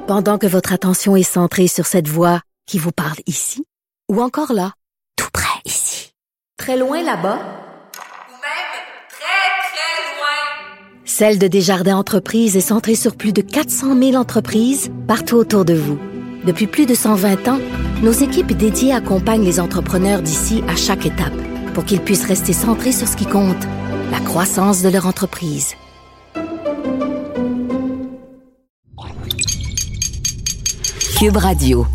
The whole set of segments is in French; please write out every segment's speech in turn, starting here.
Pendant que votre attention est centrée sur cette voix qui vous parle ici, ou encore là, tout près ici, très loin là-bas, ou même très, très loin. Celle de Desjardins Entreprises est centrée sur plus de 400 000 entreprises partout autour de vous. Depuis plus de 120 ans, nos équipes dédiées accompagnent les entrepreneurs d'ici à chaque étape pour qu'ils puissent rester centrés sur ce qui compte, la croissance de leur entreprise. Cube Radio.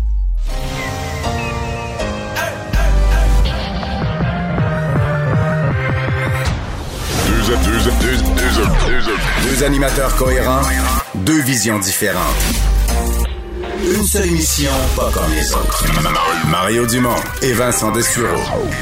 Deux animateurs cohérents, deux visions différentes. Une seule émission, pas comme les autres. Mario Dumont et Vincent Dessureau.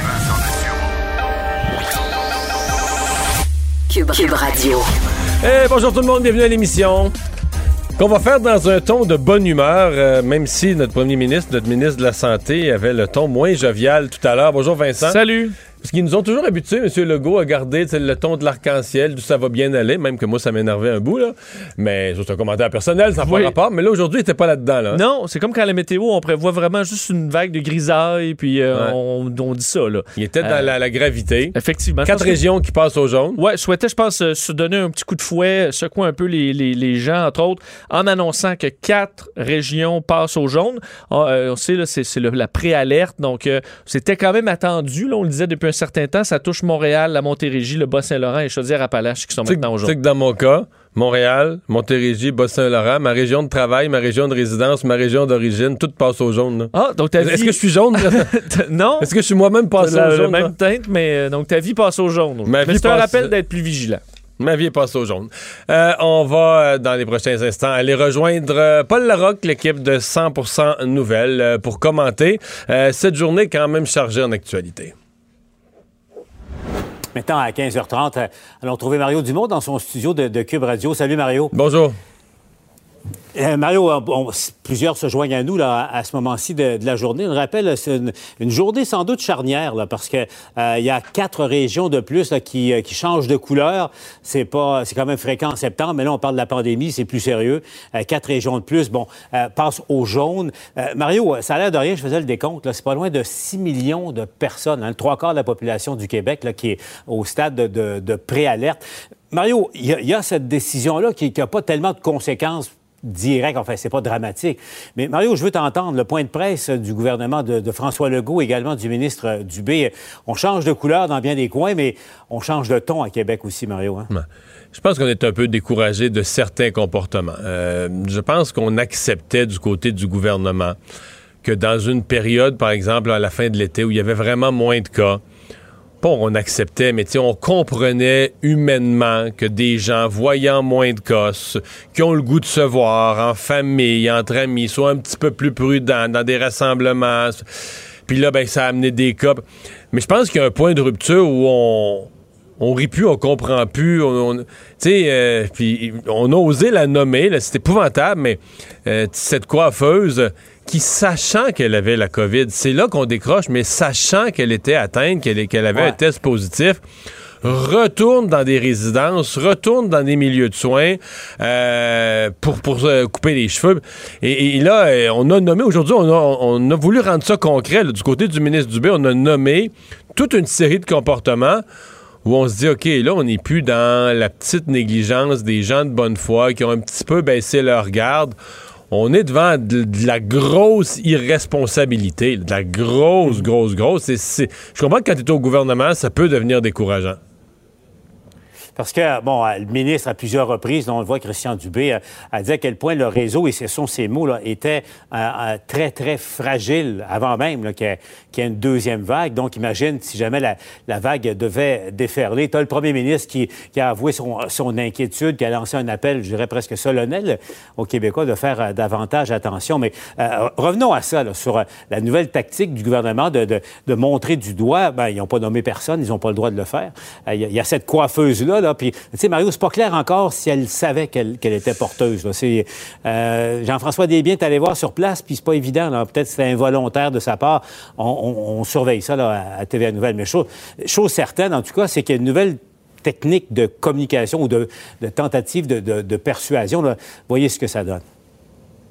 Cube Radio. Hey, bonjour tout le monde, bienvenue à l'émission. Qu'on va faire dans un ton de bonne humeur, même si notre premier ministre, notre ministre de la Santé avait le ton moins jovial tout à l'heure. Bonjour Vincent. Salut. Parce qu'ils nous ont toujours habitués, M. Legault, à garder le ton de l'arc-en-ciel, d'où ça va bien aller, même que moi, ça m'énervait un bout, là. Mais c'est un commentaire personnel, ça n'a pas rapport. Mais là, aujourd'hui, il n'était pas là-dedans, là. Non, c'est comme quand la météo, on prévoit vraiment juste une vague de grisaille, puis on dit ça, là. Il était dans la gravité. Effectivement. 4 régions qui passent au jaune. Ouais, je souhaitais, je pense, se donner un petit coup de fouet, secouer un peu les gens, entre autres, en annonçant que 4 régions passent au jaune. On sait, là, c'est la préalerte, donc c'était quand même attendu, là, on le disait depuis un certain temps, ça touche Montréal, la Montérégie, le Bas-Saint-Laurent et Chaudière-Appalaches qui sont maintenant au jaune. Tu sais que dans mon cas, Montréal, Montérégie, Bas-Saint-Laurent, ma région de travail, ma région de résidence, ma région d'origine, tout passe au jaune. Là. Ah, donc ta vie... Est-ce que je suis jaune? Non. Est-ce que je suis moi-même passé au jaune? La même teinte, mais donc ta vie passe au jaune. Mais c'est un rappel d'être plus vigilant. Ma vie est passée au jaune. On va, dans les prochains instants, aller rejoindre Paul Larocque, l'équipe de 100% Nouvelles, pour commenter cette journée quand même chargée en actualité. Maintenant, à 15h30, allons trouver Mario Dumont dans son studio de Cube Radio. Salut, Mario. Bonjour. Mario, plusieurs se joignent à nous là, à ce moment-ci de la journée. On rappelle, c'est une journée sans doute charnière là, parce que il y a 4 régions de plus là, qui changent de couleur. C'est quand même fréquent en septembre, mais là, on parle de la pandémie, c'est plus sérieux. 4 régions de plus, passent au jaune. Mario, ça a l'air de rien, je faisais le décompte. Là, c'est pas loin de 6 millions de personnes, le 3/4 de la population du Québec là, qui est au stade de préalerte. Mario, il y a cette décision-là qui n'a pas tellement de conséquences direct, enfin, c'est pas dramatique. Mais Mario, je veux t'entendre. Le point de presse du gouvernement de François Legault, également du ministre Dubé. On change de couleur dans bien des coins, mais on change de ton à Québec aussi, Mario. Hein? Ouais. Je pense qu'on est un peu découragé de certains comportements. Je pense qu'on acceptait du côté du gouvernement que dans une période, par exemple, à la fin de l'été, où il y avait vraiment moins de cas, on acceptait, mais on comprenait humainement que des gens voyant moins de cas, qui ont le goût de se voir en famille, entre amis, soient un petit peu plus prudents dans des rassemblements. Puis là, ça a amené des cas. Mais je pense qu'il y a un point de rupture où on rit plus, on comprend plus. Puis on a osé la nommer, là, c'est épouvantable, mais cette coiffeuse qui, sachant qu'elle avait la COVID, c'est là qu'on décroche, mais sachant qu'elle était atteinte, qu'elle avait un test positif, retourne dans des résidences, retourne dans des milieux de soins pour couper les cheveux. Et là, on a nommé, aujourd'hui, on a voulu rendre ça concret. Là, du côté du ministre Dubé, on a nommé toute une série de comportements où on se dit, OK, là, on n'est plus dans la petite négligence des gens de bonne foi qui ont un petit peu baissé leur garde. On est devant de la grosse irresponsabilité, de la grosse. Je comprends que quand tu es au gouvernement, ça peut devenir décourageant. Parce que, le ministre, à plusieurs reprises, on le voit, Christian Dubé, a dit à quel point le réseau, et ce sont ses mots, là, était très, très fragile avant même là, qu'il y ait une deuxième vague. Donc, imagine si jamais la vague devait déferler. Tu as le premier ministre qui a avoué son inquiétude, qui a lancé un appel, je dirais presque solennel aux Québécois de faire davantage attention. Mais revenons à ça, là, sur la nouvelle tactique du gouvernement de montrer du doigt. Ils n'ont pas nommé personne, ils n'ont pas le droit de le faire. Il y a cette coiffeuse-là, puis, tu sais, Mario, c'est pas clair encore si elle savait qu'elle était porteuse. Là. C'est, Jean-François Desbiens est allé voir sur place, puis c'est pas évident. Là. Peut-être que c'était involontaire de sa part. On surveille ça là, à TVA Nouvelles. Mais chose certaine, en tout cas, c'est qu'il y a une nouvelle technique de communication ou de tentative de persuasion. Là. Voyez ce que ça donne.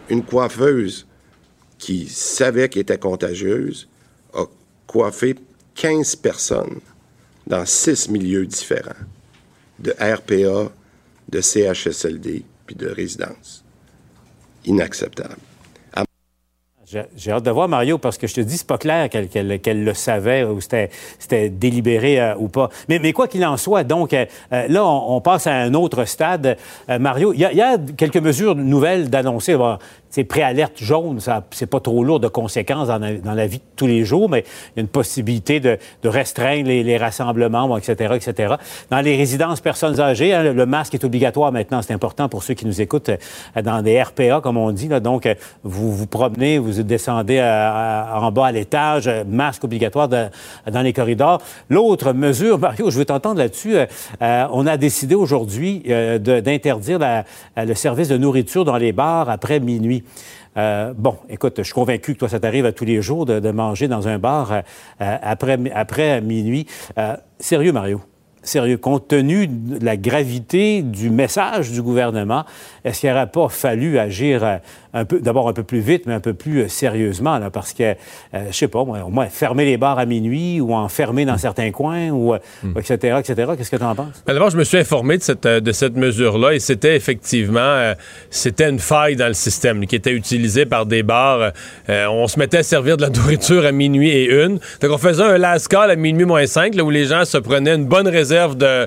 une coiffeuse qui savait qu'elle était contagieuse a coiffé 15 personnes dans 6 milieux différents, de RPA, de CHSLD, puis de résidence. Inacceptable. J'ai hâte de voir, Mario, parce que je te dis, c'est pas clair qu'elle le savait ou c'était délibéré ou pas. Mais quoi qu'il en soit, donc, là, on passe à un autre stade. Mario, il y a quelques mesures nouvelles d'annoncer. Bon, c'est préalerte jaune, c'est pas trop lourd de conséquences dans la vie de tous les jours, mais il y a une possibilité de restreindre les rassemblements, bon, etc., etc. Dans les résidences personnes âgées, hein, le masque est obligatoire maintenant. C'est important pour ceux qui nous écoutent dans des RPA, comme on dit. Là. Donc, vous vous promenez, vous descendez en bas à l'étage, masque obligatoire dans les corridors. L'autre mesure, Mario, je veux t'entendre là-dessus. On a décidé aujourd'hui d'interdire le service de nourriture dans les bars après minuit. Bon, écoute, je suis convaincu que toi, ça t'arrive à tous les jours de manger dans un bar après minuit. Sérieux, Mario? Sérieux, compte tenu de la gravité du message du gouvernement, est-ce qu'il n'aurait pas fallu agir d'abord un peu plus vite, mais un peu plus sérieusement, là, parce que, je sais pas, au moins fermer les bars à minuit ou en fermer dans certains coins, ou etc., etc. Qu'est-ce que tu en penses? D'abord, je me suis informé de cette mesure-là et c'était effectivement c'était une faille dans le système qui était utilisée par des bars. On se mettait à servir de la nourriture à minuit et une. Donc, on faisait un last call à minuit moins 5, là, où les gens se prenaient une bonne réserve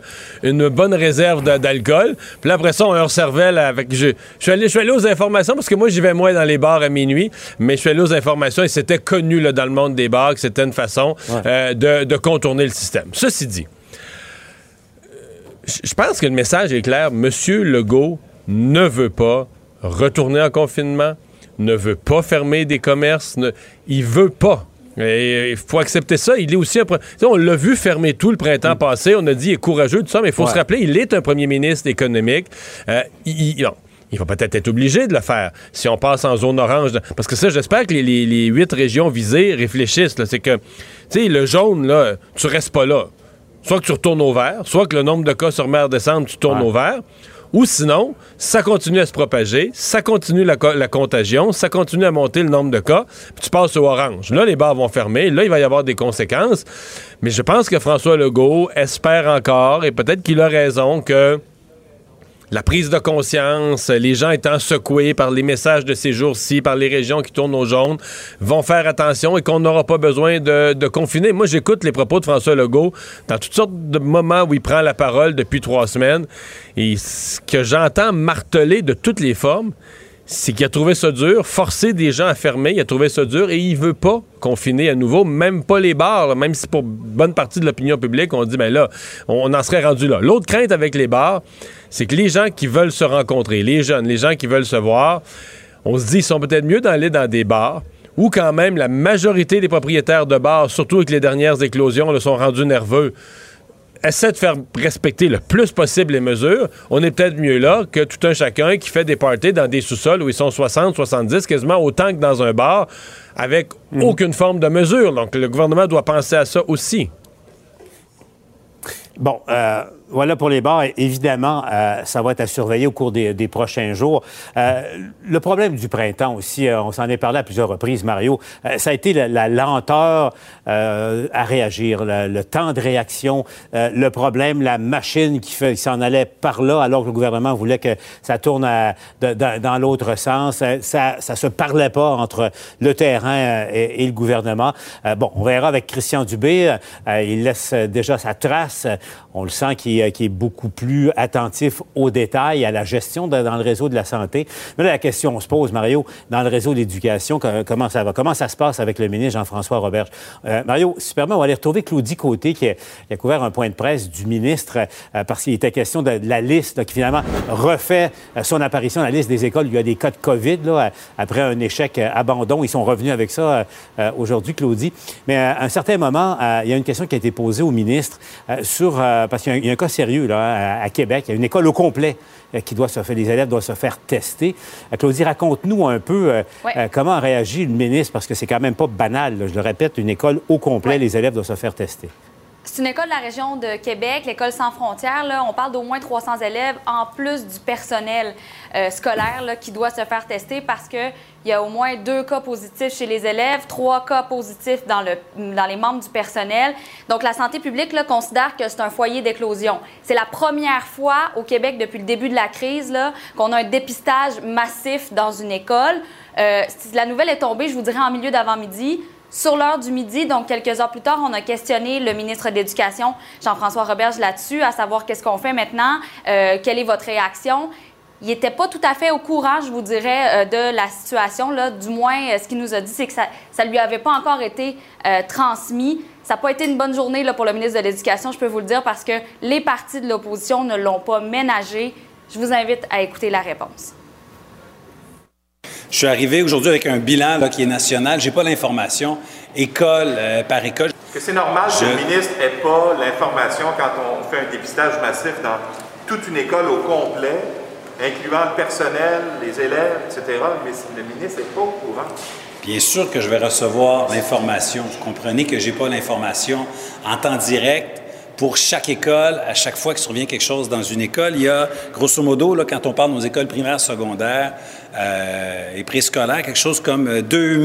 d'alcool. Puis là, après ça, on leur servait je suis allé aux informations parce que moi, j'y vais moins dans les bars à minuit, mais je suis allé aux informations et c'était connu là, dans le monde des bars que c'était une façon de contourner le système. Ceci dit, je pense que le message est clair. Monsieur Legault ne veut pas retourner en confinement, ne veut pas fermer des commerces, il veut pas. Il faut accepter ça. Il est aussi on l'a vu fermer tout le printemps passé. On a dit il est courageux, tout ça, mais il faut se rappeler, il est un premier ministre économique. Il va peut-être être obligé de le faire si on passe en zone orange. Parce que ça, j'espère que les 8 régions visées réfléchissent. Là. C'est que, tu sais, le jaune, là, tu restes pas là. Soit que tu retournes au vert, soit que le nombre de cas se remet à descendre, tu tournes au vert. Ou sinon, ça continue à se propager, ça continue la contagion, ça continue à monter le nombre de cas, puis tu passes au orange. Là, les bars vont fermer, là, il va y avoir des conséquences. Mais je pense que François Legault espère encore, et peut-être qu'il a raison, que la prise de conscience, les gens étant secoués par les messages de ces jours-ci, par les régions qui tournent au jaune, vont faire attention et qu'on n'aura pas besoin de confiner. Moi, j'écoute les propos de François Legault dans toutes sortes de moments où il prend la parole depuis 3 semaines. Et ce que j'entends marteler de toutes les formes, c'est qu'il a trouvé ça dur, forcer des gens à fermer, il a trouvé ça dur et il veut pas confiner à nouveau, même pas les bars, là, même si pour bonne partie de l'opinion publique, on dit, ben là, on en serait rendu là. L'autre crainte avec les bars, c'est que les gens qui veulent se rencontrer, les jeunes, les gens qui veulent se voir, on se dit, ils sont peut-être mieux d'aller dans des bars où quand même la majorité des propriétaires de bars, surtout avec les dernières éclosions, là, sont rendus nerveux, essaie de faire respecter le plus possible les mesures. On est peut-être mieux là que tout un chacun qui fait des parties dans des sous-sols où ils sont 60, 70, quasiment autant que dans un bar, avec aucune forme de mesure. Donc, le gouvernement doit penser à ça aussi. Bon, voilà pour les bars. Évidemment, ça va être à surveiller au cours des prochains jours. Le problème du printemps aussi, on s'en est parlé à plusieurs reprises, Mario, ça a été la lenteur à réagir, le temps de réaction, le problème, la machine qui s'en allait par là alors que le gouvernement voulait que ça tourne dans l'autre sens. Ça se parlait pas entre le terrain et le gouvernement. Bon, on verra avec Christian Dubé. Il laisse déjà sa trace. On le sent qu'il est beaucoup plus attentif aux détails, à la gestion dans le réseau de la santé. Mais là, la question se pose, Mario, dans le réseau de l'éducation, comment ça va? Comment ça se passe avec le ministre Jean-François Roberge? Mario, si tu permets, on va aller retrouver Claudie Côté qui a couvert un point de presse du ministre parce qu'il était question de la liste là, qui finalement refait son apparition, la liste des écoles. Il y a des cas de COVID là, après un échec abandon. Ils sont revenus avec ça aujourd'hui, Claudie. Mais à un certain moment, il y a une question qui a été posée au ministre parce qu'il y a un cas sérieux là, à Québec. Il y a une école au complet qui doit se faire, les élèves doivent se faire tester. Claudie, raconte-nous un peu comment a réagi le ministre, parce que c'est quand même pas banal. Là, je le répète, une école au complet, les élèves doivent se faire tester. C'est une école de la région de Québec, l'école Sans Frontières. Là, on parle d'au moins 300 élèves, en plus du personnel scolaire là, qui doit se faire tester parce qu'il y a au moins 2 cas positifs chez les élèves, 3 cas positifs dans les membres du personnel. Donc, la santé publique là, considère que c'est un foyer d'éclosion. C'est la première fois au Québec depuis le début de la crise là, qu'on a un dépistage massif dans une école. Si la nouvelle est tombée, je vous dirais en milieu d'avant-midi. Sur l'heure du midi, donc quelques heures plus tard, on a questionné le ministre de l'Éducation, Jean-François Roberge, là-dessus, à savoir qu'est-ce qu'on fait maintenant, quelle est votre réaction. Il n'était pas tout à fait au courant, je vous dirais, de la situation. Là. Du moins, ce qu'il nous a dit, c'est que ça ne lui avait pas encore été transmis. Ça n'a pas été une bonne journée là, pour le ministre de l'Éducation, je peux vous le dire, parce que les partis de l'opposition ne l'ont pas ménagé. Je vous invite à écouter la réponse. Je suis arrivé aujourd'hui avec un bilan là, qui est national. Je n'ai pas l'information, école par école. Est-ce que c'est normal que le ministre n'ait pas l'information quand on fait un dépistage massif dans toute une école au complet, incluant le personnel, les élèves, etc., mais le ministre n'est pas au courant? Bien sûr que je vais recevoir l'information. Vous comprenez que je n'ai pas l'information en temps direct. Pour chaque école, à chaque fois qu'il survient quelque chose dans une école, il y a, grosso modo, là, quand on parle de nos écoles primaires, secondaires et préscolaires, quelque chose comme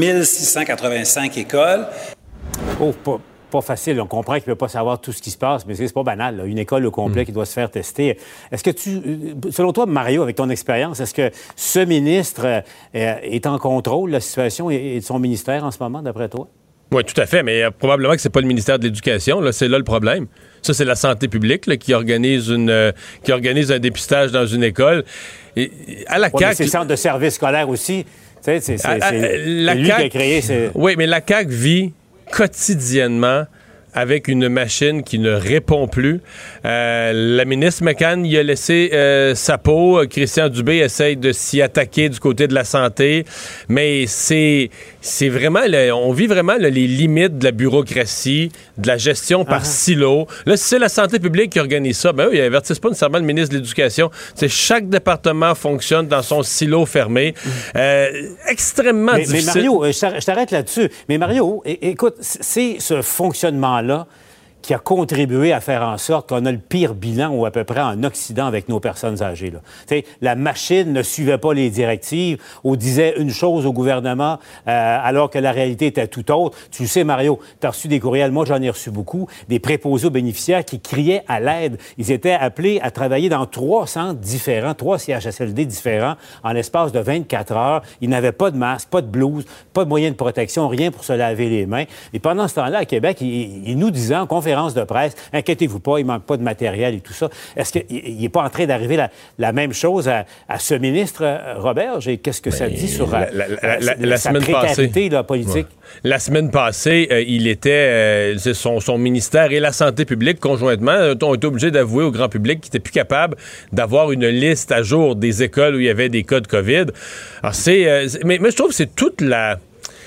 2685 écoles. Oh, pas facile. On comprend qu'il ne peut pas savoir tout ce qui se passe, mais c'est pas banal. Là. Une école au complet qui doit se faire tester. Est-ce que selon toi, Mario, avec ton expérience, est-ce que ce ministre est en contrôle de la situation et de son ministère en ce moment, d'après toi? Oui, tout à fait, mais probablement que c'est pas le ministère de l'Éducation. Là, c'est là le problème. Ça, c'est la santé publique là, qui organise un dépistage dans une école. Et, à la CAQ... C'est le centre de service scolaire aussi. Tu sais, c'est lui qui a créé... Oui, mais la CAQ vit quotidiennement avec une machine qui ne répond plus. La ministre McCann y a laissé sa peau. Christian Dubé essaye de s'y attaquer du côté de la santé. Mais c'est vraiment... on vit vraiment les limites de la bureaucratie, de la gestion par silo. Là, si c'est la santé publique qui organise ça, ben eux, ils avertissent pas nécessairement le ministre de l'Éducation. C'est chaque département fonctionne dans son silo fermé. Extrêmement difficile. Mais Mario, je t'arrête là-dessus. Mais Mario, écoute, c'est ce fonctionnement-là qui a contribué à faire en sorte qu'on a le pire bilan ou à peu près en Occident avec nos personnes âgées. Là. La machine ne suivait pas les directives ou disait une chose au gouvernement alors que la réalité était tout autre. Tu le sais, Mario, tu as reçu des courriels, moi j'en ai reçu beaucoup, des préposés aux bénéficiaires qui criaient à l'aide. Ils étaient appelés à travailler dans 3 centres différents, 3 CHSLD différents en l'espace de 24 heures. Ils n'avaient pas de masque, pas de blouse, pas de moyen de protection, rien pour se laver les mains. Et pendant ce temps-là, à Québec, ils nous disaient en conférence de presse, inquiétez-vous pas, il manque pas de matériel et tout ça. Est-ce qu'il n'est pas en train d'arriver la même chose à ce ministre Roberge? Et qu'est-ce que ça dit sur sa précarité politique? Ouais. La semaine passée, il était, son ministère et la santé publique conjointement ont été obligés d'avouer au grand public qu'ils n'étaient plus capables d'avoir une liste à jour des écoles où il y avait des cas de COVID. Alors mais je trouve que c'est toute la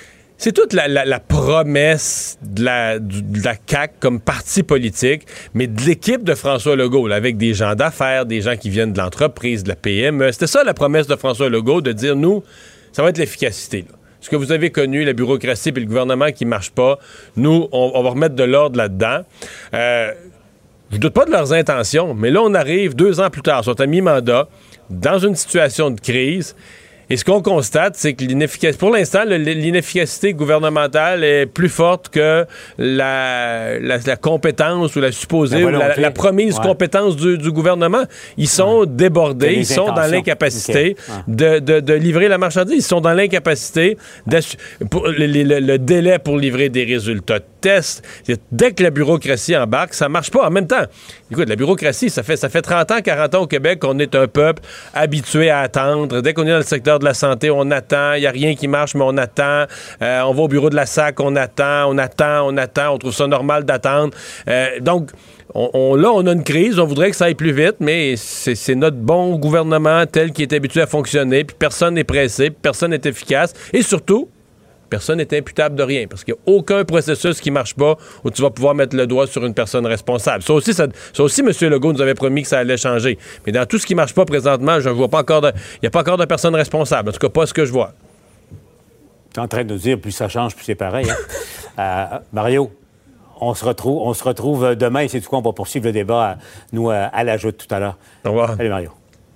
promesse de la CAQ comme parti politique, mais de l'équipe de François Legault, là, avec des gens d'affaires, des gens qui viennent de l'entreprise, de la PME. C'était ça la promesse de François Legault, de dire, nous, ça va être l'efficacité. Là. Ce que vous avez connu, la bureaucratie et le gouvernement qui ne marche pas, nous, on va remettre de l'ordre là-dedans. Je ne doute pas de leurs intentions, mais là, on arrive 2 ans plus tard, sont à mi-mandat, dans une situation de crise. Et ce qu'on constate, c'est que pour l'instant, l'inefficacité gouvernementale est plus forte que la compétence ou la supposée ou la promise compétence du gouvernement. Ils sont débordés, ils sont dans l'incapacité de livrer la marchandise. Ils sont dans l'incapacité le délai pour livrer des résultats de tests. Dès que la bureaucratie embarque, ça marche pas. En même temps, écoute, la bureaucratie, ça fait 30 ans, 40 ans au Québec qu'on est un peuple habitué à attendre. Dès qu'on est dans le secteur de la santé, on attend. Il n'y a rien qui marche, mais on attend. On va au bureau de la SAC, on attend. On trouve ça normal d'attendre. Donc, on a une crise. On voudrait que ça aille plus vite, mais c'est notre bon gouvernement tel qu'il est habitué à fonctionner. Puis personne n'est pressé, puis personne n'est efficace. Et surtout, personne n'est imputable de rien, parce qu'il n'y a aucun processus qui ne marche pas où tu vas pouvoir mettre le doigt sur une personne responsable. Ça aussi, M. Legault nous avait promis que ça allait changer. Mais dans tout ce qui ne marche pas présentement, je ne vois pas encore il n'y a pas encore de personne responsable. En tout cas, pas ce que je vois. Tu es en train de nous dire, plus ça change, plus c'est pareil. Hein? Mario, On se retrouve demain et c'est tout quoi, on va poursuivre le débat, à la joute tout à l'heure. Au revoir. Salut Mario.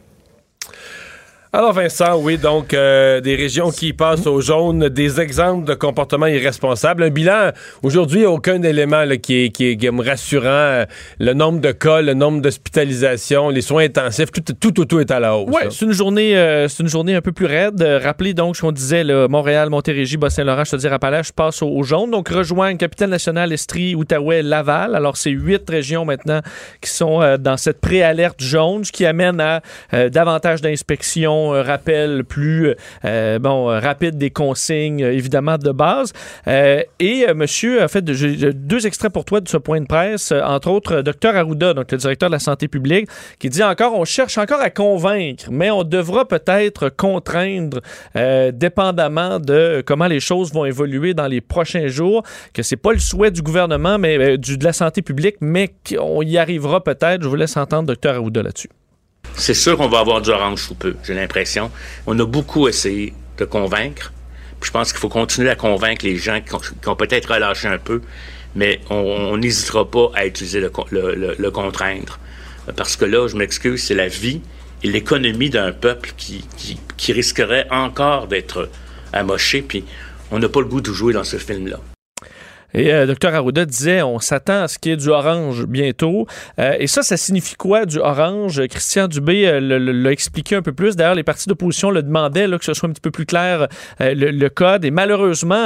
Alors Vincent, oui, donc des régions qui passent au jaune, des exemples de comportements irresponsables. Un bilan, aujourd'hui, il n'y a aucun élément là, qui est rassurant. Le nombre de cas, le nombre d'hospitalisations, les soins intensifs, tout est à la hausse. Oui, c'est une journée un peu plus raide. Rappelez donc ce qu'on disait, là, Montréal, Montérégie, Bas-Saint-Laurent, Chaudière-Appalaches passent au jaune. Donc rejoignent Capitale-Nationale, Estrie, Outaouais, Laval. Alors c'est 8 régions maintenant qui sont dans cette préalerte jaune, ce qui amène à davantage d'inspections, un rappel plus rapide des consignes, évidemment, de base. Monsieur, en fait, j'ai 2 extraits pour toi de ce point de presse, entre autres, Dr Arruda, donc le directeur de la santé publique, qui dit encore, on cherche encore à convaincre, mais on devra peut-être contraindre, dépendamment de comment les choses vont évoluer dans les prochains jours, que c'est pas le souhait du gouvernement, mais de la santé publique, mais qu'on y arrivera peut-être. Je vous laisse entendre Dr Arruda là-dessus. C'est sûr qu'on va avoir du orange sous peu, j'ai l'impression. On a beaucoup essayé de convaincre. Puis je pense qu'il faut continuer à convaincre les gens qui ont peut-être relâché un peu, mais on n'hésitera pas à utiliser le contraindre. Parce que là, je m'excuse, c'est la vie et l'économie d'un peuple qui risquerait encore d'être amoché. Puis on n'a pas le goût de jouer dans ce film-là. Et Dr Arruda disait, on s'attend à ce qu'il y ait du orange bientôt. Et ça signifie quoi, du orange? Christian Dubé l'a expliqué un peu plus. D'ailleurs, les partis d'opposition le demandaient, là, que ce soit un petit peu plus clair le code. Et malheureusement,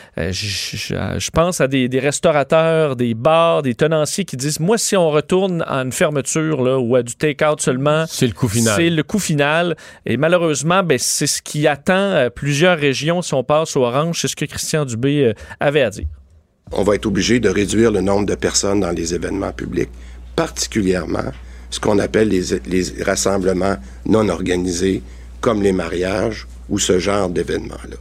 je pense à des restaurateurs, des bars, des tenanciers qui disent, moi, si on retourne à une fermeture là, ou à du take-out seulement, c'est le coup final. C'est le coup final. Et malheureusement, c'est ce qui attend plusieurs régions si on passe au orange. C'est ce que Christian Dubé avait à dire. On va être obligé de réduire le nombre de personnes dans les événements publics, particulièrement ce qu'on appelle les rassemblements non organisés, comme les mariages ou ce genre d'événements-là.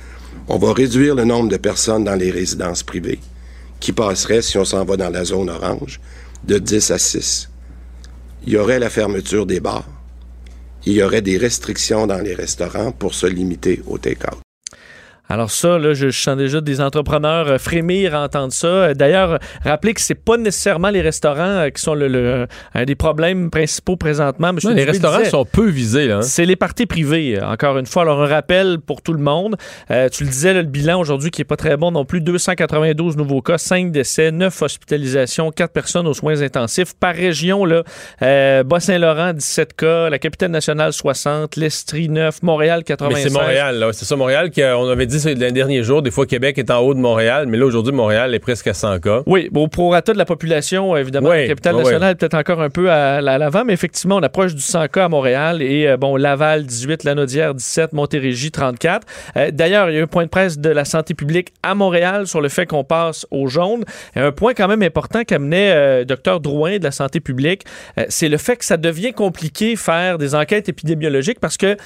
On va réduire le nombre de personnes dans les résidences privées, qui passerait, si on s'en va dans la zone orange, de 10 à 6. Il y aurait la fermeture des bars. Il y aurait des restrictions dans les restaurants pour se limiter au take-out. Alors ça, là, je sens déjà des entrepreneurs frémir à entendre ça. D'ailleurs, rappelez que c'est pas nécessairement les restaurants qui sont un des problèmes principaux présentement. Non, les restaurants sont peu visés, là. Hein? C'est les parties privées, encore une fois. Alors, un rappel pour tout le monde. Tu le disais, là, le bilan aujourd'hui qui est pas très bon non plus. 292 nouveaux cas, 5 décès, 9 hospitalisations, 4 personnes aux soins intensifs. Par région, là, Bas-Saint-Laurent, 17 cas, la Capitale-Nationale, 60, l'Estrie, 9, Montréal, 85. Mais c'est Montréal, là. C'est ça, Montréal, on avait dit les derniers jours, des fois Québec est en haut de Montréal, mais là aujourd'hui Montréal est presque à 100 cas. Oui, au prorata de la population, évidemment, la Capitale-Nationale est peut-être encore un peu à l'avant, mais effectivement, on approche du 100 cas à Montréal et Laval 18, Lanaudière 17, Montérégie 34. D'ailleurs, il y a eu un point de presse de la santé publique à Montréal sur le fait qu'on passe au jaune. Et un point quand même important qu'amenait Dr Drouin de la santé publique, c'est le fait que ça devient compliqué faire des enquêtes épidémiologiques parce que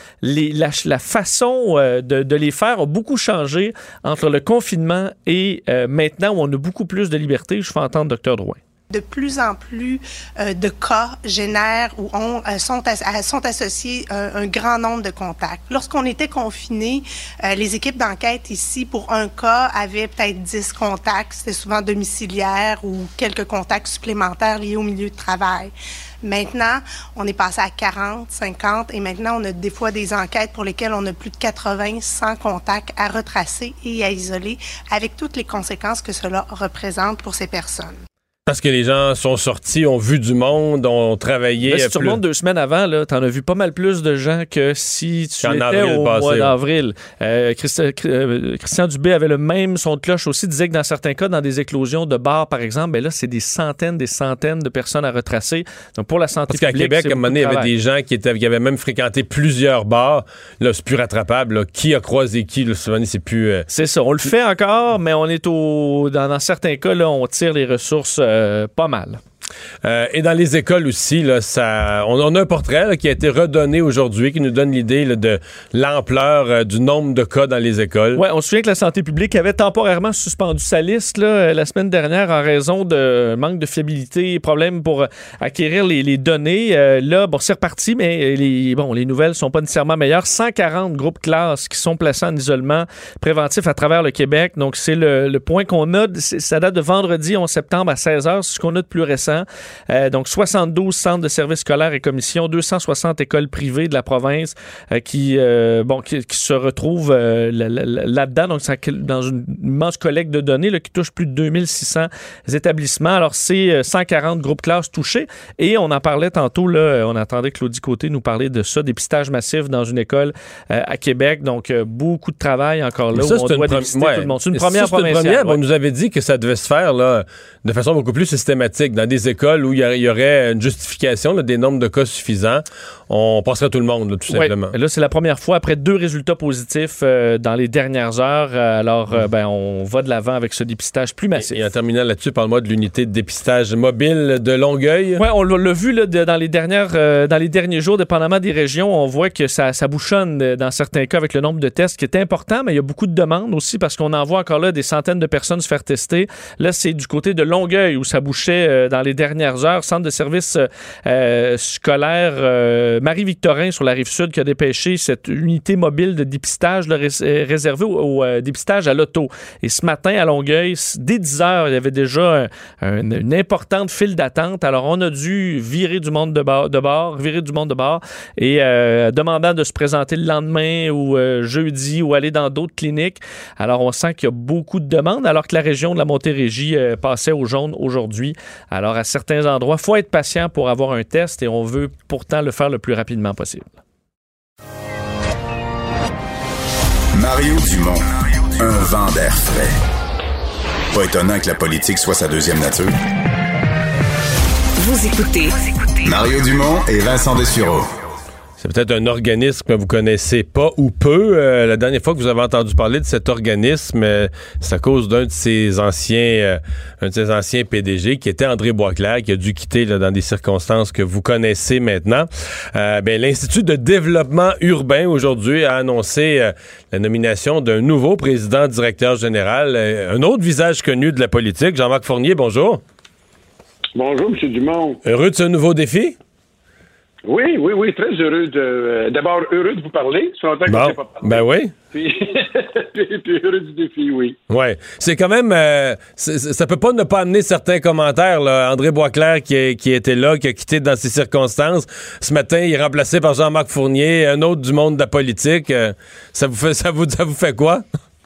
la façon de les faire a beaucoup changé entre le confinement et maintenant où on a beaucoup plus de liberté. Je fais entendre Dr Drouin. De plus en plus de cas génèrent ou sont associés un grand nombre de contacts. Lorsqu'on était confinés, les équipes d'enquête ici, pour un cas, avaient peut-être 10 contacts. C'était souvent domiciliaires ou quelques contacts supplémentaires liés au milieu de travail. Maintenant, on est passé à 40, 50 et maintenant, on a des fois des enquêtes pour lesquelles on a plus de 80, 100 contacts à retracer et à isoler avec toutes les conséquences que cela représente pour ces personnes. Parce que les gens sont sortis, ont vu du monde, ont travaillé. Mais si tu remontes 2 semaines avant, là, t'en as vu pas mal plus de gens que si tu étais au mois d'avril. Christian Dubé avait le même son de cloche aussi, disait que dans certains cas, dans des éclosions de bars, par exemple, là, c'est des centaines de personnes à retracer. Donc, pour la santé publique, parce qu'à Québec, à un moment donné, il y avait des gens qui avaient même fréquenté plusieurs bars. Là, c'est plus rattrapable. Là. Qui a croisé qui? Là, souvent, c'est plus... C'est ça. On le fait encore, mais on est dans certains cas, là, on tire les ressources pas mal. Et dans les écoles aussi, là, on a un portrait là, qui a été redonné aujourd'hui, qui nous donne l'idée là, de l'ampleur du nombre de cas dans les écoles. Oui, on se souvient que la santé publique avait temporairement suspendu sa liste là, la semaine dernière en raison de manque de fiabilité, problèmes pour acquérir les données. Là, bon, c'est reparti, mais les nouvelles sont pas nécessairement meilleures. 140 groupes classes qui sont placés en isolement préventif à travers le Québec. Donc, c'est le point qu'on a. Ça date de vendredi 11 septembre à 16h. C'est ce qu'on a de plus récent. Donc, 72 centres de services scolaires et commissions, 260 écoles privées de la province qui se retrouvent là-dedans. Donc, dans une immense collecte de données là, qui touche plus de 2600 établissements. Alors, c'est 140 groupes classes touchés. Et on en parlait tantôt, là, on attendait Claudie Côté nous parler de ça, dépistage massif dans une école à Québec. Donc, beaucoup de travail encore là, ça, où on doit dépister tout le monde. C'est une première provinciale. On nous avait dit que ça devait se faire là, de façon beaucoup plus systématique dans des écoles où il y aurait une justification là, des nombres de cas suffisants. On passerait tout le monde, là, tout simplement. Là, c'est la première fois après 2 résultats positifs dans les dernières heures. On va de l'avant avec ce dépistage plus massif. Et en terminant là-dessus, parle-moi de l'unité de dépistage mobile de Longueuil. Oui, on l'a vu là, dans les derniers jours, dépendamment des régions, on voit que ça bouchonne dans certains cas avec le nombre de tests qui est important, mais il y a beaucoup de demandes aussi parce qu'on envoie encore là des centaines de personnes se faire tester. Là, c'est du côté de Longueuil où ça bouchait dans les dernières heures. Centre de services scolaires Marie-Victorin sur la Rive-Sud qui a dépêché cette unité mobile de dépistage là, réservée au dépistage à l'auto. Et ce matin, à Longueuil, dès 10 heures, il y avait déjà une importante file d'attente. Alors, on a dû virer du monde de bord et demandant de se présenter le lendemain ou jeudi ou aller dans d'autres cliniques. Alors, on sent qu'il y a beaucoup de demandes alors que la région de la Montérégie passait au jaune aujourd'hui. Alors, à certains endroits, il faut être patient pour avoir un test et on veut pourtant le faire le plus rapidement possible. Mario Dumont, un vent d'air frais. Pas étonnant que la politique soit sa deuxième nature. Vous écoutez Mario Dumont et Vincent Dessureau. C'est peut-être un organisme que vous connaissez pas ou peu. La dernière fois que vous avez entendu parler de cet organisme, c'est à cause d'un de ses anciens PDG qui était André Boisclair, qui a dû quitter là, dans des circonstances que vous connaissez maintenant. L'Institut de développement urbain aujourd'hui a annoncé la nomination d'un nouveau président directeur général, un autre visage connu de la politique, Jean-Marc Fournier. Bonjour. Bonjour, M. Dumont. Heureux de ce nouveau défi? Oui, très heureux d'abord heureux de vous parler. Ça fait longtemps qu'on ne s'est pas parlé. Ben oui. Puis heureux du défi, oui. Ouais, c'est quand même ça peut pas ne pas amener certains commentaires là. André Boisclair qui était là, qui a quitté dans ces circonstances. Ce matin, il est remplacé par Jean-Marc Fournier, un autre du monde de la politique. Ça vous fait quoi?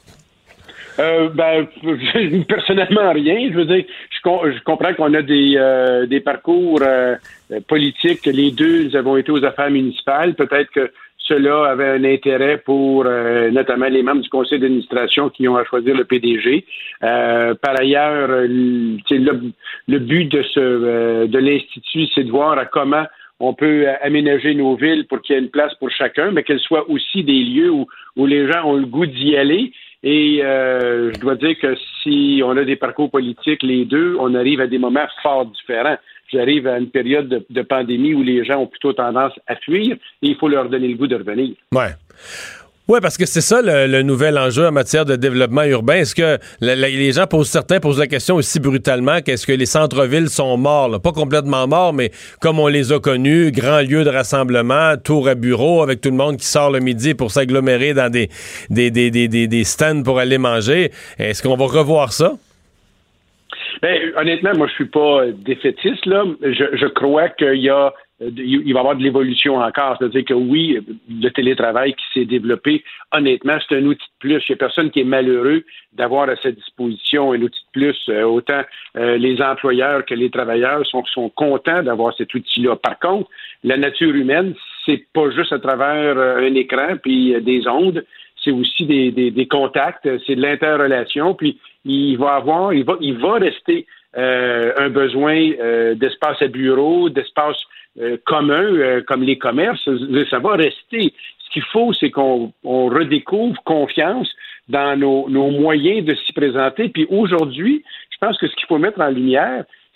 Personnellement, rien. Je veux dire, je comprends qu'on a des parcours politiques. Les deux, nous avons été aux affaires municipales. Peut-être que cela avait un intérêt pour notamment les membres du conseil d'administration qui ont à choisir le PDG. Par ailleurs, le but de l'Institut, c'est de voir à comment on peut aménager nos villes pour qu'il y ait une place pour chacun, mais qu'elles soient aussi des lieux où les gens ont le goût d'y aller. Et je dois dire que si on a des parcours politiques, les deux, on arrive à des moments fort différents. J'arrive à une période de pandémie où les gens ont plutôt tendance à fuir et il faut leur donner le goût de revenir. Oui, parce que c'est ça le nouvel enjeu en matière de développement urbain. Est-ce que les gens certains posent la question aussi brutalement qu'est-ce que les centres-villes sont morts, là? Pas complètement morts, mais comme on les a connus, grands lieux de rassemblement, tours à bureaux avec tout le monde qui sort le midi pour s'agglomérer dans des stands pour aller manger. Est-ce qu'on va revoir ça? Honnêtement, moi, je suis pas défaitiste, là. Je crois qu'il va y avoir de l'évolution encore. C'est-à-dire que oui, le télétravail qui s'est développé, honnêtement, c'est un outil de plus. Il n'y a personne qui est malheureux d'avoir à sa disposition un outil de plus. Autant les employeurs que les travailleurs sont contents d'avoir cet outil-là. Par contre, la nature humaine, c'est pas juste à travers un écran puis des ondes. C'est aussi des contacts, c'est de l'interrelation, puis il va rester un besoin d'espace à bureau, d'espace commun, comme les commerces, ça va rester. Ce qu'il faut, c'est qu'on redécouvre confiance dans nos moyens de s'y présenter. Puis aujourd'hui, je pense que ce qu'il faut mettre en lumière,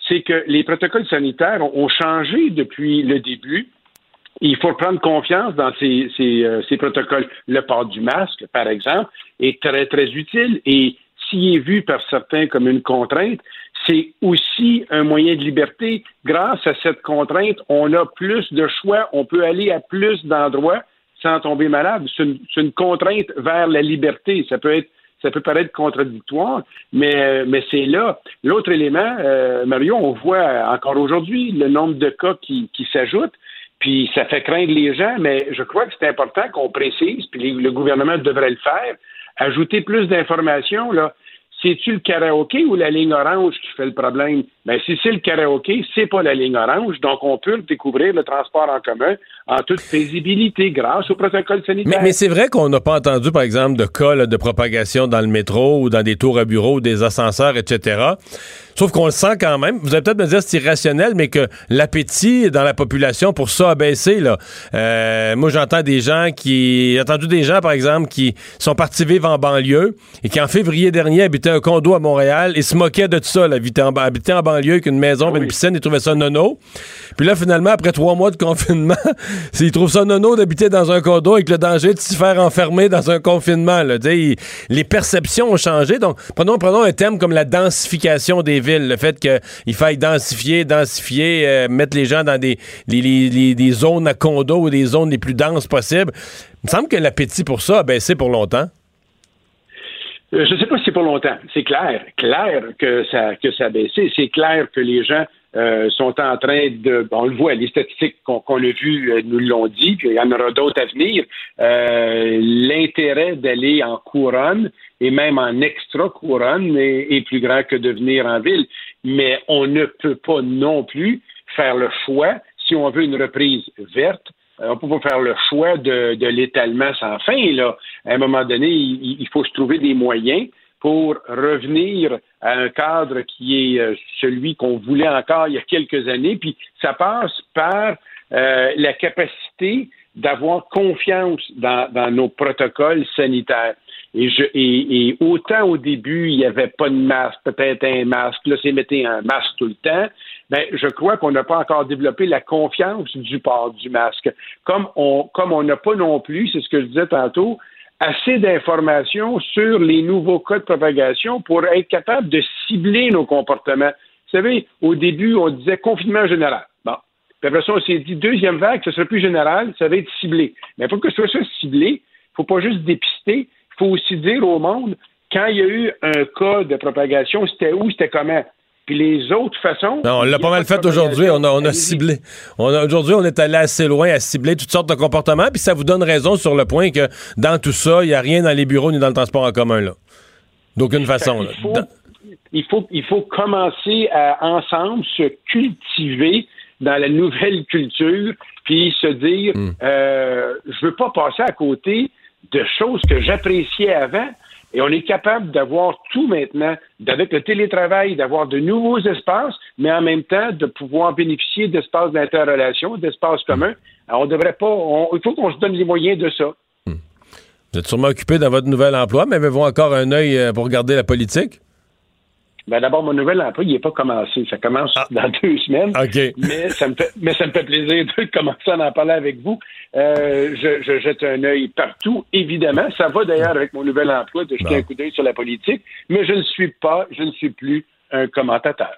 c'est que les protocoles sanitaires ont changé depuis le début. Il faut prendre confiance dans ces protocoles. Le port du masque, par exemple, est très, très utile et s'il est vu par certains comme une contrainte, c'est aussi un moyen de liberté. Grâce à cette contrainte, on a plus de choix, on peut aller à plus d'endroits sans tomber malade. C'est une contrainte vers la liberté. Ça peut paraître contradictoire, mais c'est là. L'autre élément, Mario, on voit encore aujourd'hui le nombre de cas qui s'ajoutent. Puis ça fait craindre les gens, mais je crois que c'est important qu'on précise, puis le gouvernement devrait le faire, ajouter plus d'informations, là. C'est-tu le karaoké ou la ligne orange qui fait le problème? Bien, si c'est le karaoké, c'est pas la ligne orange, donc on peut découvrir le transport en commun en toute paisibilité grâce au protocole sanitaire. Mais c'est vrai qu'on n'a pas entendu, par exemple, de cas là, de propagation dans le métro ou dans des tours à bureaux, des ascenseurs, etc. Sauf qu'on le sent quand même. Vous allez peut-être me dire que c'est irrationnel, mais que l'appétit dans la population pour ça a baissé, là. Moi, j'ai entendu des gens, par exemple, qui sont partis vivre en banlieue et qui, en février dernier, habitaient un condo à Montréal et se moquaient de tout ça, là, habiter en banlieue avec une maison, une piscine, ils trouvaient ça nono. Puis là, finalement, après 3 mois de confinement, ils trouvent ça nono d'habiter dans un condo avec le danger de se faire enfermer dans un confinement, là. Les perceptions ont changé. Donc, prenons un thème comme la densification des villes. Le fait qu'il faille densifier, mettre les gens dans des zones à condos ou des zones les plus denses possibles. Il me semble que l'appétit pour ça a baissé pour longtemps. Je ne sais pas si c'est pour longtemps. C'est clair que ça a baissé. C'est clair que les gens sont en train de... On le voit, les statistiques qu'on a vues nous l'ont dit, puis il y en aura d'autres à venir. L'intérêt d'aller en couronne et même en extra-couronne est plus grand que de venir en ville. Mais on ne peut pas non plus faire le choix, si on veut une reprise verte, on peut pas faire le choix de l'étalement sans fin, là. À un moment donné, il faut se trouver des moyens pour revenir à un cadre qui est celui qu'on voulait encore il y a quelques années. Puis ça passe par la capacité d'avoir confiance dans nos protocoles sanitaires. Et autant au début, il n'y avait pas de masque, peut-être un masque, là, c'est mettre un masque tout le temps. Ben, je crois qu'on n'a pas encore développé la confiance du port du masque. Comme on n'a pas non plus, c'est ce que je disais tantôt, assez d'informations sur les nouveaux cas de propagation pour être capable de cibler nos comportements. Vous savez, au début, on disait confinement général. Bon. Puis après ça, on s'est dit deuxième vague, ce sera plus général, ça va être ciblé. Mais pour que ce soit ciblé, il ne faut pas juste dépister, il faut aussi dire au monde, quand il y a eu un cas de propagation, c'était où, c'était comment? Puis les autres façons... Non, on l'a pas mal fait aujourd'hui. On a ciblé. Aujourd'hui, on est allé assez loin à cibler toutes sortes de comportements. Puis ça vous donne raison sur le point que dans tout ça, il n'y a rien dans les bureaux ni dans le transport en commun, là. D'aucune façon. Là. Il faut commencer à, ensemble, se cultiver dans la nouvelle culture, puis se dire, je veux pas passer à côté de choses que j'appréciais avant. Et on est capable d'avoir tout maintenant, avec le télétravail, d'avoir de nouveaux espaces, mais en même temps de pouvoir bénéficier d'espaces d'interrelation, d'espaces communs. Alors, on devrait pas... il faut qu'on se donne les moyens de ça. Vous êtes sûrement occupé dans votre nouvel emploi, mais avez-vous encore un œil pour regarder la politique? Ben d'abord, mon nouvel emploi, il n'est pas commencé. Ça commence dans 2 semaines. OK. Mais ça me fait plaisir de commencer à en parler avec vous. Je jette un œil partout, évidemment. Ça va d'ailleurs avec mon nouvel emploi de jeter un coup d'œil sur la politique, mais je ne suis plus un commentateur.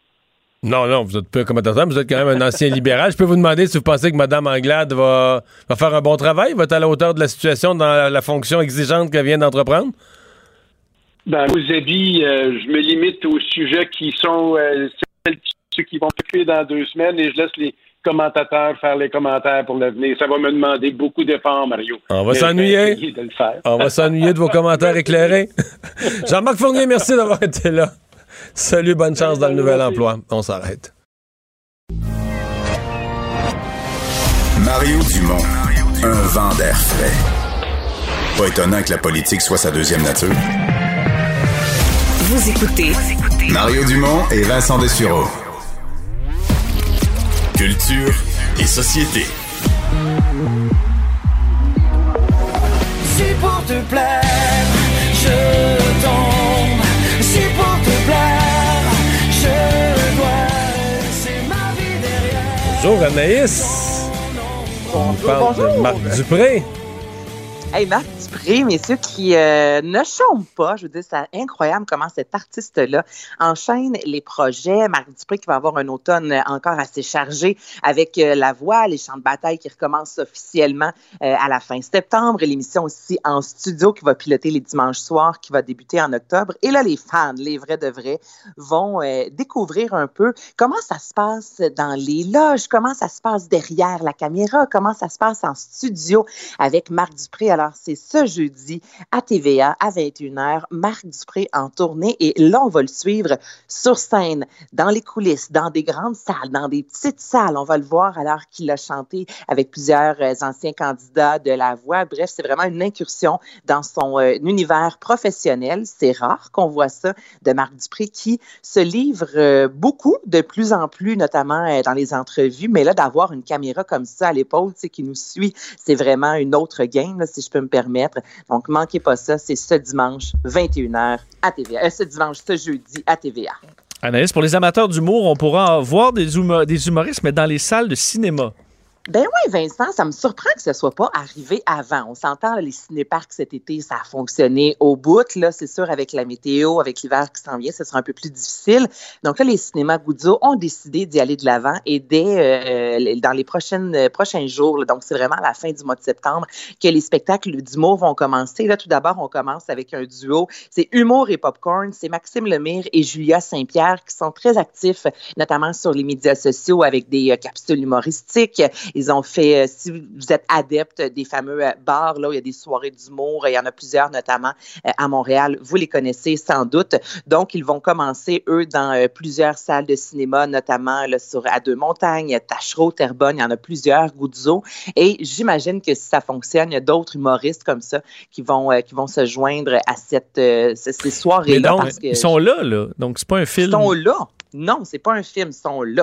Non, vous n'êtes pas un commentateur, mais vous êtes quand même un ancien libéral. Je peux vous demander si vous pensez que Mme Anglade va faire un bon travail, va être à la hauteur de la situation dans la fonction exigeante qu'elle vient d'entreprendre? Dans vos habits, je me limite aux sujets qui sont ceux qui vont s'occuper dans 2 semaines et je laisse les commentateurs faire les commentaires pour l'avenir. Ça va me demander beaucoup d'efforts, Mario. On va s'ennuyer. De le faire. On va s'ennuyer de vos commentaires éclairés. Jean-Marc Fournier, merci d'avoir été là. Salut, bonne chance dans le nouvel emploi. On s'arrête. Mario Dumont, un vent d'air frais. Pas étonnant que la politique soit sa deuxième nature. Vous écoutez Mario Dumont et Vincent Dessureau. Culture et société. C'est pour te plaire, je tombe. C'est pour te plaire, je dois Anaïs. On parle de Marc Dupré. Hey, Marc Dupré, messieurs, qui ne chôme pas. Je veux dire, c'est incroyable comment cet artiste-là enchaîne les projets. Marc Dupré qui va avoir un automne encore assez chargé avec La Voix, les chants de bataille qui recommencent officiellement à la fin septembre. L'émission aussi en studio qui va piloter les dimanches soirs, qui va débuter en octobre. Et là, les fans, les vrais de vrais, vont découvrir un peu comment ça se passe dans les loges, comment ça se passe derrière la caméra, comment ça se passe en studio avec Marc Dupré. Alors, c'est ce jeudi à TVA à 21h, Marc Dupré en tournée. Et là, on va le suivre sur scène, dans les coulisses, dans des grandes salles, dans des petites salles. On va le voir alors qu'il a chanté avec plusieurs anciens candidats de La Voix. Bref, c'est vraiment une incursion dans son univers professionnel. C'est rare qu'on voit ça de Marc Dupré qui se livre beaucoup, de plus en plus, notamment dans les entrevues. Mais là, d'avoir une caméra comme ça à l'épaule, qui nous suit, c'est vraiment une autre game, là, si je peux me permettre. Donc, manquez pas ça, c'est ce dimanche, 21h à TVA. Ce jeudi à TVA. Anaïs, pour les amateurs d'humour, on pourra voir des humoristes, mais dans les salles de cinéma. Ben oui, Vincent, ça me surprend que ce soit pas arrivé avant. On s'entend, là, les cinéparcs cet été, ça a fonctionné au bout. Là, c'est sûr, avec la météo, avec l'hiver qui s'en vient, ce sera un peu plus difficile. Donc là, les cinémas Guzzo ont décidé d'y aller de l'avant et dans les prochains jours, là, donc c'est vraiment à la fin du mois de septembre, que les spectacles d'humour vont commencer. Là, tout d'abord, on commence avec un duo. C'est Humour et Popcorn. C'est Maxime Lemire et Julia Saint-Pierre qui sont très actifs, notamment sur les médias sociaux avec des capsules humoristiques. Ils ont fait, si vous êtes adepte des fameux bars, là, où il y a des soirées d'humour, il y en a plusieurs, notamment à Montréal, vous les connaissez sans doute. Donc, ils vont commencer, eux, dans plusieurs salles de cinéma, notamment là, à Deux-Montagnes, Tachereau, Terrebonne, il y en a plusieurs, Guzzo. Et j'imagine que si ça fonctionne, il y a d'autres humoristes comme ça qui vont se joindre à ces soirées-là. Mais donc, ils sont là. Donc, c'est pas un film. Ils sont là. Non, c'est pas un film, ils sont là.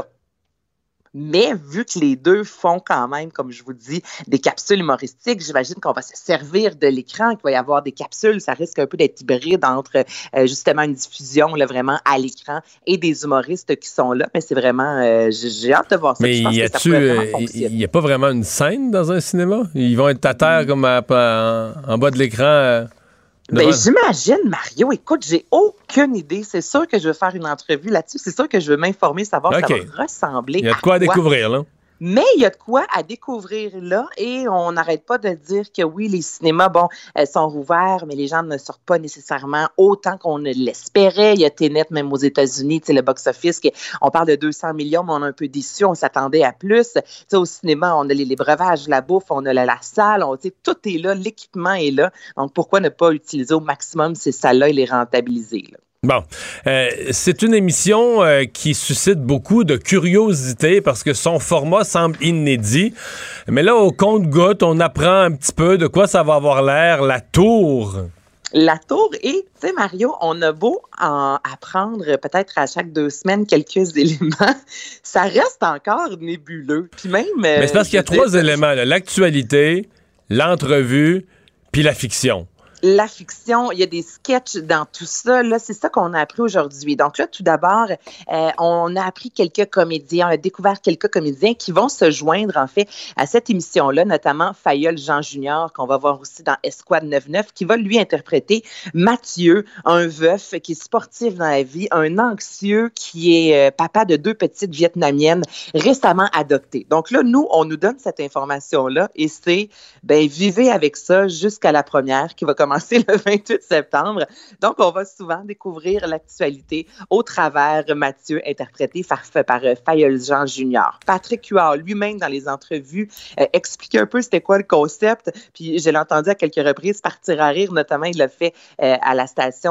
Mais vu que les deux font quand même, comme je vous dis, des capsules humoristiques, j'imagine qu'on va se servir de l'écran, qu'il va y avoir des capsules. Ça risque un peu d'être hybride entre justement une diffusion là, vraiment à l'écran et des humoristes qui sont là. Mais c'est vraiment... j'ai hâte de voir ça. Mais il n'y a pas vraiment une scène dans un cinéma? Ils vont être à terre comme en bas de l'écran... Ben, j'imagine, Mario. Écoute, j'ai aucune idée. C'est sûr que je veux faire une entrevue là-dessus. C'est sûr que je veux m'informer, savoir ça va ressembler. Il y a de quoi à découvrir, là. Mais il y a de quoi à découvrir là et on n'arrête pas de dire que oui, les cinémas, sont rouverts, mais les gens ne sortent pas nécessairement autant qu'on ne l'espérait. Il y a Tenet, même aux États-Unis, le box-office, on parle de 200 millions, mais on est un peu déçus, on s'attendait à plus. Au cinéma, on a les breuvages, la bouffe, on a la salle, tout est là, l'équipement est là. Donc, pourquoi ne pas utiliser au maximum ces salles-là et les rentabiliser, là? Bon, c'est une émission qui suscite beaucoup de curiosité parce que son format semble inédit. Mais là, au compte-gouttes, on apprend un petit peu de quoi ça va avoir l'air, la tour. La tour et, tu sais, Mario, on a beau en apprendre peut-être à chaque 2 semaines quelques éléments, ça reste encore nébuleux. Puis même... Mais c'est parce qu'il y a 3 éléments, là, l'actualité, l'entrevue, puis la fiction. La fiction, il y a des sketchs dans tout ça. Là, c'est ça qu'on a appris aujourd'hui. Donc là, tout d'abord, on a appris quelques comédiens, on a découvert quelques comédiens qui vont se joindre, en fait, à cette émission-là, notamment Fayolle Jean Junior, qu'on va voir aussi dans Escouade 99, qui va lui interpréter Mathieu, un veuf qui est sportif dans la vie, un anxieux qui est papa de 2 petites Vietnamiennes récemment adoptées. Donc là, on nous donne cette information-là et c'est, vivez avec ça jusqu'à la première qui va commencer le 28 septembre. Donc, on va souvent découvrir l'actualité au travers Mathieu, interprété par Fayolle Jean Junior. Patrick Huard, lui-même, dans les entrevues, expliquait un peu c'était quoi le concept. Puis, je l'ai entendu à quelques reprises partir à rire. Notamment, il l'a fait à la station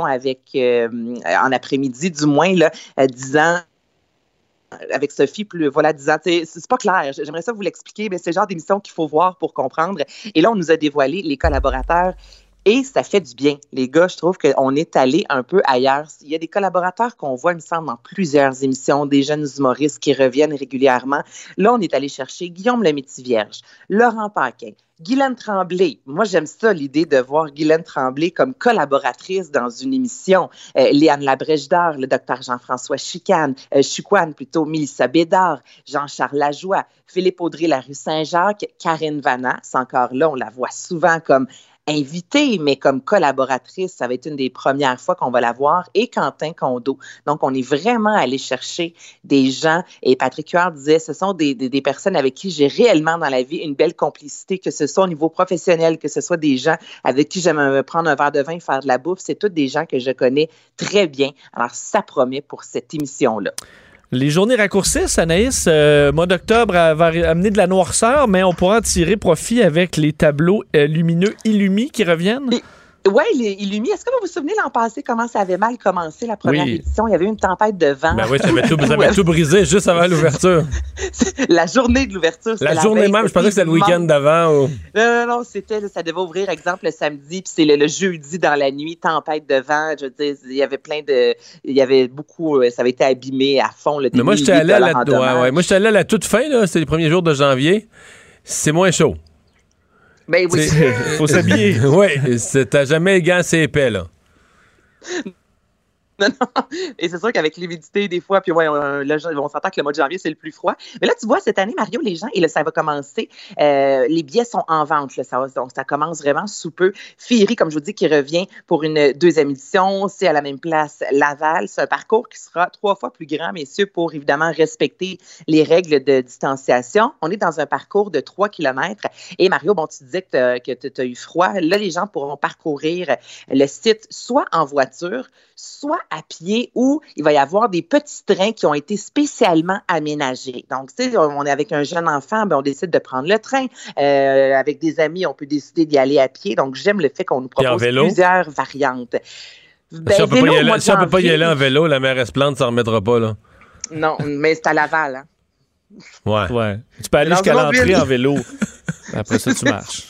en après-midi, du moins, là, disant... avec Sophie, disant, c'est pas clair, j'aimerais ça vous l'expliquer, mais c'est le genre d'émission qu'il faut voir pour comprendre. Et là, on nous a dévoilé les collaborateurs Et ça fait du bien. Les gars, je trouve qu'on est allé un peu ailleurs. Il y a des collaborateurs qu'on voit, il me semble, dans plusieurs émissions, des jeunes humoristes qui reviennent régulièrement. Là, on est allé chercher Guillaume Lemaitre-Vierge, Laurent Paquin, Guylaine Tremblay. Moi, j'aime ça, l'idée de voir Guylaine Tremblay comme collaboratrice dans une émission. Léane Labrèche-Dard, le docteur Jean-François Chicoine, Mélissa Bédard, Jean-Charles Lajoie, Philippe Audrey-Larue Saint-Jacques, Karine Vanasse. Encore là, on la voit souvent comme invitée, mais comme collaboratrice. Ça va être une des premières fois qu'on va la voir. Et Quentin Condo. Donc, on est vraiment allé chercher des gens. Et Patrick Huard disait, ce sont des personnes avec qui j'ai réellement dans la vie une belle complicité, que ce soit au niveau professionnel, que ce soit des gens avec qui j'aime me prendre un verre de vin, faire de la bouffe. C'est tous des gens que je connais très bien. Alors, ça promet pour cette émission-là. Les journées raccourcissent, Anaïs. Mois d'octobre va amener de la noirceur, mais on pourra en tirer profit avec les tableaux lumineux Illumi qui reviennent. Oui, les Illumi. Est-ce que vous vous souvenez l'an passé comment ça avait mal commencé la première édition? Il y avait eu une tempête de vent. Ben oui, ça avait tout brisé juste avant l'ouverture. La journée de l'ouverture. La journée même, je pensais que c'était le week-end d'avant. Ou... Non, ça devait ouvrir, exemple, le samedi, puis c'est le jeudi dans la nuit, tempête de vent. Je veux dire, il y avait beaucoup, ça avait été abîmé à fond. Mais moi, j'étais allé à la toute fin, là, c'était les premiers jours de janvier. C'est moins chaud. Ben oui. Faut s'habiller. Oui, t'as jamais les gants assez épais, là. Non. Et c'est sûr qu'avec l'humidité, des fois, puis on s'entend que le mois de janvier, c'est le plus froid. Mais là, tu vois, cette année, Mario, les gens, et là, ça va commencer, les billets sont en vente. Là, donc, ça commence vraiment sous peu. Féerie, comme je vous dis, qui revient pour une deuxième édition. C'est à la même place, Laval. C'est un parcours qui sera 3 fois plus grand, messieurs, pour évidemment respecter les règles de distanciation. On est dans un parcours de 3 km. Et Mario, tu disais que tu as eu froid. Là, les gens pourront parcourir le site soit en voiture, soit à pied, où il va y avoir des petits trains qui ont été spécialement aménagés. Donc, tu sais, on est avec un jeune enfant, on décide de prendre le train. Avec des amis, on peut décider d'y aller à pied. Donc, j'aime le fait qu'on nous propose plusieurs variantes. Si on ne peut pas y aller en vélo, la mairesse Plante ne s'en remettra pas, là. Non, mais c'est à Laval, hein? Ouais. Tu peux aller jusqu'à l'entrée en vélo. Après ça, tu marches.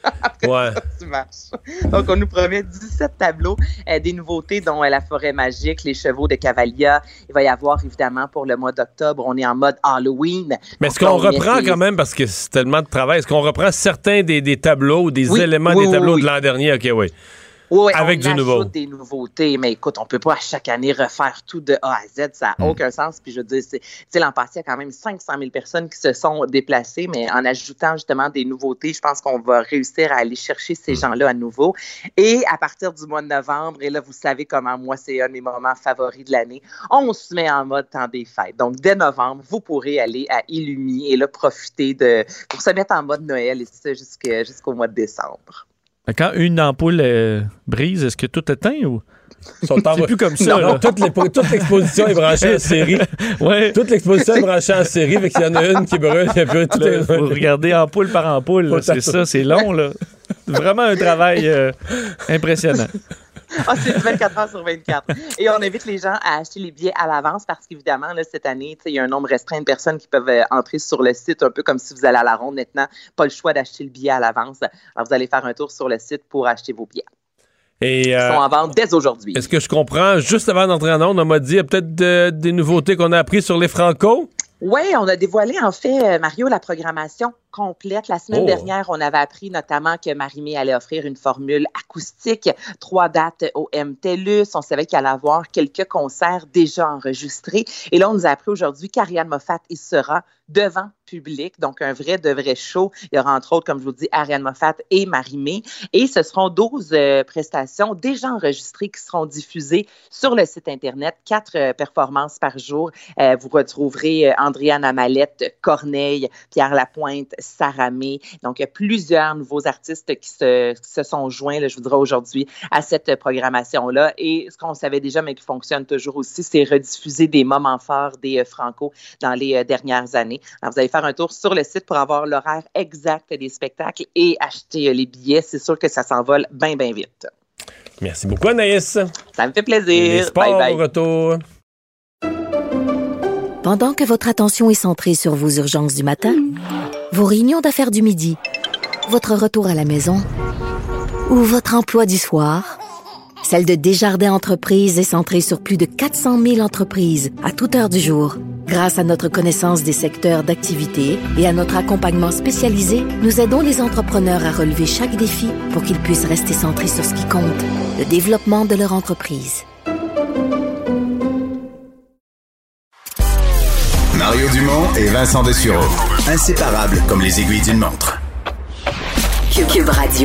Tu marches. Donc, on nous promet 17 tableaux, des nouveautés dont la forêt magique, les chevaux de Cavalia. Il va y avoir, évidemment, pour le mois d'octobre, on est en mode Halloween. Mais est-ce qu'on reprend quand même, parce que c'est tellement de travail, est-ce qu'on reprend certains des tableaux ou des éléments des tableaux de l'an dernier? OK, oui. Oui, avec on du nouveau. ajoute des nouveautés, mais écoute, on peut pas à chaque année refaire tout de A à Z, ça n'a aucun sens. Puis je veux dire, l'an passé, il y a quand même 500 000 personnes qui se sont déplacées, mais en ajoutant justement des nouveautés, je pense qu'on va réussir à aller chercher ces gens-là à nouveau. Et à partir du mois de novembre, et là, vous savez comment moi, c'est un de mes moments favoris de l'année, on se met en mode temps des fêtes. Donc, dès novembre, vous pourrez aller à Illumi et là, profiter pour se mettre en mode Noël et ça jusqu'au mois de décembre. Quand une ampoule brise, est-ce que tout éteint ou... C'est plus comme ça. Non, toute l'exposition est branchée en série. Ouais. Toute l'exposition est branchée en série, fait qu'il y en a une qui brûle. Il faut regarder ampoule par ampoule. Là, c'est ça, c'est long. Là. Vraiment un travail impressionnant. C'est 24 heures sur 24. Et on invite les gens à acheter les billets à l'avance parce qu'évidemment, là, cette année, il y a un nombre restreint de personnes qui peuvent entrer sur le site, un peu comme si vous allez à la ronde maintenant. Pas le choix d'acheter le billet à l'avance. Alors, vous allez faire un tour sur le site pour acheter vos billets. Ils sont en vente dès aujourd'hui. Est-ce que je comprends, juste avant d'entrer en onde, on m'a dit peut-être des nouveautés qu'on a apprises sur les Franco? Oui, on a dévoilé, en fait, Mario, la programmation complète. La semaine dernière, on avait appris notamment que Marie-Mé allait offrir une formule acoustique, 3 dates au MTLUS. On savait qu'il allait avoir quelques concerts déjà enregistrés. Et là, on nous a appris aujourd'hui qu'Ariane Moffat y sera devant public, donc un vrai de vrai show. Il y aura entre autres, comme je vous dis, Ariane Moffat et Marie-Mé. Et ce seront 12 prestations déjà enregistrées qui seront diffusées sur le site Internet. 4 performances par jour. Vous retrouverez Andréane Amalette, Corneille, Pierre Lapointe, Sarah May. Donc, il y a plusieurs nouveaux artistes qui se sont joints, là, je vous dirais aujourd'hui, à cette programmation-là. Et ce qu'on savait déjà, mais qui fonctionne toujours aussi, c'est rediffuser des moments forts des Franco dans les dernières années. Alors, vous allez faire un tour sur le site pour avoir l'horaire exact des spectacles et acheter les billets. C'est sûr que ça s'envole bien, bien vite. Merci beaucoup, Anaïs. Ça me fait plaisir. Les sports, bye bye. Au retour. Pendant que votre attention est centrée sur vos urgences du matin, vos réunions d'affaires du midi, votre retour à la maison Ou votre emploi du soir? Celle de Desjardins Entreprises est centrée sur plus de 400 000 entreprises à toute heure du jour. Grâce à notre connaissance des secteurs d'activité et à notre accompagnement spécialisé, nous aidons les entrepreneurs à relever chaque défi pour qu'ils puissent rester centrés sur ce qui compte, le développement de leur entreprise. Mario Dumont et Vincent Dessureau. Inséparables comme les aiguilles d'une montre. Cube Radio.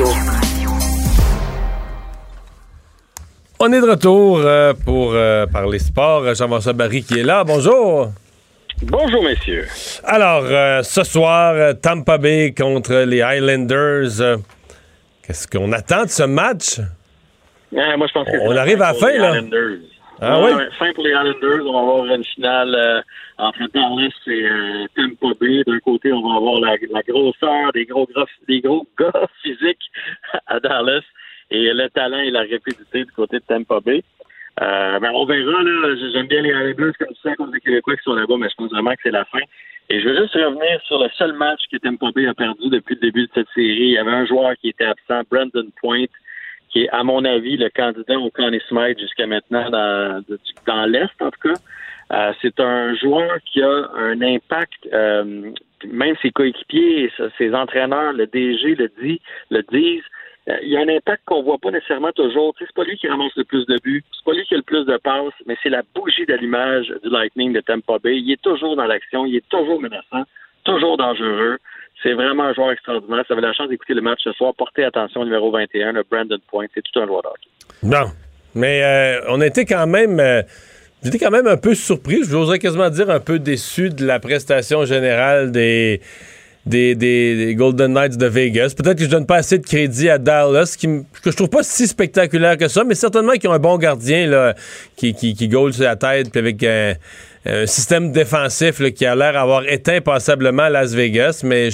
On est de retour pour parler sport. Jean-François Barry qui est là. Bonjour. Bonjour, messieurs. Alors, ce soir, Tampa Bay contre les Highlanders. Qu'est-ce qu'on attend de ce match? Moi, je pense que on arrive à la fin, là. Highlanders. Ah oui? Fin pour les Highlanders. On va avoir une finale entre Dallas et Tampa Bay. D'un côté, on va avoir la grosseur des gros gars physiques à Dallas et le talent et la rapidité du côté de Tampa Bay. On verra, là. J'aime bien les Highlanders comme ça, comme les Québécois qui sont là-bas, mais je pense vraiment que c'est la fin. Et je veux juste revenir sur le seul match que Tampa Bay a perdu depuis le début de cette série. Il y avait un joueur qui était absent, Brandon Point, qui est, à mon avis, le candidat au Conn Smythe jusqu'à maintenant dans l'Est, en tout cas. C'est un joueur qui a un impact, même ses coéquipiers et ses entraîneurs, le DG le disent. Il y a un impact qu'on voit pas nécessairement toujours. Tu sais, c'est pas lui qui ramasse le plus de buts, c'est pas lui qui a le plus de passes, mais c'est la bougie d'allumage du Lightning de Tampa Bay. Il est toujours dans l'action, il est toujours menaçant, toujours dangereux. C'est vraiment un joueur extraordinaire. Si vous avez la chance d'écouter le match ce soir, portez attention au numéro 21, le Brandon Point. C'est tout un joueur de hockey. Non, mais on était quand même... J'étais quand même un peu surpris, j'oserais quasiment dire un peu déçu de la prestation générale des Golden Knights de Vegas. Peut-être que je donne pas assez de crédit à Dallas, que je trouve pas si spectaculaire que ça, mais certainement qu'ils ont un bon gardien là, qui goal sur la tête, puis avec un système défensif là, qui a l'air d'avoir éteint passablement Las Vegas, mais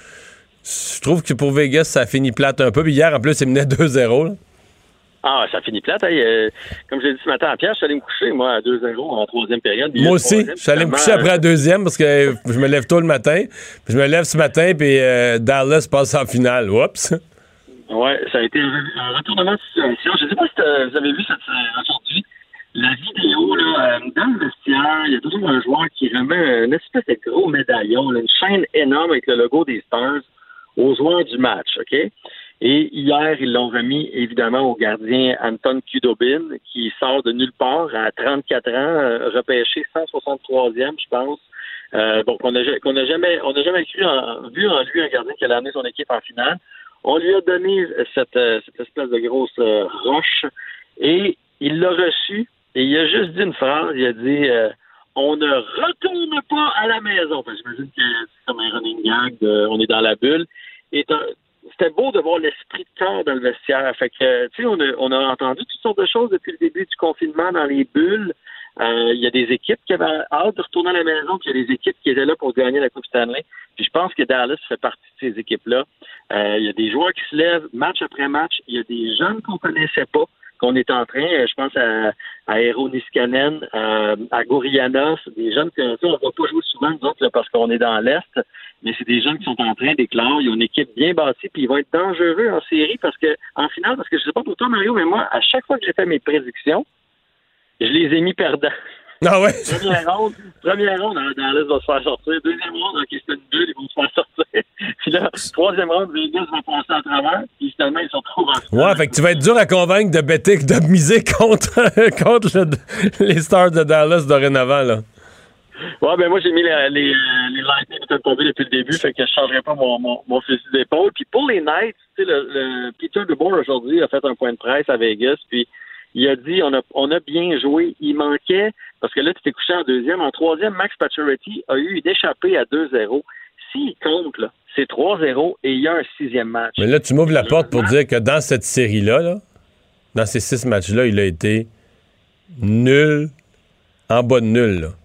je trouve que pour Vegas, ça finit plate un peu. Puis hier, en plus, il menait 2-0. Là. Ah, ça finit plate. Hein? Comme j'ai dit ce matin à Pierre, je suis allé me coucher, moi, à 2-0 en troisième période. Moi aussi. Je suis allé me coucher après la deuxième parce que je me lève tôt le matin. Puis je me lève ce matin, puis Dallas passe en finale. Oups! Oui, ça a été un retournement de situation. Je ne sais pas si vous avez vu aujourd'hui. La vidéo, là, dans le vestiaire, il y a toujours un joueur qui remet une espèce de gros médaillon, là, une chaîne énorme avec le logo des Stars aux joueurs du match, OK? Et hier, ils l'ont remis, évidemment, au gardien Anton Khudobin, qui sort de nulle part à 34 ans, repêché 163e, je pense. Donc, on n'a jamais vu en lui un gardien qui allait amener son équipe en finale. On lui a donné cette espèce de grosse roche et il l'a reçu et il a juste dit une phrase, il a dit on ne retourne pas à la maison. Enfin, j'imagine que c'est comme un running gag, on est dans la bulle. Et c'était beau de voir l'esprit de corps dans le vestiaire. Fait que, tu sais, on a entendu toutes sortes de choses depuis le début du confinement dans les bulles. Il y a des équipes qui avaient hâte de retourner à la maison, puis il y a des équipes qui étaient là pour gagner la Coupe Stanley. Puis je pense que Dallas fait partie de ces équipes-là. Il y a des joueurs qui se lèvent match après match. Il y a des jeunes qu'on connaissait pas, qu'on est en train, je pense à Eero Niskanen, à Gorianos, des jeunes qu'on ne va pas jouer souvent, nous autres, là, parce qu'on est dans l'Est, mais c'est des jeunes qui sont en train d'éclore. Ils ont une équipe bien bâtie, puis ils vont être dangereux en série, en finale, parce que je sais pas pour toi, Mario, mais moi, à chaque fois que j'ai fait mes prédictions, je les ai mis perdants. Ah ouais? Première ronde, Dallas va se faire sortir. Deuxième ronde, OK, c'est une bulle, ils vont se faire sortir. Puis là, troisième ronde, Vegas va passer à travers. Puis finalement, ils se retrouvent en finale. Ouais, fait que tu vas être dur à convaincre de miser contre les Stars de Dallas dorénavant, là. Ouais, ben moi, j'ai mis les Lightning peut-être tombés depuis le début, fait que je changerai pas mon fusil d'épaule. Puis pour les Knights, tu sais, le Peter DeBoer aujourd'hui a fait un point de presse à Vegas, puis il a dit on a bien joué. Il manquait, parce que là, tu t'es couché en deuxième. En troisième, Max Pacioretty a eu une échappée à 2-0. S'il compte, là, c'est 3-0 et il y a un sixième match. Mais là, tu m'ouvres la porte pour dire que dans cette série-là, là, dans ces 6 matchs-là, il a été nul, en bas de nul, là.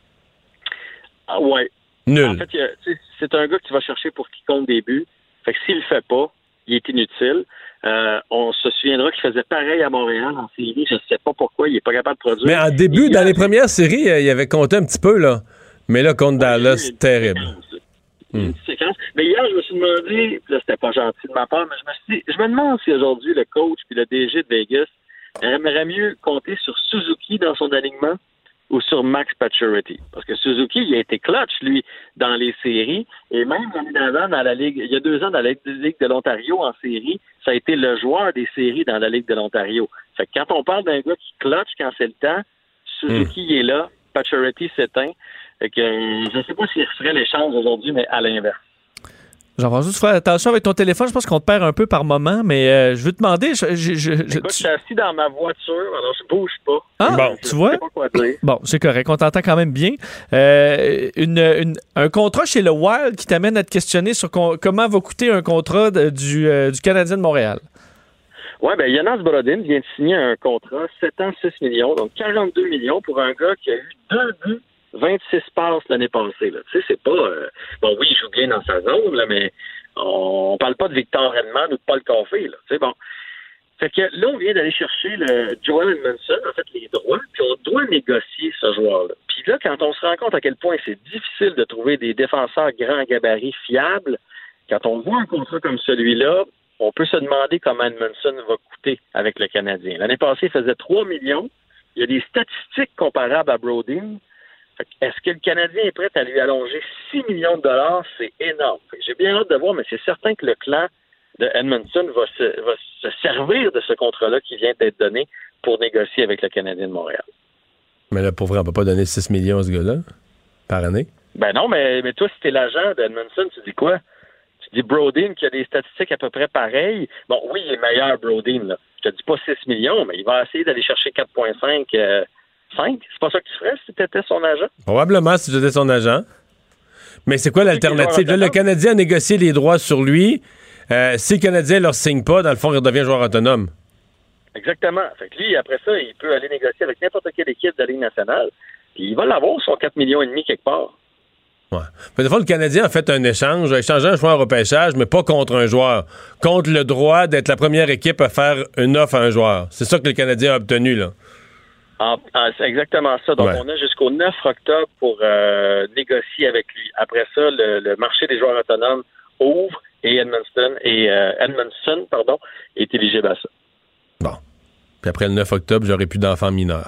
Ah ouais. Nul. En fait, c'est un gars que tu vas chercher pour qu'il compte des buts. Fait que s'il le fait pas, il est inutile. On se souviendra qu'il faisait pareil à Montréal en série. Je ne sais pas pourquoi. Il n'est pas capable de produire. Mais en début, dans les premières séries, il avait compté un petit peu, là. Mais là, contre Dallas, terrible. Une petite séquence. Mais hier, je me suis demandé, là, c'était pas gentil de ma part, mais je me demande si aujourd'hui le coach puis le DG de Vegas aimerait mieux compter sur Suzuki dans son alignement ou sur Max Pacioretty. Parce que Suzuki, il a été clutch, lui, dans les séries. Et même l'année d'avant, dans la Ligue, il y a 2 ans, dans la Ligue de l'Ontario en série, ça a été le joueur des séries dans la Ligue de l'Ontario. Fait que quand on parle d'un gars qui clutch quand c'est le temps, Suzuki est là, Pacioretty s'éteint. Fait que je ne sais pas s'il referait l'échange aujourd'hui, mais à l'inverse. Jean-François, tu feras attention avec ton téléphone. Je pense qu'on te perd un peu par moment, mais je veux te demander... Écoute, je suis assis dans ma voiture, alors je bouge pas. Ah, bon, tu vois? Bon, c'est correct. On t'entend quand même bien. Un contrat chez le Wild qui t'amène à te questionner sur comment va coûter un contrat du Canadien de Montréal. Oui, bien, Jonas Brodin vient de signer un contrat 7 ans, 6 millions, donc 42 millions pour un gars qui a eu 2 buts, 26 passes l'année passée. Là. Tu sais, c'est pas... Bon, oui, il joue bien dans sa zone, là, mais on parle pas de Victor Hedman ou de Paul Coffey. Là. C'est bon. Fait que là, on vient d'aller chercher le Joel Edmondson, en fait, les droits, puis on doit négocier ce joueur-là. Puis là, quand on se rend compte à quel point c'est difficile de trouver des défenseurs grands gabarits fiables, quand on voit un contrat comme celui-là, on peut se demander comment Edmondson va coûter avec le Canadien. L'année passée, il faisait 3 millions. Il y a des statistiques comparables à Brodin. Est-ce que le Canadien est prêt à lui allonger 6 millions de dollars? C'est énorme. J'ai bien hâte de voir, mais c'est certain que le clan de Edmondson va se servir de ce contrat-là qui vient d'être donné pour négocier avec le Canadien de Montréal. Mais là, pour vrai, on ne peut pas donner 6 millions à ce gars-là par année? Ben non, mais toi, si t'es l'agent d'Edmondson, tu dis quoi? Tu dis Brodin qui a des statistiques à peu près pareilles. Bon, oui, il est meilleur, Brodin, là. Je te dis pas 6 millions, mais il va essayer d'aller chercher 4,5... 5? C'est pas ça que tu ferais si tu étais son agent? Probablement si j'étais son agent. Mais c'est quoi l'alternative? Là, le Canadien a négocié les droits sur lui. Si le Canadien ne leur signe pas, dans le fond, il redevient joueur autonome. Exactement. Fait que lui, après ça, il peut aller négocier avec n'importe quelle équipe de la Ligue nationale. Puis il va l'avoir, son 4,5 millions quelque part. Ouais. Des fois, le Canadien a fait un échange, a échangé un joueur au repêchage, mais pas contre un joueur. Contre le droit d'être la première équipe à faire une offre à un joueur. C'est ça que le Canadien a obtenu, là. C'est exactement ça. Donc, on a jusqu'au 9 octobre pour négocier avec lui. Après ça, le marché des joueurs autonomes ouvre et Edmondson est éligible à ça. Bon. Puis après le 9 octobre, j'aurai plus d'enfants mineurs.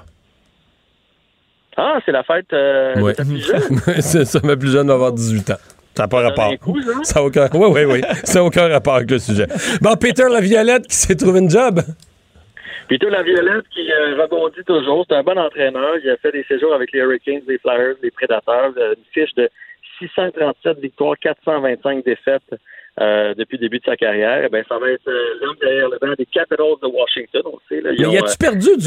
Ah, c'est la fête de ta plus jeune? C'est ça, ma plus jeune va avoir 18 ans. Ça n'a pas rapport. Ça n'a aucun... Oui. Ça n'a aucun rapport avec le sujet. Bon, Peter Laviolette qui s'est trouvé une job. Peter Laviolette qui rebondit toujours. C'est un bon entraîneur. Il a fait des séjours avec les Hurricanes, les Flyers, les Prédateurs. Une fiche de 637 victoires, 425 défaites depuis le début de sa carrière. Eh bien, ça va être l'homme derrière le banc des Capitals de Washington. On sait, là, mais as-tu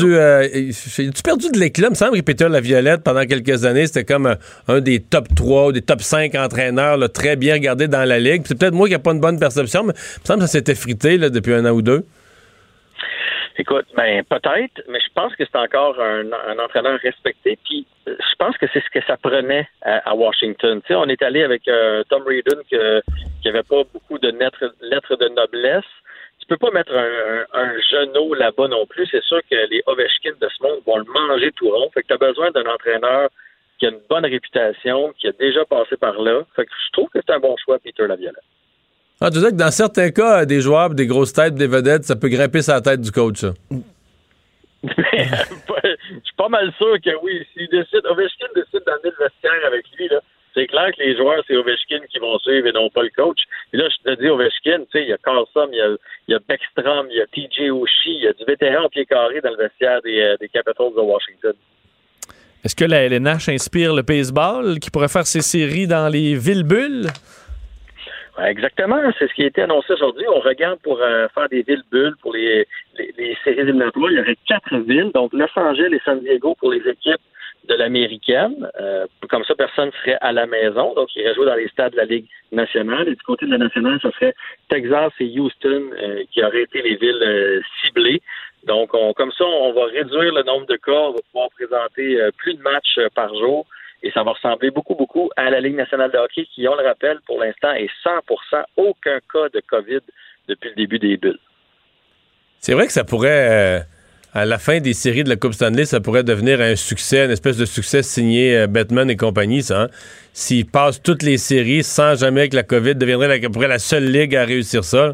perdu de l'éclat? Il me semble que Peter Laviolette, pendant quelques années, c'était comme un des top 3 ou des top 5 entraîneurs là, très bien regardés dans la Ligue. Puis c'est peut-être moi qui n'ai pas une bonne perception, mais il me semble que ça s'est effrité là, depuis 1 an ou 2. Écoute, ben peut-être, mais je pense que c'est encore un entraîneur respecté. Puis je pense que c'est ce que ça prenait à Washington. Tu sais, on est allé avec Tom Reardon qui avait pas beaucoup de lettres de noblesse. Tu peux pas mettre un genou là-bas non plus. C'est sûr que les Ovechkin de ce monde vont le manger tout rond. Fait que tu as besoin d'un entraîneur qui a une bonne réputation, qui a déjà passé par là. Fait que je trouve que c'est un bon choix, Peter Laviolette. Ah, tu veux dire que dans certains cas, des joueurs, des grosses têtes, des vedettes, ça peut grimper sur la tête du coach, ça? Je suis pas mal sûr que oui. Si Ovechkin décide d'amener le vestiaire avec lui, là, c'est clair que les joueurs, c'est Ovechkin qui vont suivre et non pas le coach. Et là, je te dis Ovechkin, tu sais, il y a Karlsson, il y a Beckstrom, il y a TJ Oshie, il y a du vétéran au pied carré dans le vestiaire des Capitals de Washington. Est-ce que la LNH inspire le baseball qui pourrait faire ses séries dans les villes-bulles? Exactement, c'est ce qui a été annoncé aujourd'hui. On regarde pour faire des villes-bulles pour les séries éliminatoires. Il y aurait 4 villes, donc Los Angeles et San Diego pour les équipes de l'américaine. Comme ça, personne serait à la maison. Donc, il irait jouer dans les stades de la Ligue nationale. Et du côté de la nationale, ce serait Texas et Houston qui auraient été les villes ciblées. Donc, comme ça, on va réduire le nombre de cas. On va pouvoir présenter plus de matchs par jour. Et ça va ressembler beaucoup, beaucoup à la Ligue nationale de hockey qui, on le rappelle, pour l'instant, est 100% aucun cas de COVID depuis le début des bulles. C'est vrai que ça pourrait à la fin des séries de la Coupe Stanley, ça pourrait devenir un succès, une espèce de succès signé Bettman et compagnie, ça. Hein? S'ils passent toutes les séries sans jamais que la COVID deviendrait à peu près la seule ligue à réussir ça.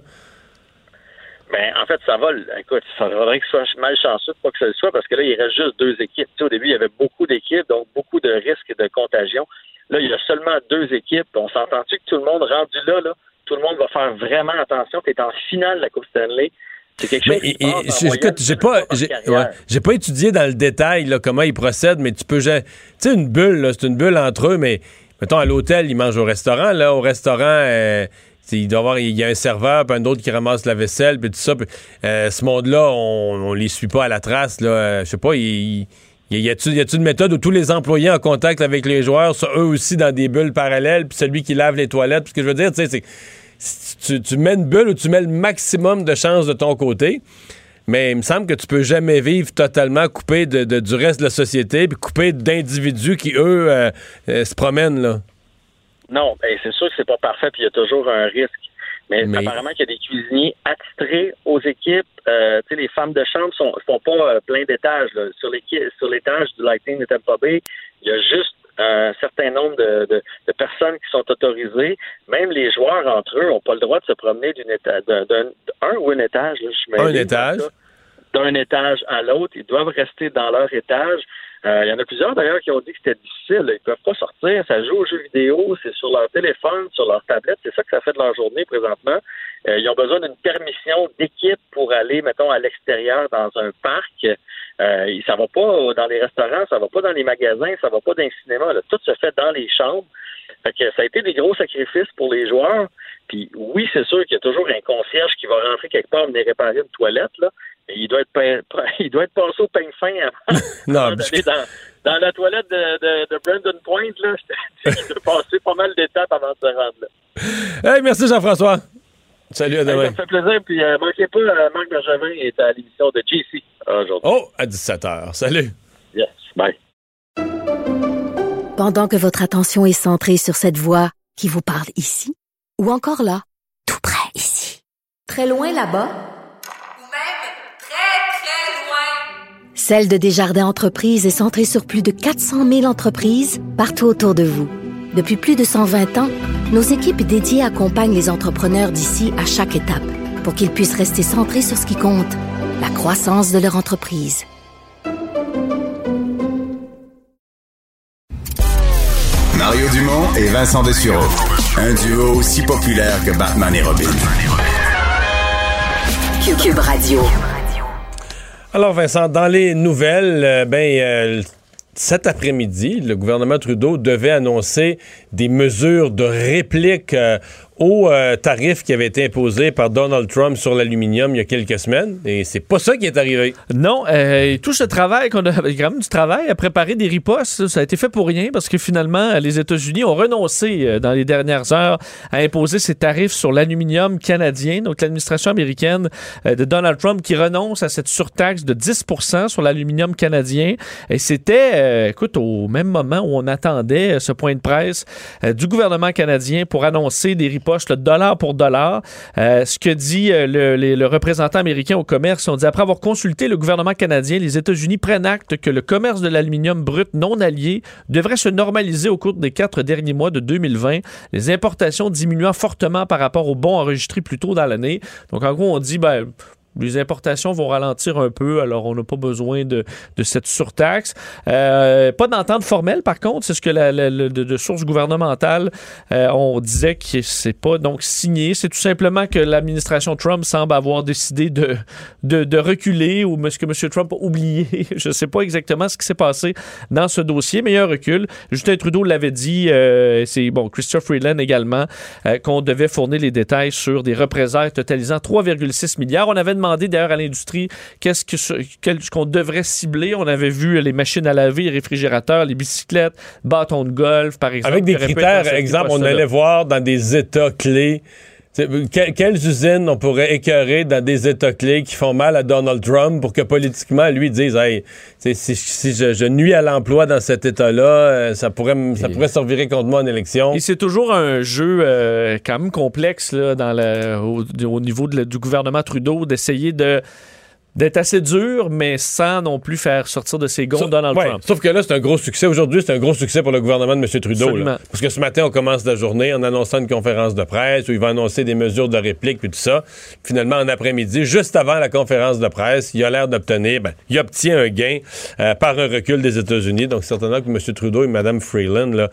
Ben, en fait, ça va. Écoute, il faudrait que ce soit malchanceux pour pas que ça le soit, parce que là, il reste juste 2 équipes. Tu sais, au début, il y avait beaucoup d'équipes, donc beaucoup de risques de contagion. Là, il y a seulement 2 équipes. On s'entend-tu que tout le monde rendu là, tout le monde va faire vraiment attention. Tu es en finale de la Coupe Stanley. C'est quelque chose qui j'ai pas étudié dans le détail là, comment ils procèdent, mais tu peux... Tu sais, une bulle, là, c'est une bulle entre eux, mais mettons, à l'hôtel, ils mangent au restaurant. Là, au restaurant... il y a un serveur, puis un autre qui ramasse la vaisselle, puis tout ça. Puis, ce monde-là, on les suit pas à la trace. Là. Je sais pas, y a-t-il une méthode où tous les employés en contact avec les joueurs sont eux aussi dans des bulles parallèles, puis celui qui lave les toilettes? Puis ce que je veux dire, tu sais, c'est tu mets une bulle où tu mets le maximum de chances de ton côté, mais il me semble que tu peux jamais vivre totalement coupé du reste de la société, puis coupé d'individus qui, eux, se promènent, là. Non, ben c'est sûr que c'est pas parfait, puis il y a toujours un risque. Mais apparemment qu'il y a des cuisiniers attitrés aux équipes. Tu sais, les femmes de chambre font pas plein d'étages. Là. Sur l'étage du Lightning de Tampa Bay, il y a juste un certain nombre de personnes qui sont autorisées. Même les joueurs entre eux n'ont pas le droit de se promener d'un ou un étage. Là, un étage? D'un étage à l'autre. Ils doivent rester dans leur étage. Il y en a plusieurs, d'ailleurs, qui ont dit que c'était difficile. Ils ne peuvent pas sortir. Ça joue aux jeux vidéo. C'est sur leur téléphone, sur leur tablette. C'est ça que ça fait de leur journée présentement. Ils ont besoin d'une permission d'équipe pour aller, mettons, à l'extérieur dans un parc. Ça va pas dans les restaurants, ça va pas dans les magasins, ça va pas dans les cinémas. Là. Tout se fait dans les chambres. Fait que ça a été des gros sacrifices pour les joueurs. Puis oui, c'est sûr qu'il y a toujours un concierge qui va rentrer quelque part venir réparer une toilette, là. Mais il doit être passé au peigne fin avant d'aller dans la toilette de Brandon Point, là. Il doit passer pas mal d'étapes avant de se rendre là. Hey, merci Jean-François. Salut, à demain. Ça me fait plaisir. Puis manquez pas, Marc Bergevin est à l'émission de JC aujourd'hui. Oh, à 17h. Salut. Yes, bye. Pendant que votre attention est centrée sur cette voix qui vous parle ici, ou encore là, tout près ici, très loin là-bas, ou même très, très loin, Celle de Desjardins Entreprises est centrée sur plus de 400 000 entreprises partout autour de vous. Depuis plus de 120 ans, nos équipes dédiées accompagnent les entrepreneurs d'ici à chaque étape pour qu'ils puissent rester centrés sur ce qui compte, la croissance de leur entreprise. Mario Dumont et Vincent Dessureau. Un duo aussi populaire que Batman et Robin. Cube Radio. Alors Vincent, dans les nouvelles, cet après-midi, le gouvernement Trudeau devait annoncer des mesures de réplique aux tarifs qui avaient été imposés par Donald Trump sur l'aluminium il y a quelques semaines. Et c'est pas ça qui est arrivé. Non, tout ce travail qu'on a, quand même du travail à préparer des ripostes, ça a été fait pour rien parce que finalement, les États-Unis ont renoncé dans les dernières heures à imposer ces tarifs sur l'aluminium canadien. Donc, l'administration américaine de Donald Trump qui renonce à cette surtaxe de 10% sur l'aluminium canadien. Et c'était, écoute, au même moment où on attendait ce point de presse du gouvernement canadien pour annoncer des ripostes le dollar pour dollar. Ce que dit le représentant américain au commerce, on dit après avoir consulté le gouvernement canadien, les États-Unis prennent acte que le commerce de l'aluminium brut non allié devrait se normaliser au cours des 4 derniers mois de 2020, les importations diminuant fortement par rapport aux bons enregistrés plus tôt dans l'année. Donc en gros, on dit les importations vont ralentir un peu, alors on n'a pas besoin de cette surtaxe. Pas d'entente formelle, par contre, c'est ce que de sources gouvernementales, on disait que c'est pas donc signé. C'est tout simplement que l'administration Trump semble avoir décidé de reculer ou ce que M. Trump a oublié. Je ne sais pas exactement ce qui s'est passé dans ce dossier, mais il y a un recul. Justin Trudeau l'avait dit, c'est Christopher Freeland également, qu'on devait fournir les détails sur des représailles totalisant 3,6 milliards. On avait demandé d'ailleurs à l'industrie qu'est-ce qu'on devrait cibler. On avait vu les machines à laver, les réfrigérateurs, les bicyclettes, bâtons de golf, par exemple. Avec des critères, exemple, on allait voir dans des États clés. Quelles usines on pourrait écœurer dans des États clés qui font mal à Donald Trump pour que politiquement, lui, dise hey, si je nuis à l'emploi dans cet État-là, ça pourrait se revirer contre moi en élection. Et c'est toujours un jeu quand même complexe là, au niveau du gouvernement Trudeau d'essayer de d'être assez dur, mais sans non plus faire sortir de ses gonds Donald Trump. Sauf que là, c'est un gros succès. Aujourd'hui, c'est un gros succès pour le gouvernement de M. Trudeau. Là. Parce que ce matin, on commence la journée en annonçant une conférence de presse où il va annoncer des mesures de réplique puis tout ça. Finalement, en après-midi, juste avant la conférence de presse, il a l'air d'obtenir, il obtient un gain par un recul des États-Unis. Donc, certainement que M. Trudeau et Mme Freeland, là,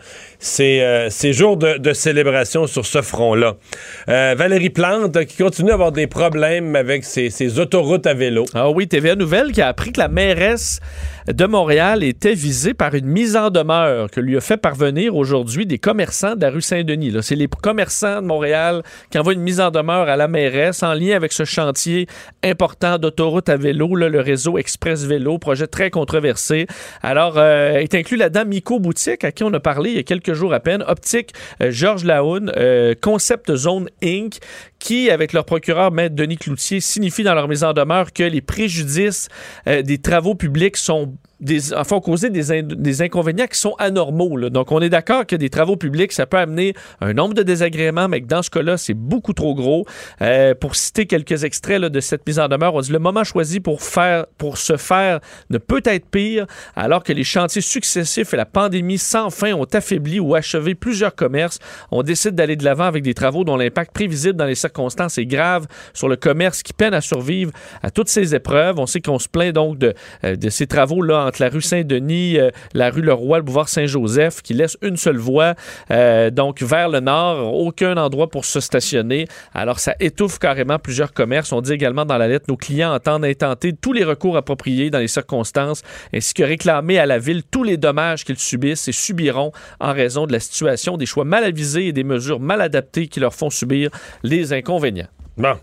c'est jour de célébration sur ce front-là. Valérie Plante, qui continue à avoir des problèmes avec ses autoroutes à vélo. Ah oui, TVA Nouvelle qui a appris que la mairesse de Montréal était visée par une mise en demeure que lui a fait parvenir aujourd'hui des commerçants de la rue Saint-Denis. Là, c'est les commerçants de Montréal qui envoient une mise en demeure à la mairesse en lien avec ce chantier important d'autoroute à vélo, là, le réseau Express Vélo, projet très controversé. Alors, est inclus là-dedans Mico Boutique, à qui on a parlé il y a quelques jours à peine, Optique Georges Lahoun, Concept Zone Inc., qui, avec leur procureur, Maître Denis Cloutier, signifie dans leur mise en demeure que les préjudices des travaux publics font causer des inconvénients qui sont anormaux. Là. Donc, on est d'accord que des travaux publics, ça peut amener un nombre de désagréments, mais que dans ce cas-là, c'est beaucoup trop gros. Pour citer quelques extraits là, de cette mise en demeure, on dit « Le moment choisi pour se faire ne peut être pire, alors que les chantiers successifs et la pandémie sans fin ont affaibli ou achevé plusieurs commerces. On décide d'aller de l'avant avec des travaux dont l'impact prévisible dans les circonstances est grave sur le commerce qui peine à survivre à toutes ces épreuves. On sait qu'on se plaint donc de ces travaux-là entre la rue Saint-Denis, la rue Leroy, le boulevard Saint-Joseph, qui laisse une seule voie, donc vers le nord, aucun endroit pour se stationner. Alors, ça étouffe carrément plusieurs commerces. On dit également dans la lettre, nos clients entendent intenter tous les recours appropriés dans les circonstances, ainsi que réclamer à la ville tous les dommages qu'ils subissent et subiront en raison de la situation, des choix mal avisés et des mesures mal adaptées qui leur font subir les inconvénients. Bon,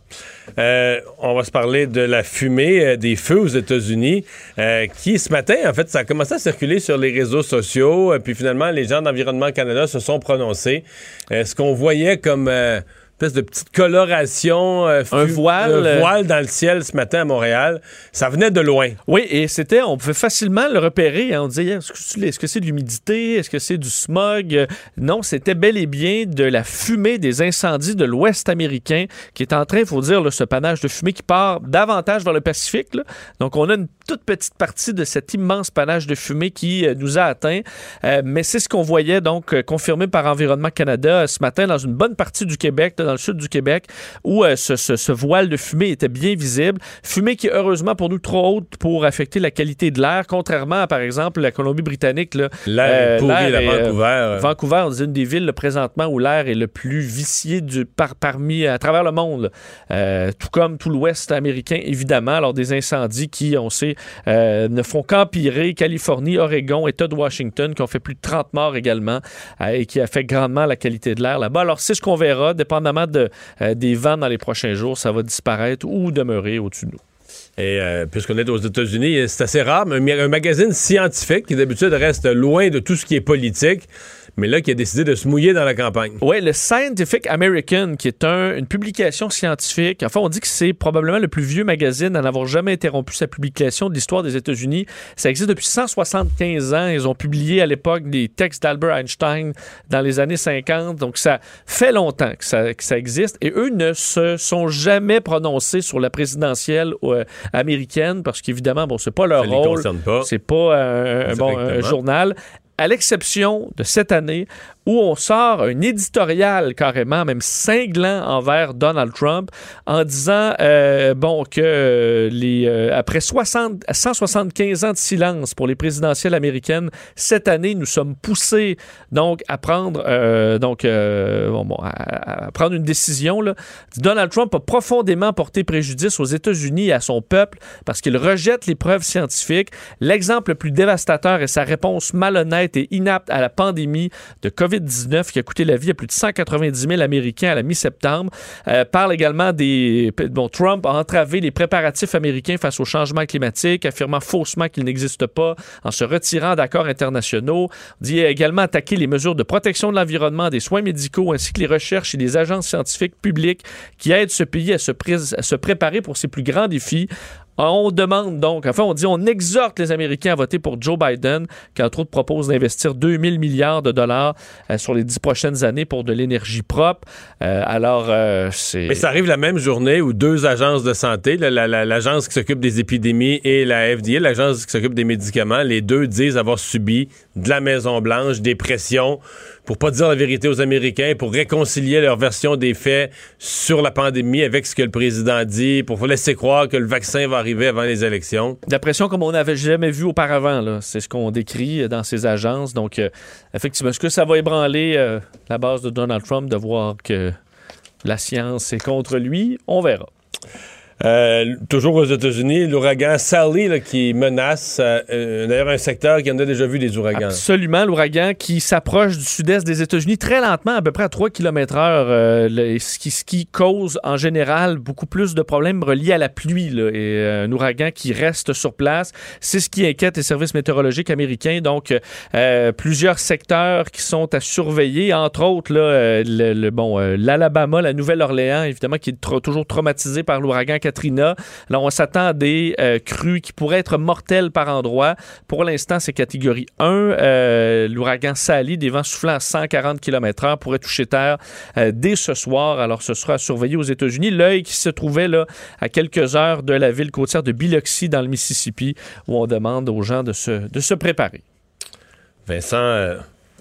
on va se parler de la fumée des feux aux États-Unis qui, ce matin, en fait, ça a commencé à circuler sur les réseaux sociaux, puis finalement, les gens d'Environnement Canada se sont prononcés. Ce qu'on voyait comme espèce de petite coloration, un voile dans le ciel ce matin à Montréal, ça venait de loin. Oui, et on pouvait facilement le repérer. Hein. On disait, est-ce que c'est de l'humidité? Est-ce que c'est du smog? Non, c'était bel et bien de la fumée des incendies de l'Ouest américain qui est en train, il faut dire, là, ce panache de fumée qui part davantage vers le Pacifique. Là. Donc, on a une toute petite partie de cet immense panache de fumée qui nous a atteint. Mais c'est ce qu'on voyait, donc, confirmé par Environnement Canada ce matin dans une bonne partie du Québec, dans le sud du Québec, où ce voile de fumée était bien visible. Fumée qui est heureusement pour nous trop haute pour affecter la qualité de l'air, contrairement à, par exemple, la Colombie-Britannique. Là, l'air est pourri à Vancouver. Vancouver, on dit une des villes là, présentement où l'air est le plus vicié parmi à travers le monde. Tout comme tout l'Ouest américain, évidemment. Alors, des incendies qui, on sait, ne font qu'empirer. Californie, Oregon, État de Washington, qui ont fait plus de 30 morts également et qui affectent grandement la qualité de l'air là-bas. Alors, c'est ce qu'on verra, dépendamment des vents dans les prochains jours, ça va disparaître ou demeurer au-dessus de nous. Et puisqu'on est aux États-Unis, c'est assez rare, mais un magazine scientifique qui d'habitude reste loin de tout ce qui est politique, mais là, qui a décidé de se mouiller dans la campagne. Oui, le Scientific American, qui est une publication scientifique. Enfin, on dit que c'est probablement le plus vieux magazine à n'avoir jamais interrompu sa publication de l'histoire des États-Unis. Ça existe depuis 175 ans. Ils ont publié à l'époque des textes d'Albert Einstein dans les années 50. Donc, ça fait longtemps que ça existe. Et eux ne se sont jamais prononcés sur la présidentielle américaine parce qu'évidemment, bon, c'est pas leur rôle. Ça les concerne pas. C'est pas un journal. À l'exception de cette année où on sort un éditorial carrément, même cinglant envers Donald Trump, en disant que après 175 ans de silence pour les présidentielles américaines, cette année, nous sommes poussés donc à prendre à prendre une décision. Là. Donald Trump a profondément porté préjudice aux États-Unis et à son peuple parce qu'il rejette les preuves scientifiques. L'exemple le plus dévastateur est sa réponse malhonnête et inapte à la pandémie de COVID-19 qui a coûté la vie à plus de 190 000 Américains à la mi-septembre. Parle également Trump a entravé les préparatifs américains face au changement climatique, affirmant faussement qu'il n'existe pas en se retirant d'accords internationaux. Dit également attaquer les mesures de protection de l'environnement, des soins médicaux ainsi que les recherches et les agences scientifiques publiques qui aident ce pays à se préparer pour ses plus grands défis. On demande donc, on exhorte les Américains à voter pour Joe Biden, qui entre autres propose d'investir 2000 milliards de dollars sur les 10 prochaines années pour de l'énergie propre. Mais ça arrive la même journée où deux agences de santé, l'agence qui s'occupe des épidémies et la FDA, l'agence qui s'occupe des médicaments, les deux disent avoir subi de la Maison-Blanche des pressions pour pas dire la vérité aux Américains, pour réconcilier leur version des faits sur la pandémie avec ce que le président dit, pour laisser croire que le vaccin va arriver avant les élections. De la pression comme on n'avait jamais vu auparavant, là. C'est ce qu'on décrit dans ces agences. Donc, effectivement, est-ce que ça va ébranler la base de Donald Trump de voir que la science est contre lui? On verra. Toujours aux États-Unis, l'ouragan Sally là, qui menace d'ailleurs un secteur qui en a déjà vu des ouragans. Absolument, l'ouragan qui s'approche du sud-est des États-Unis très lentement, à peu près à 3 km/h, ce qui cause en général beaucoup plus de problèmes reliés à la pluie. Là, et un ouragan qui reste sur place, c'est ce qui inquiète les services météorologiques américains. Donc, plusieurs secteurs qui sont à surveiller, entre autres là, l'Alabama, la Nouvelle-Orléans, évidemment, qui est toujours traumatisé par l'ouragan Katrina. Alors, on s'attend à des crues qui pourraient être mortelles par endroits. Pour l'instant, c'est catégorie 1. L'ouragan Sally, des vents soufflant à 140 km/h, pourrait toucher terre dès ce soir. Alors, ce sera à surveiller aux États-Unis. L'œil qui se trouvait là à quelques heures de la ville côtière de Biloxi, dans le Mississippi, où on demande aux gens de se préparer. Vincent,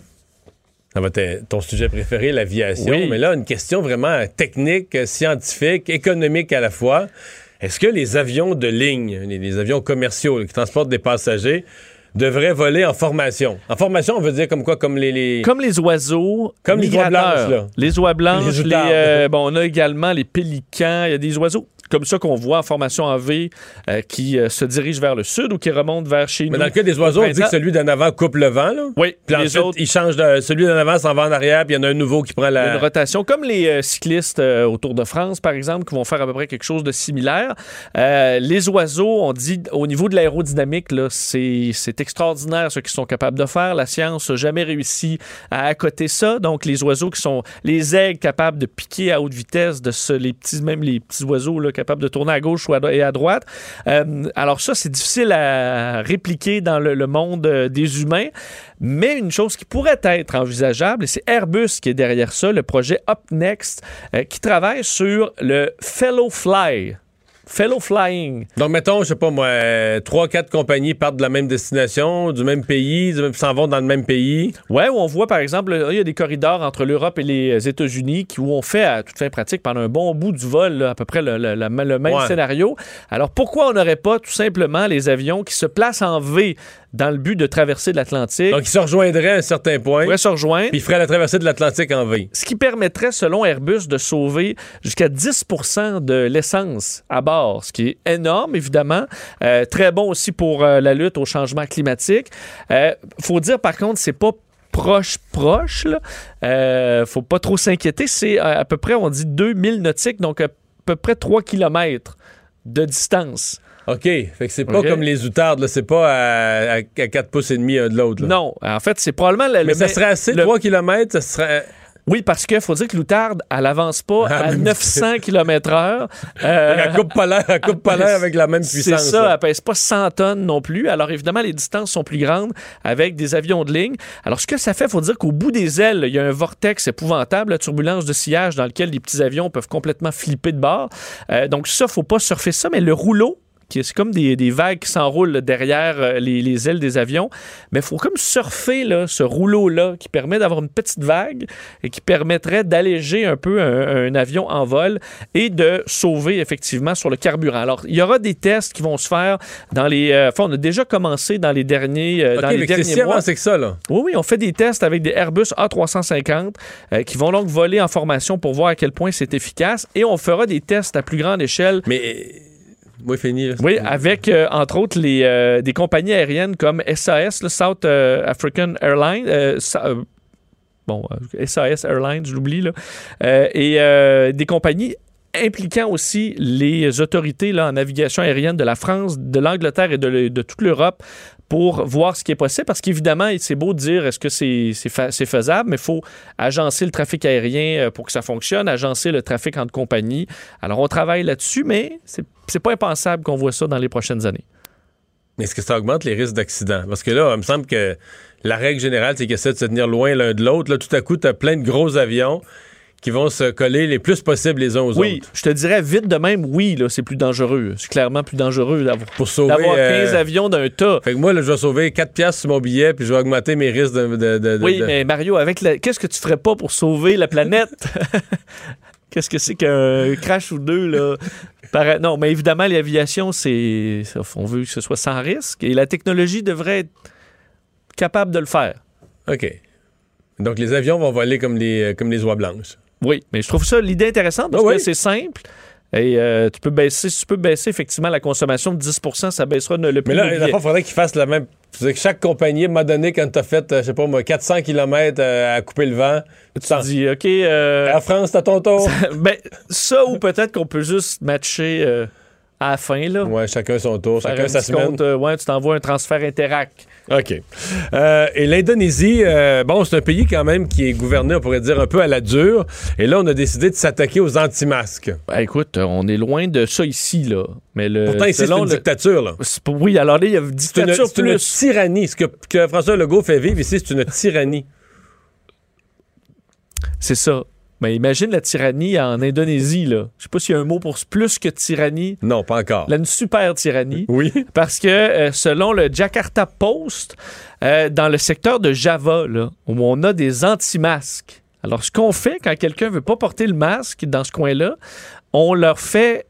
ça va être ton sujet préféré, l'aviation. Oui. Mais là, une question vraiment technique, scientifique, économique à la fois. Est-ce que les avions de ligne, les avions commerciaux qui transportent des passagers, devraient voler en formation? En formation, on veut dire comme quoi? Comme les oiseaux comme les oies blanches, là. Les oies blanches, on a également les pélicans. Il y a des oiseaux comme ça qu'on voit en formation en V qui se dirigent vers le sud ou qui remontent vers chez nous. Mais dans le cas des oiseaux, on dit que celui d'en avant coupe le vent, là. Oui. Puis ensuite, il change celui d'en avant s'en va en arrière, puis il y en a un nouveau qui prend une rotation. Comme les cyclistes au Tour de France, par exemple, qui vont faire à peu près quelque chose de similaire. Les oiseaux, on dit, au niveau de l'aérodynamique, là, c'est extraordinaire ce qu'ils sont capables de faire. La science n'a jamais réussi à accoter ça. Donc, les oiseaux qui sont les aigles capables de piquer à haute vitesse, les petits oiseaux là, capables de tourner à gauche et à droite. Alors ça, c'est difficile à répliquer dans le monde des humains, mais une chose qui pourrait être envisageable, et c'est Airbus qui est derrière ça, le projet Up Next, qui travaille sur le Fellow Flying. Donc, mettons, je sais pas moi, 3-4 compagnies partent de la même destination, du même pays, s'en vont dans le même pays. Ouais, où on voit, par exemple, il y a des corridors entre l'Europe et les États-Unis où on fait, à toute fin pratique, pendant un bon bout du vol, là, à peu près le même scénario. Alors, pourquoi on n'aurait pas tout simplement les avions qui se placent en V dans le but de traverser de l'Atlantique? Donc, ils se rejoindraient à un certain point. Ils pourraient se rejoindre. Puis ils feraient la traversée de l'Atlantique en V. Ce qui permettrait, selon Airbus, de sauver jusqu'à 10% de l'essence à bord, ce qui est énorme, évidemment. Très bon aussi pour la lutte au changement climatique. Faut dire, par contre, c'est pas proche, là. Faut pas trop s'inquiéter. C'est à peu près, on dit 2000 nautiques, donc à peu près 3 km de distance. OK. Fait que c'est pas comme les outardes, là. C'est pas à 4 pouces et demi un de l'autre, là. Non. En fait, c'est probablement... Mais ça serait assez, 3 km, ça serait... Oui, parce qu'il faut dire que l'outarde, elle avance pas à 900 km/h. Elle coupe pas l'air avec la même puissance. C'est ça, elle pèse pas 100 tonnes non plus. Alors évidemment, les distances sont plus grandes avec des avions de ligne. Alors ce que ça fait, il faut dire qu'au bout des ailes, il y a un vortex épouvantable, la turbulence de sillage dans lequel les petits avions peuvent complètement flipper de bord. Donc ça, faut pas surfer ça, mais le rouleau, c'est comme des vagues qui s'enroulent là, derrière les ailes des avions. Mais il faut comme surfer là, ce rouleau-là qui permet d'avoir une petite vague et qui permettrait d'alléger un peu un avion en vol et de sauver effectivement sur le carburant. Alors, il y aura des tests qui vont se faire dans les... on a déjà commencé dans les derniers, dans les derniers mois. C'est que ça, là. Oui, on fait des tests avec des Airbus A350 qui vont donc voler en formation pour voir à quel point c'est efficace. Et on fera des tests à plus grande échelle. Oui, avec, entre autres, des compagnies aériennes comme SAS, le South African Airlines, SAS Airlines, je l'oublie, là, et des compagnies impliquant aussi les autorités là, en navigation aérienne de la France, de l'Angleterre et de toute l'Europe pour voir ce qui est possible. Parce qu'évidemment, c'est beau de dire est-ce que c'est faisable, mais il faut agencer le trafic aérien pour que ça fonctionne, agencer le trafic entre compagnies. Alors, on travaille là-dessus, mais c'est pas impensable qu'on voit ça dans les prochaines années. Mais est-ce que ça augmente les risques d'accident? Parce que là, il me semble que la règle générale, c'est qu'ils essaient de se tenir loin l'un de l'autre. Là, tout à coup, tu as plein de gros avions qui vont se coller les plus possible les uns aux autres. Oui, je te dirais vite de même, oui, là, c'est plus dangereux. C'est clairement plus dangereux d'avoir 15 avions d'un tas. Fait que moi, là, je vais sauver 4$ sur mon billet puis je vais augmenter mes risques Oui, mais Mario, qu'est-ce que tu ferais pas pour sauver la planète? Qu'est-ce que c'est qu'un crash ou deux, là? Non, mais évidemment, l'aviation, on veut que ce soit sans risque et la technologie devrait être capable de le faire. OK. Donc, les avions vont voler comme les oies blanches. Oui, mais je trouve ça l'idée intéressante parce que c'est simple. Et tu peux baisser effectivement la consommation de 10%, ça baissera le prix. Mais là, il faudrait qu'ils fassent la même. C'est que chaque compagnie, à un moment donné, quand tu as fait, je sais pas moi, 400 km à couper le vent, tu te dis, OK. Air France, t'as ton tour. Ça, ou peut-être qu'on peut juste matcher à la fin, là. Ouais, chacun son tour, chacun sa semaine. Tu t'envoies un transfert Interac. OK. Et l'Indonésie, c'est un pays quand même qui est gouverné, on pourrait dire, un peu à la dure. Et là, on a décidé de s'attaquer aux anti-masques. Écoute, on est loin de ça ici, là. Mais pourtant, ici, c'est une dictature, là. Oui, alors là, il y a une dictature c'est une tyrannie. Ce que François Legault fait vivre ici, c'est une tyrannie. C'est ça. Mais imagine la tyrannie en Indonésie, là. Je sais pas s'il y a un mot pour plus que tyrannie. Non, pas encore. Là, une super tyrannie. Oui. Parce que selon le Jakarta Post, dans le secteur de Java, là, où on a des anti-masques. Alors, ce qu'on fait quand quelqu'un veut pas porter le masque dans ce coin-là, on leur fait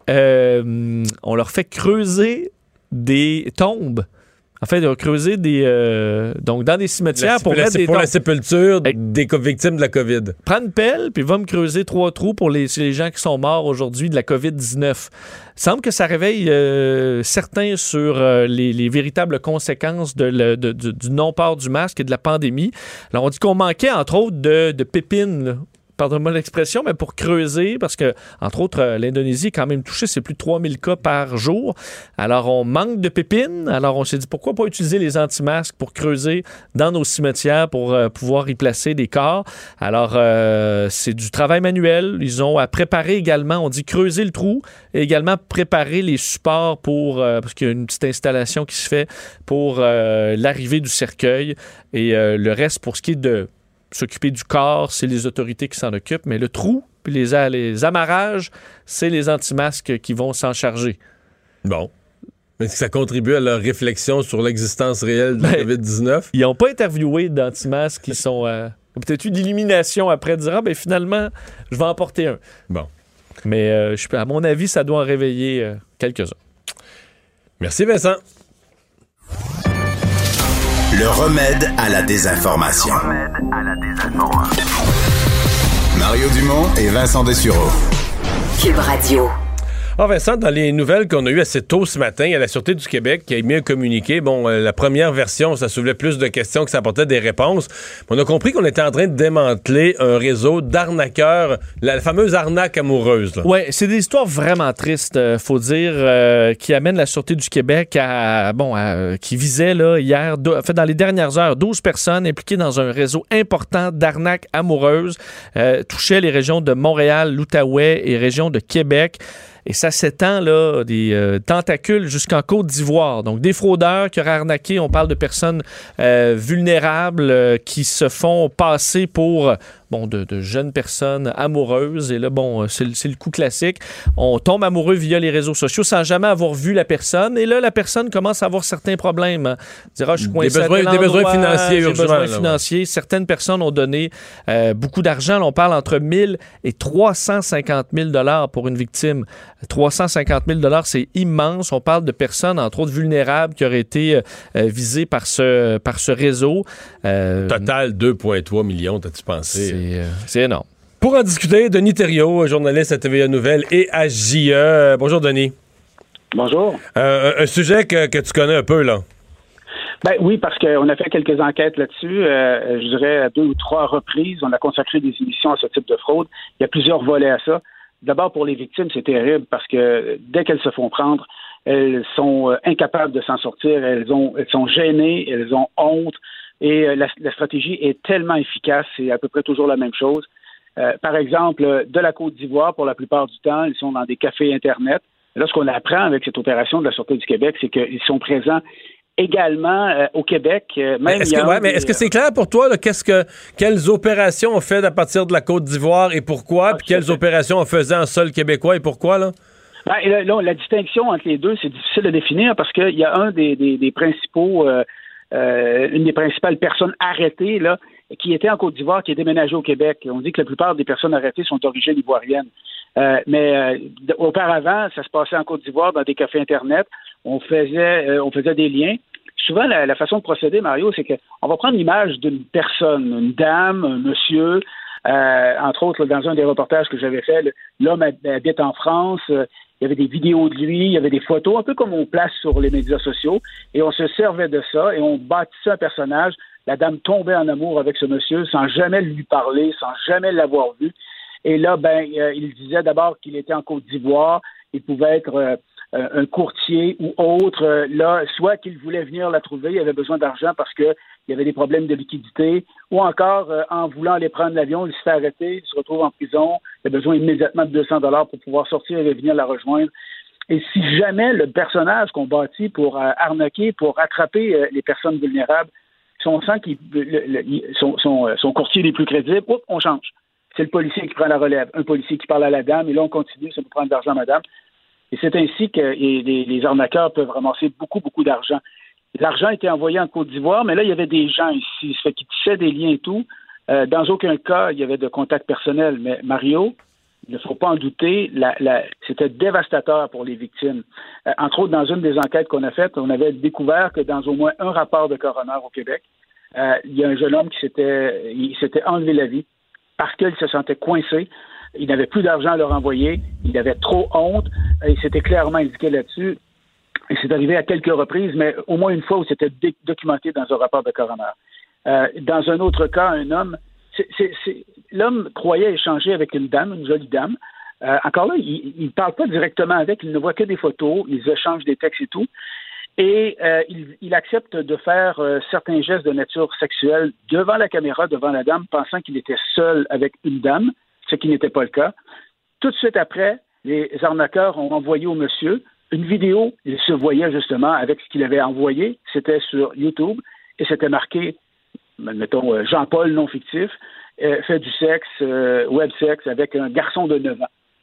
creuser des tombes. En fait, de creuser donc dans des cimetières pour mettre des tombes. Pour la sépulture des victimes de la COVID. Prends une pelle, puis va me creuser 3 trous pour les gens qui sont morts aujourd'hui de la COVID-19. Il semble que ça réveille certains sur les véritables conséquences du non-port du masque et de la pandémie. Alors, on dit qu'on manquait, entre autres, de pépines, là. Pardonne-moi l'expression, mais pour creuser, parce que, entre autres, l'Indonésie est quand même touchée, c'est plus de 3000 cas par jour. Alors, on manque de pépines. Alors, on s'est dit, pourquoi pas utiliser les anti-masques pour creuser dans nos cimetières pour pouvoir y placer des corps. Alors, c'est du travail manuel. Ils ont à préparer également, on dit creuser le trou, et également préparer les supports parce qu'il y a une petite installation qui se fait pour l'arrivée du cercueil. Et le reste, pour ce qui est de s'occuper du corps, c'est les autorités qui s'en occupent, mais le trou puis les amarrages, c'est les anti-masques qui vont s'en charger. Bon. Est-ce que ça contribue à leur réflexion sur l'existence réelle de la COVID-19? Ils n'ont pas interviewé d'anti-masques qui sont... peut-être eu d'illumination après, de dire finalement, je vais en porter un. Bon. Mais à mon avis, ça doit en réveiller quelques-uns. Merci, Vincent. Le remède à la désinformation. Mario Dumont et Vincent Dessureau. Cube Radio. Vincent, dans les nouvelles qu'on a eues assez tôt ce matin, il y a la Sûreté du Québec qui a émis un communiqué. La première version, ça soulevait plus de questions que ça apportait des réponses. On a compris qu'on était en train de démanteler un réseau d'arnaqueurs, la fameuse arnaque amoureuse. Oui, c'est des histoires vraiment tristes, faut dire, qui amènent la Sûreté du Québec qui visait là, hier, dans les dernières heures, 12 personnes impliquées dans un réseau important d'arnaques amoureuses, touchaient les régions de Montréal, l'Outaouais et région de Québec. Et ça s'étend, là, des tentacules jusqu'en Côte d'Ivoire. Donc, des fraudeurs qui auraient arnaqué, on parle de personnes vulnérables qui se font passer pour de jeunes personnes amoureuses. Et là, c'est le coup classique. On tombe amoureux via les réseaux sociaux sans jamais avoir vu la personne. Et là, la personne commence à avoir certains problèmes. Dira, je suis coincé des besoins financiers urgents. Besoins financiers. Certaines personnes ont donné beaucoup d'argent. Là, on parle entre 1 000 et 350 000 $ pour une victime. 350 000 $, c'est immense. On parle de personnes, entre autres vulnérables, qui auraient été visées par ce réseau. Total 2,3 millions, t'as-tu pensé? C'est énorme. Pour en discuter, Denis Thériault, journaliste à TVA Nouvelles et à JE. Bonjour, Denis. Bonjour. Un sujet que tu connais un peu, là. Ben oui, parce qu'on a fait quelques enquêtes là-dessus. Je dirais à 2 ou 3 reprises, on a consacré des émissions à ce type de fraude. Il y a plusieurs volets à ça. d'abord pour les victimes, c'est terrible parce que dès qu'elles se font prendre, elles sont incapables de s'en sortir, elles sont gênées, elles ont honte et la stratégie est tellement efficace, c'est à peu près toujours la même chose. Par exemple, de la Côte d'Ivoire, pour la plupart du temps, ils sont dans des cafés Internet. Là, ce qu'on apprend avec cette opération de la Sûreté du Québec, c'est qu'ils sont présents également au Québec. Est-ce que c'est clair pour toi, là, quelles opérations on fait à partir de la Côte d'Ivoire et pourquoi, puis quelles opérations on faisait en sol québécois et pourquoi, là? La distinction entre les deux, c'est difficile à définir parce qu'il y a une des principales personnes arrêtées là, qui était en Côte d'Ivoire, qui est déménagée au Québec. On dit que la plupart des personnes arrêtées sont d'origine ivoirienne. Mais auparavant, ça se passait en Côte d'Ivoire dans des cafés Internet. On faisait des liens. Souvent, la façon de procéder, Mario, c'est qu'on va prendre l'image d'une personne, une dame, un monsieur. Entre autres, là, dans un des reportages que j'avais fait, l'homme habite en France. Il y avait des vidéos de lui, il y avait des photos, un peu comme on place sur les médias sociaux. Et on se servait de ça et on bâtissait un personnage. La dame tombait en amour avec ce monsieur sans jamais lui parler, sans jamais l'avoir vu. Et là, il disait d'abord qu'il était en Côte d'Ivoire. Il pouvait être un courtier ou autre. Là, soit qu'il voulait venir la trouver, il avait besoin d'argent parce qu'il y avait des problèmes de liquidité, ou encore, en voulant aller prendre l'avion, il se fait arrêter, il se retrouve en prison, il a besoin immédiatement de $200 pour pouvoir sortir et venir la rejoindre. Et si jamais le personnage qu'on bâtit pour arnaquer, pour attraper les personnes vulnérables, si on sent qu'ils sont courtiers les plus crédibles, on change. C'est le policier qui prend la relève, un policier qui parle à la dame, et là, on continue, ça peut prendre de l'argent, madame. Et c'est ainsi que les arnaqueurs peuvent ramasser beaucoup, beaucoup d'argent. L'argent était envoyé en Côte d'Ivoire, mais là, il y avait des gens ici, ça fait qu'ils tissaient des liens et tout. Dans aucun cas, il y avait de contact personnel. Mais Mario, il ne faut pas en douter, c'était dévastateur pour les victimes. Entre autres, dans une des enquêtes qu'on a faites, on avait découvert que dans au moins un rapport de coroner au Québec, il y a un jeune homme qui s'était enlevé la vie parce qu'il se sentait coincé. Il n'avait plus d'argent à leur envoyer. Il avait trop honte. Et c'était clairement indiqué là-dessus. Et c'est arrivé à quelques reprises, mais au moins une fois où c'était documenté dans un rapport de coroner. Dans un autre cas, un homme, l'homme croyait échanger avec une dame, une jolie dame. Encore là, il ne parle pas directement avec, il ne voit que des photos, ils échangent des textes et tout. Et il accepte de faire certains gestes de nature sexuelle devant la caméra, devant la dame, pensant qu'il était seul avec une dame, ce qui n'était pas le cas. Tout de suite après, les arnaqueurs ont envoyé au monsieur une vidéo. Il se voyait justement avec ce qu'il avait envoyé. C'était sur YouTube et c'était marqué, mettons, Jean-Paul non fictif, fait du sexe, web sexe avec un garçon de 9 ans.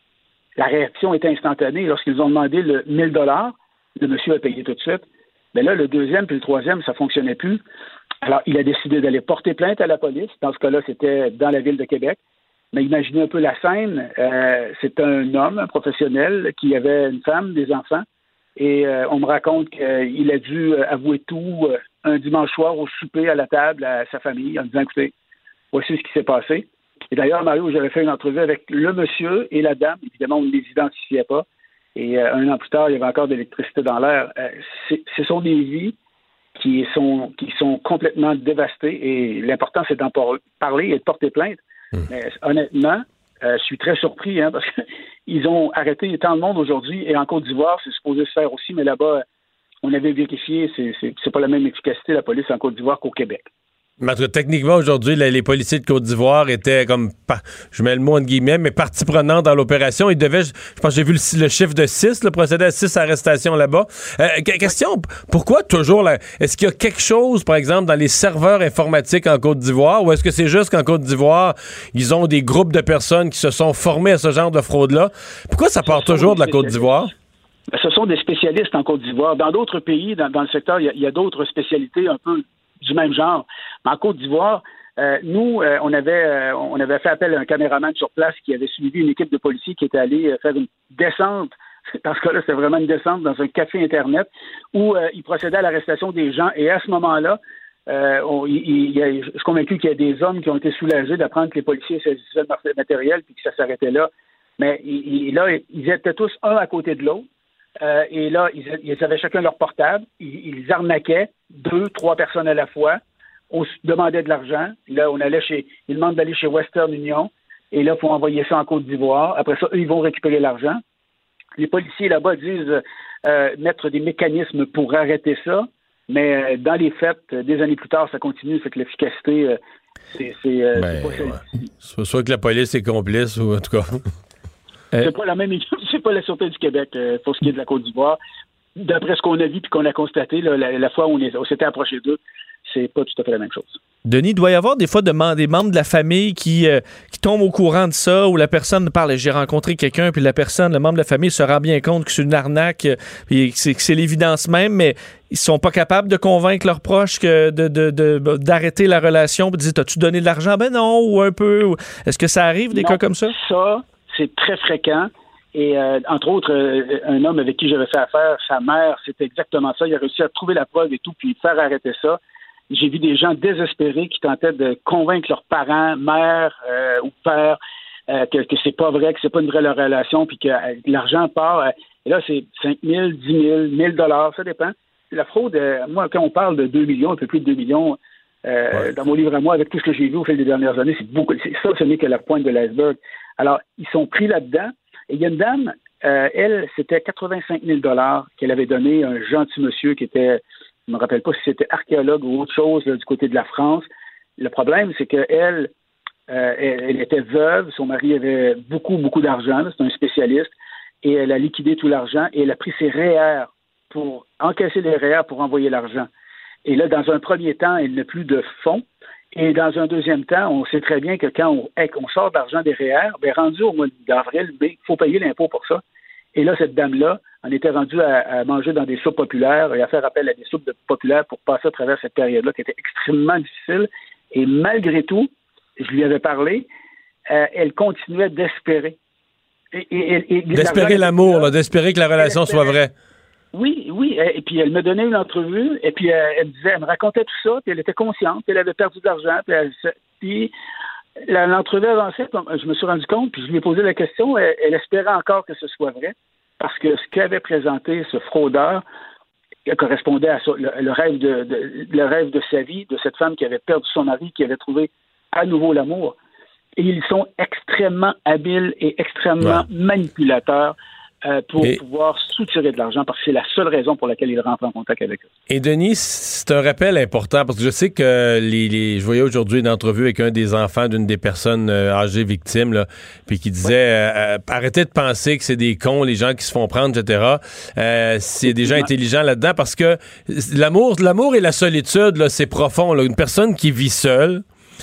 La réaction était instantanée. Lorsqu'ils ont demandé le $1000, le monsieur a payé tout de suite. Mais là, le deuxième puis le troisième, ça ne fonctionnait plus. Alors, il a décidé d'aller porter plainte à la police. Dans ce cas-là, c'était dans la ville de Québec. Mais imaginez un peu la scène. C'est un homme, un professionnel, qui avait une femme, des enfants. Et on me raconte qu'il a dû avouer tout un dimanche soir au souper à la table à sa famille en disant, écoutez, voici ce qui s'est passé. Et d'ailleurs, Mario, j'avais fait une entrevue avec le monsieur et la dame. Évidemment, on ne les identifiait pas. Et un an plus tard, il y avait encore de l'électricité dans l'air. Ce sont des vies qui sont complètement dévastées. Et l'important, c'est d'en parler et de porter plainte. Mais honnêtement, je suis très surpris parce qu'ils ont arrêté tant de monde aujourd'hui. Et en Côte d'Ivoire, c'est supposé se faire aussi. Mais là-bas, on avait vérifié, c'est pas la même efficacité, la police en Côte d'Ivoire qu'au Québec. Mais en tout cas, techniquement, aujourd'hui, les policiers de Côte d'Ivoire étaient comme, je mets le mot entre guillemets, mais partie prenante dans l'opération. Ils devaient, je pense que j'ai vu le chiffre de 6, procéder à 6 arrestations là-bas. Question, pourquoi toujours là? Est-ce qu'il y a quelque chose, par exemple, dans les serveurs informatiques en Côte d'Ivoire, ou est-ce que c'est juste qu'en Côte d'Ivoire, ils ont des groupes de personnes qui se sont formés à ce genre de fraude-là? Pourquoi ça part toujours de la Côte d'Ivoire? Ce sont des spécialistes en Côte d'Ivoire. Dans d'autres pays, dans le secteur, il y a d'autres spécialités un peu du même genre. Mais en Côte d'Ivoire, nous, on avait fait appel à un caméraman sur place qui avait suivi une équipe de policiers qui était allé faire une descente. Dans ce cas-là, c'était vraiment une descente dans un café Internet où il procédait à l'arrestation des gens. Et à ce moment-là, je suis convaincu qu'il y a des hommes qui ont été soulagés d'apprendre que les policiers saisissaient le matériel puis que ça s'arrêtait là. Mais là, ils étaient tous un à côté de l'autre. Et là, ils avaient chacun leur portable. Ils arnaquaient 2, 3 personnes à la fois. On se demandait de l'argent. Là, ils demandent d'aller chez Western Union. Et là, il faut envoyer ça en Côte d'Ivoire. Après ça, eux, ils vont récupérer l'argent. Les policiers là-bas disent mettre des mécanismes pour arrêter ça. Mais dans les faits, des années plus tard, ça continue. Fait que l'efficacité, c'est pas celle-ci. Soit que la police est complice, ou en tout cas... C'est pas la même équipe, c'est pas la Sûreté du Québec pour ce qui est de la Côte d'Ivoire. D'après ce qu'on a vu et qu'on a constaté, là, la fois où on s'était approché d'eux, c'est pas tout à fait la même chose. Denis, il doit y avoir des fois des membres de la famille qui tombent au courant de ça, où la personne parle, j'ai rencontré quelqu'un, puis le membre de la famille se rend bien compte que c'est une arnaque, puis que c'est l'évidence même, mais ils sont pas capables de convaincre leurs proches d'arrêter la relation, puis de dire, t'as-tu donné de l'argent? Ben non, ou un peu. Est-ce que ça arrive, des cas comme ça? Ça, c'est très fréquent. Et entre autres, un homme avec qui j'avais fait affaire, sa mère, c'était exactement ça. Il a réussi à trouver la preuve et tout, puis faire arrêter ça. J'ai vu des gens désespérés qui tentaient de convaincre leurs parents, mère ou père, que c'est pas vrai, que c'est pas une vraie relation, puis que l'argent part. Et là, c'est 5 000, 10 000, 1 000 $, ça dépend. La fraude, moi, quand on parle de 2 millions, un peu plus de 2 millions, dans mon livre à moi, avec tout ce que j'ai vu au fil des dernières années, c'est beaucoup. Ça, ce n'est que la pointe de l'iceberg. Alors, ils sont pris là-dedans. Et il y a une dame, elle, c'était 85 000 $ qu'elle avait donné à un gentil monsieur qui était, je ne me rappelle pas si c'était archéologue ou autre chose là, du côté de la France. Le problème, c'est qu'elle, elle était veuve, son mari avait beaucoup, beaucoup d'argent, là, c'est un spécialiste, et elle a liquidé tout l'argent et elle a pris ses REER pour encaisser les REER pour envoyer l'argent. Et là, dans un premier temps, elle n'a plus de fonds. Et dans un deuxième temps, on sait très bien que quand on sort de l'argent des REER, bien, rendu au mois d'avril, il faut payer l'impôt pour ça. Et là, cette dame-là en était rendue à manger dans des soupes populaires et à faire appel à des soupes populaires pour passer à travers cette période-là qui était extrêmement difficile. Et malgré tout, je lui avais parlé, elle continuait d'espérer. D'espérer l'amour, là, d'espérer que la relation soit vraie. Oui, et puis elle me donnait une entrevue, et puis elle me racontait tout ça, puis elle était consciente, puis elle avait perdu de l'argent, puis l'entrevue avançait, je me suis rendu compte, puis je lui ai posé la question, elle espérait encore que ce soit vrai, parce que ce qu'avait présenté ce fraudeur correspondait à ça, le rêve de sa vie, de cette femme qui avait perdu son mari, qui avait trouvé à nouveau l'amour. Et ils sont extrêmement habiles et extrêmement manipulateurs pour pouvoir soutirer de l'argent, parce que c'est la seule raison pour laquelle il rentre en contact avec eux. Et Denis, c'est un rappel important, parce que je sais que je voyais aujourd'hui une entrevue avec un des enfants d'une des personnes âgées victimes, là, puis qui disait arrêtez de penser que c'est des cons, les gens qui se font prendre, etc. C'est des gens intelligents là-dedans, parce que l'amour et la solitude, là, c'est profond. Là. Une personne qui vit seule,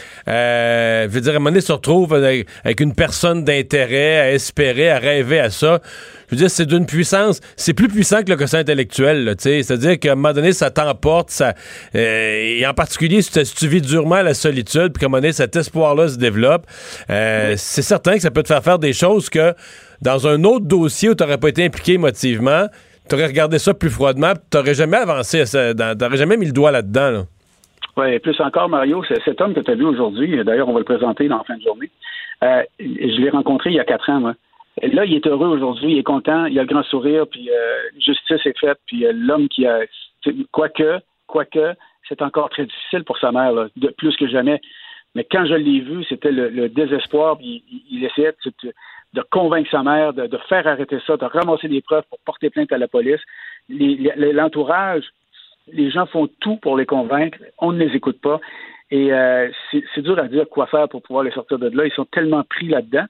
je veux dire, à un moment donné, se retrouve avec une personne d'intérêt, à espérer, à rêver à ça. Je veux dire, c'est d'une puissance, c'est plus puissant que le quotient intellectuel, là, tu sais. C'est-à-dire qu'à un moment donné, ça t'emporte, et en particulier, si tu vis durement la solitude, puis qu'à un moment donné, cet espoir-là se développe, c'est certain que ça peut te faire des choses que, dans un autre dossier où t'aurais pas été impliqué émotivement, t'aurais regardé ça plus froidement, puis t'aurais jamais avancé, t'aurais jamais mis le doigt là-dedans, là. Oui, plus encore, Mario, c'est cet homme que tu as vu aujourd'hui, d'ailleurs, on va le présenter dans la fin de journée. Je l'ai rencontré il y a 4 ans, moi. Là, il est heureux aujourd'hui, il est content, il a le grand sourire, puis justice est faite, puis l'homme qui a... Quoique, c'est encore très difficile pour sa mère, là, de plus que jamais. Mais quand je l'ai vu, c'était le désespoir, puis il essayait de convaincre sa mère, de faire arrêter ça, de ramasser des preuves pour porter plainte à la police. L'entourage... Les gens font tout pour les convaincre, on ne les écoute pas, et c'est dur à dire quoi faire pour pouvoir les sortir de là. Ils sont tellement pris là-dedans,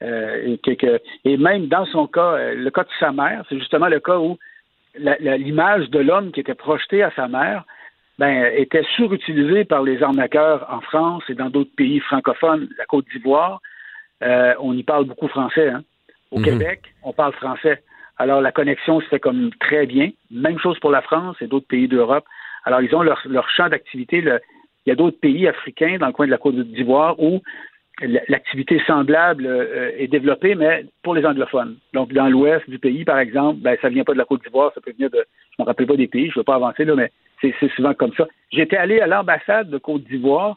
et même dans son cas, le cas de sa mère, c'est justement le cas où l'image de l'homme qui était projetée à sa mère était surutilisée par les arnaqueurs en France et dans d'autres pays francophones, la Côte d'Ivoire. On y parle beaucoup français, hein. Au Québec, on parle français. Alors, la connexion se fait comme très bien. Même chose pour la France et d'autres pays d'Europe. Alors, ils ont leur champ d'activité. Il y a d'autres pays africains dans le coin de la Côte d'Ivoire où l'activité semblable est développée, mais pour les anglophones. Donc, dans l'ouest du pays, par exemple, ça ne vient pas de la Côte d'Ivoire, ça peut venir de... Je ne me rappelle pas des pays, je ne veux pas avancer, là, mais c'est souvent comme ça. J'étais allé à l'ambassade de Côte d'Ivoire,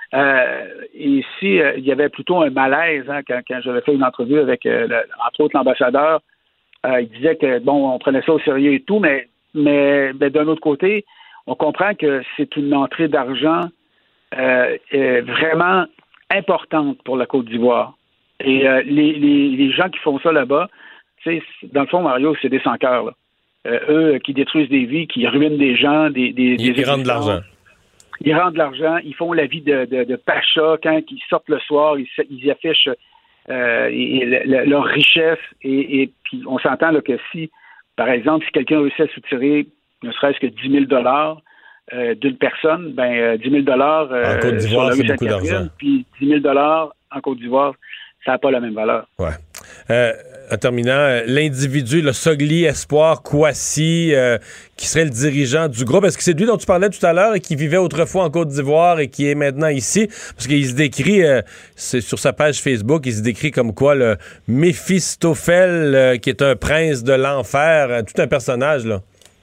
et ici, il y avait plutôt un malaise, hein, quand j'avais fait une entrevue avec, entre autres, l'ambassadeur. Il disait que, on prenait ça au sérieux et tout, mais d'un autre côté, on comprend que c'est une entrée d'argent vraiment importante pour la Côte d'Ivoire. Et les gens qui font ça là-bas, tu sais, dans le fond, Mario, c'est des sans-cœurs, là. Eux qui détruisent des vies, qui ruinent des gens, ils rendent de l'argent. Ils rendent de l'argent, ils font la vie de pacha quand ils sortent le soir, ils affichent leur richesse et puis on s'entend là, que si, par exemple, si quelqu'un réussit à soutirer ne serait-ce que 10 000 d'une personne, 10 000 en Côte d'Ivoire, c'est beaucoup d'argent. Puis 10 000 en Côte d'Ivoire, ça n'a pas la même valeur. Ouais. En terminant, l'individu, le Sogli Espoir Kouassi, qui serait le dirigeant du groupe, est-ce que c'est lui dont tu parlais tout à l'heure et qui vivait autrefois en Côte d'Ivoire et qui est maintenant ici? Parce qu'il se décrit, c'est sur sa page Facebook, il se décrit comme quoi le Méphistophèle, qui est un prince de l'enfer, tout un personnage, là.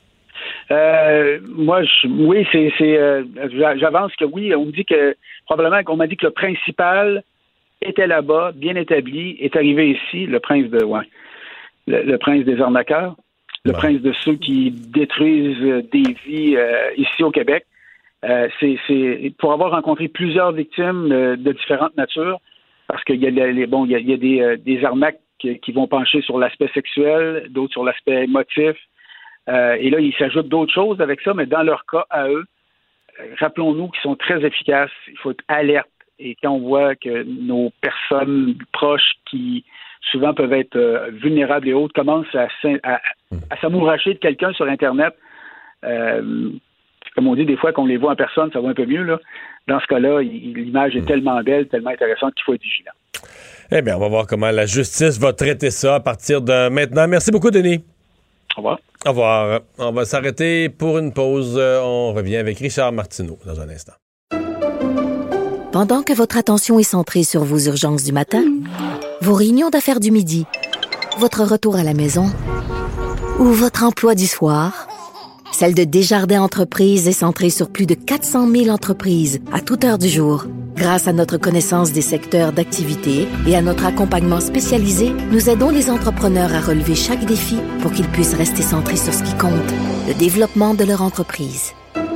J'avance que oui, on me dit que, probablement qu'on m'a dit que le principal était là-bas, bien établi, est arrivé ici, le prince le prince des arnaqueurs, le prince de ceux qui détruisent des vies ici au Québec. C'est pour avoir rencontré plusieurs victimes de différentes natures, parce qu'il y a des arnaques qui vont pencher sur l'aspect sexuel, d'autres sur l'aspect émotif, et là, il s'ajoute d'autres choses avec ça, mais dans leur cas, à eux, rappelons-nous qu'ils sont très efficaces, il faut être alerte. Et quand on voit que nos personnes proches qui souvent peuvent être vulnérables et autres commencent à s'amouracher de quelqu'un sur Internet, comme on dit des fois qu'on les voit en personne, ça va un peu mieux, là. Dans ce cas-là, l'image est tellement belle, tellement intéressante qu'il faut être vigilant. Eh bien, on va voir comment la justice va traiter ça à partir de maintenant. Merci beaucoup, Denis. Au revoir. Au revoir. On va s'arrêter pour une pause. On revient avec Richard Martineau dans un instant. Pendant que votre attention est centrée sur vos urgences du matin, vos réunions d'affaires du midi, votre retour à la maison ou votre emploi du soir, celle de Desjardins Entreprises est centrée sur plus de 400 000 entreprises à toute heure du jour. Grâce à notre connaissance des secteurs d'activité et à notre accompagnement spécialisé, nous aidons les entrepreneurs à relever chaque défi pour qu'ils puissent rester centrés sur ce qui compte, le développement de leur entreprise.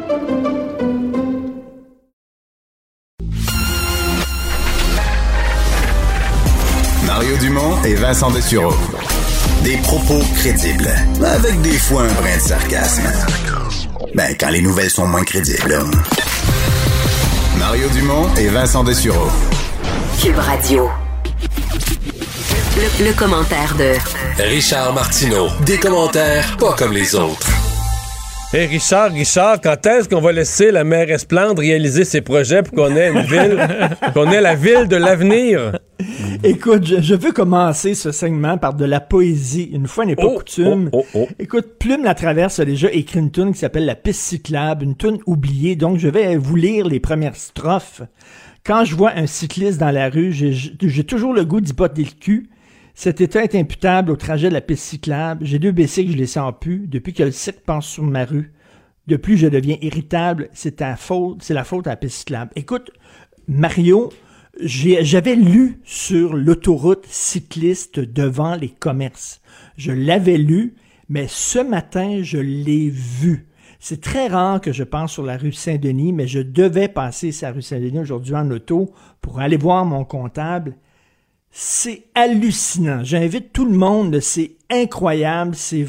Mario Dumont et Vincent Dessureau. Des propos crédibles, avec des fois un brin de sarcasme. Quand les nouvelles sont moins crédibles. Mario Dumont et Vincent Dessureau. Cube Radio. Le commentaire de Richard Martineau. Des commentaires pas comme les autres. Hey Richard, quand est-ce qu'on va laisser la mairesse Plante réaliser ses projets pour qu'on ait une ville, qu'on ait la ville de l'avenir? Écoute, je veux commencer ce segment par de la poésie. Une fois n'est pas coutume. Écoute, Plume la Traverse a déjà écrit une toune qui s'appelle La piste cyclable, une toune oubliée. Donc, je vais vous lire les premières strophes. Quand je vois un cycliste dans la rue, j'ai toujours le goût d'y botter le cul. Cet état est imputable au trajet de la piste cyclable. J'ai 2 bicycles, je les sens plus. Depuis que le cycle passe sur ma rue, de plus je deviens irritable. C'est la faute à la piste cyclable. Écoute, Mario, j'avais lu sur l'autoroute cycliste devant les commerces. Je l'avais lu, mais ce matin, je l'ai vu. C'est très rare que je passe sur la rue Saint-Denis, mais je devais passer sur la rue Saint-Denis aujourd'hui en auto pour aller voir mon comptable. C'est hallucinant. J'invite tout le monde, c'est incroyable, c'est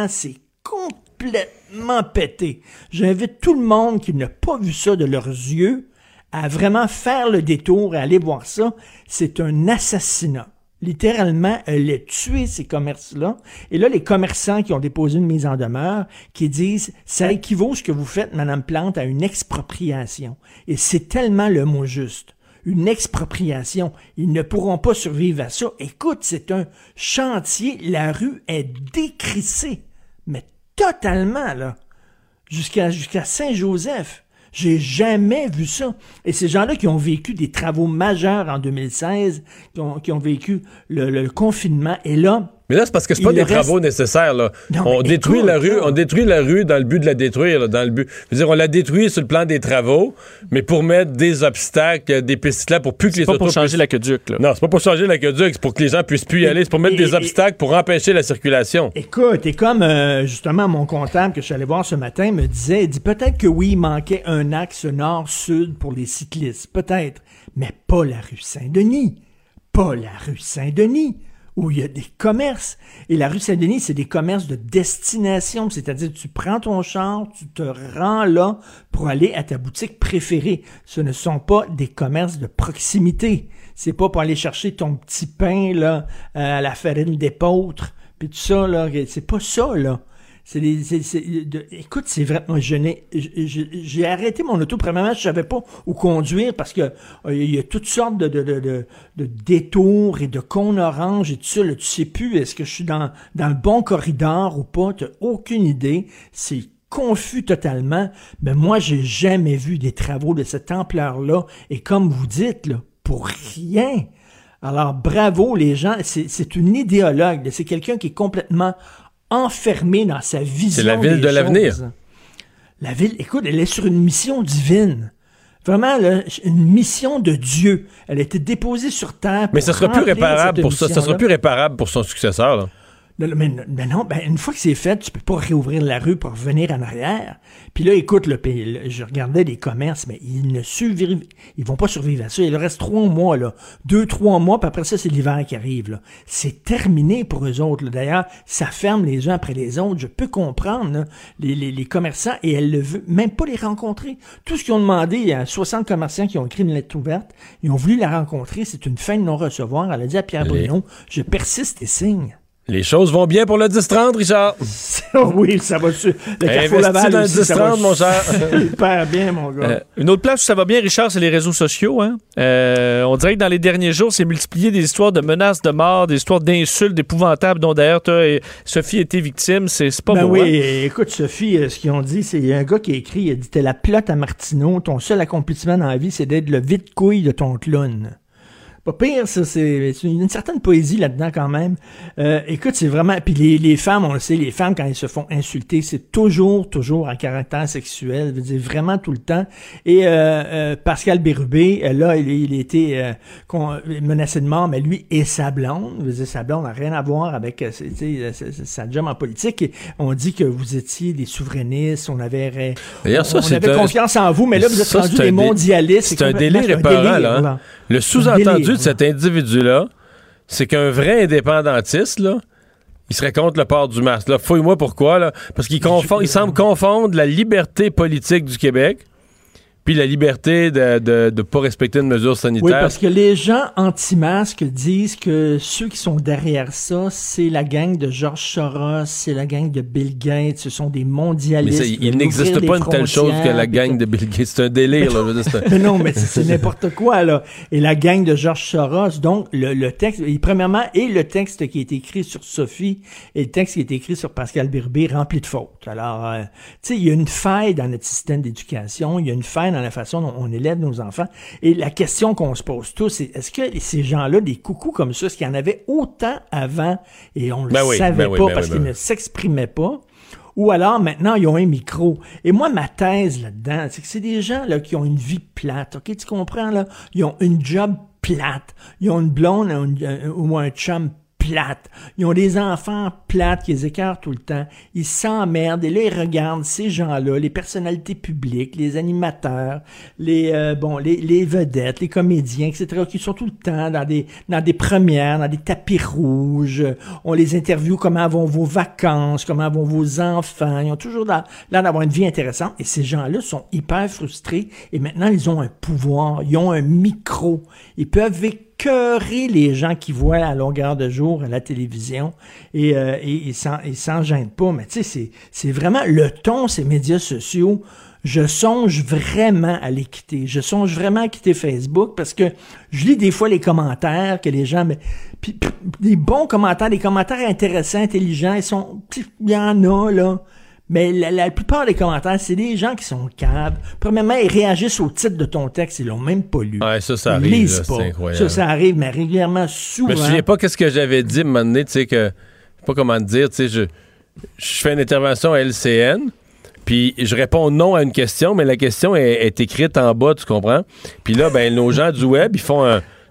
complètement pété. J'invite tout le monde qui n'a pas vu ça de leurs yeux à vraiment faire le détour et aller voir ça. C'est un assassinat. Littéralement, elle a tué ces commerces-là. Et là, les commerçants qui ont déposé une mise en demeure, qui disent, ça équivaut ce que vous faites, Madame Plante, à une expropriation. Et c'est tellement le mot juste. Une expropriation. Ils ne pourront pas survivre à ça. Écoute, c'est un chantier. La rue est décrissée. Mais totalement, là. Jusqu'à Saint-Joseph. J'ai jamais vu ça. Et ces gens-là qui ont vécu des travaux majeurs en 2016, qui ont vécu le confinement, et là... Mais là, c'est parce que c'est pas des travaux nécessaires, là. Non, on détruit la rue dans le but de la détruire, là, dans le but. Je veux dire, on la détruit sur le plan des travaux, mais pour mettre des obstacles, des pistes là, pour plus que les autos... C'est pas pour changer l'aqueduc, là. Non, c'est pas pour changer l'aqueduc, c'est pour que les gens puissent plus y aller. C'est pour mettre des obstacles pour empêcher la circulation. Écoute, et comme, justement, mon comptable que je suis allé voir ce matin me disait, il dit peut-être que oui, il manquait un axe nord-sud pour les cyclistes. Peut-être. Mais pas la rue Saint-Denis. pas la rue Saint-Denis, où il y a des commerces. Et la rue Saint-Denis, c'est des commerces de destination, c'est-à-dire tu prends ton char, tu te rends là pour aller à ta boutique préférée. Ce ne sont pas des commerces de proximité. C'est pas pour aller chercher ton petit pain là à la farine d'épeautre, puis tout ça là, c'est pas ça là. Écoute, c'est vrai, moi j'ai arrêté mon auto, premièrement, je savais pas où conduire parce que il y a toutes sortes de détours et de cônes oranges et tout ça, là, tu sais plus est-ce que je suis dans le bon corridor ou pas, t'as aucune idée, c'est confus totalement, mais moi j'ai jamais vu des travaux de cette ampleur-là, et comme vous dites, là, pour rien. Alors bravo les gens, c'est une idéologue, c'est quelqu'un qui est complètement enfermé dans sa vision. C'est la ville de l'avenir. La ville, écoute, elle est sur une mission divine. Vraiment, là, une mission de Dieu. Elle a été déposée sur terre. Mais ça sera plus réparable pour ça. Ça sera plus réparable pour son successeur, là. Mais non, une fois que c'est fait, tu peux pas réouvrir la rue pour revenir en arrière. Puis là, écoute, je regardais les commerces, mais ils vont pas survivre à ça. Il leur reste 3 mois, là. 2-3 mois, puis après ça, c'est l'hiver qui arrive, là. C'est terminé pour eux autres, là. D'ailleurs, ça ferme les uns après les autres. Je peux comprendre, là, les commerçants, et elle ne veut même pas les rencontrer. Tout ce qu'ils ont demandé, il y a 60 commerçants qui ont écrit une lettre ouverte. Ils ont voulu la rencontrer. C'est une fin de non-recevoir. Elle a dit à Pierre Bruno, je persiste et signe. Les choses vont bien pour le 10-30, Richard. Oui, ça va dessus. Le Carrefour Laval dans aussi, le 10-30, mon cher. Hyper bien, mon gars. Une autre place où ça va bien, Richard, c'est les réseaux sociaux. Hein? On dirait que dans les derniers jours, c'est multiplié des histoires de menaces de mort, des histoires d'insultes épouvantables, dont d'ailleurs, toi et Sophie a été victime. C'est pas beau. Oui, hein? Écoute, Sophie, ce qu'ils ont dit, c'est il y a un gars qui a écrit, il a dit, t'es la plotte à Martineau, ton seul accomplissement dans la vie, c'est d'être le vide-couille de ton clown. Pas pire, ça, c'est une certaine poésie là-dedans quand même. Écoute, c'est vraiment... Puis les femmes, on le sait, les femmes, quand elles se font insulter, c'est toujours à caractère sexuel, je veux dire, vraiment tout le temps. Et Pascal Bérubé, là, il a été menacé de mort, mais lui et sa blonde, je veux dire, sa blonde n'a rien à voir avec sa job en politique. Et on dit que vous étiez des souverainistes, on avait confiance en vous, mais là, vous êtes rendus des mondialistes. C'est un délire épeurant, là. Le sous-entendu de cet individu-là, c'est qu'un vrai indépendantiste, là, il serait contre le port du masque. Là, fouille-moi pourquoi, là. Parce qu'il semble confondre la liberté politique du Québec puis la liberté de pas respecter une mesure sanitaire. Oui, parce que les gens anti-masques disent que ceux qui sont derrière ça, c'est la gang de George Soros, c'est la gang de Bill Gates, ce sont des mondialistes. Mais il n'existe pas une telle chose que la gang de Bill Gates. C'est un délire, là. Mais non, mais c'est n'importe quoi, là. Et la gang de George Soros, donc, le texte, premièrement, et le texte qui est écrit sur Sophie, et le texte qui est écrit sur Pascal Bérubé, rempli de fautes. Alors, tu sais, il y a une faille dans notre système d'éducation, il y a une faille dans la façon dont on élève nos enfants. Et la question qu'on se pose tous, c'est est-ce que ces gens-là, des coucous comme ça, est-ce qu'il y en avait autant avant et on le savait pas parce qu'ils ne s'exprimaient pas? Ou alors, maintenant, ils ont un micro. Et moi, ma thèse là-dedans, c'est que c'est des gens là qui ont une vie plate. OK, tu comprends, là? Ils ont une job plate. Ils ont une blonde ou un chum plate. Ils ont des enfants plates qui les écœurent tout le temps. Ils s'emmerdent et là, ils regardent ces gens-là, les personnalités publiques, les animateurs, les vedettes, les comédiens, etc., qui sont tout le temps dans des premières, dans des tapis rouges. On les interviewe, comment vont vos vacances, comment vont vos enfants. Ils ont toujours l'air d'avoir une vie intéressante et ces gens-là sont hyper frustrés et maintenant, ils ont un pouvoir, ils ont un micro. Ils peuvent écœurer les gens qui voient à longueur de jour à la télévision et ils s'en gênent pas. Mais tu sais, c'est vraiment le ton, ces médias sociaux. Je songe vraiment à les quitter. Je songe vraiment à quitter Facebook parce que je lis des fois les commentaires que les gens... Puis, des bons commentaires, des commentaires intéressants, intelligents, il y en a, là. Mais la plupart des commentaires, c'est des gens qui sont caves. Premièrement, ils réagissent au titre de ton texte, ils l'ont même pas lu. Ouais, ça arrive, là, c'est incroyable. Ça arrive, mais régulièrement, souvent. Je me souviens pas qu'est-ce que j'avais dit à un moment donné, tu sais, que... Je sais pas comment te dire, tu sais, je fais une intervention à LCN, puis je réponds non à une question, mais la question est écrite en bas, tu comprends? Puis là, ben nos gens du web, ils font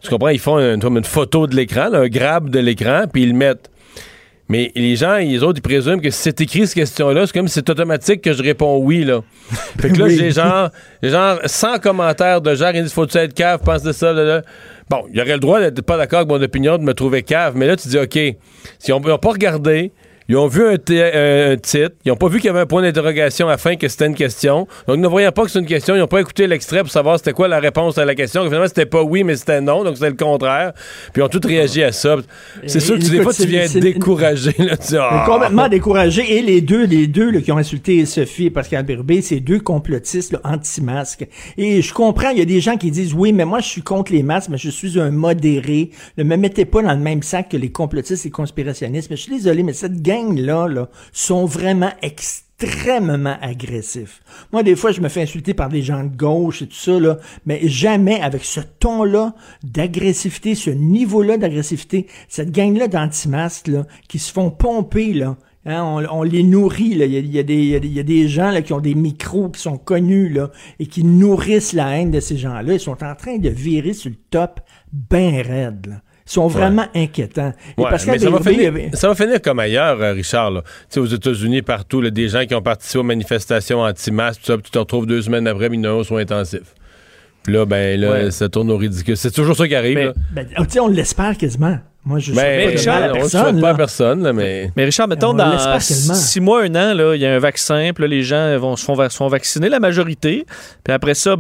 une photo de l'écran, là, un grab de l'écran, puis ils le mettent. Mais les gens, les autres, ils présument que si c'est écrit cette question-là, c'est comme si c'est automatique que je réponds oui, là. Fait que là, j'ai genre 100 commentaires de genre, ils disent, faut-tu être cave, pense de ça, là. Bon, il aurait le droit d'être pas d'accord avec mon opinion, de me trouver cave, mais là, tu dis, OK, si on n'a pas regardé, ils ont vu un titre, ils n'ont pas vu qu'il y avait un point d'interrogation à la fin, que c'était une question. Donc, ne voyant pas que c'est une question, ils n'ont pas écouté l'extrait pour savoir c'était quoi la réponse à la question. Finalement, c'était pas oui, mais c'était non, donc c'était le contraire. Puis ils ont tous réagi à ça. C'est sûr que des fois, tu viens découragé. Là, complètement découragé. Et les deux là, qui ont insulté Sophie et Pascal Bérubé, c'est deux complotistes là, anti-masques. Et je comprends, il y a des gens qui disent, oui, mais moi, je suis contre les masques, mais je suis un modéré. Ne me mettez pas dans le même sac que les complotistes et conspirationnistes. Mais je suis désolé, mais cette gang là, sont vraiment extrêmement agressifs. Moi, des fois, je me fais insulter par des gens de gauche et tout ça, là, mais jamais avec ce ton-là d'agressivité, ce niveau-là d'agressivité, cette gang-là d'anti-masques, là, qui se font pomper, là. Hein, on les nourrit, là. Il y a des gens là, qui ont des micros qui sont connus là, et qui nourrissent la haine de ces gens-là. Ils sont en train de virer sur le top ben raide, là. Ils sont vraiment inquiétants. Et Pascal mais ça va finir comme ailleurs, Richard. Tu sais, aux États-Unis, partout, là, des gens qui ont participé aux manifestations anti-masques, tu te retrouves 2 semaines après, ils n'ont soins intensifs. Puis là, ça tourne au ridicule. C'est toujours ça qui arrive. On l'espère quasiment. Moi, je suis Richard, on ne souhaite pas à personne. Là, mais Richard, mettons, dans 6 mois, 1 an, il y a un vaccin, puis là, les gens se font vacciner, la majorité. Puis après ça,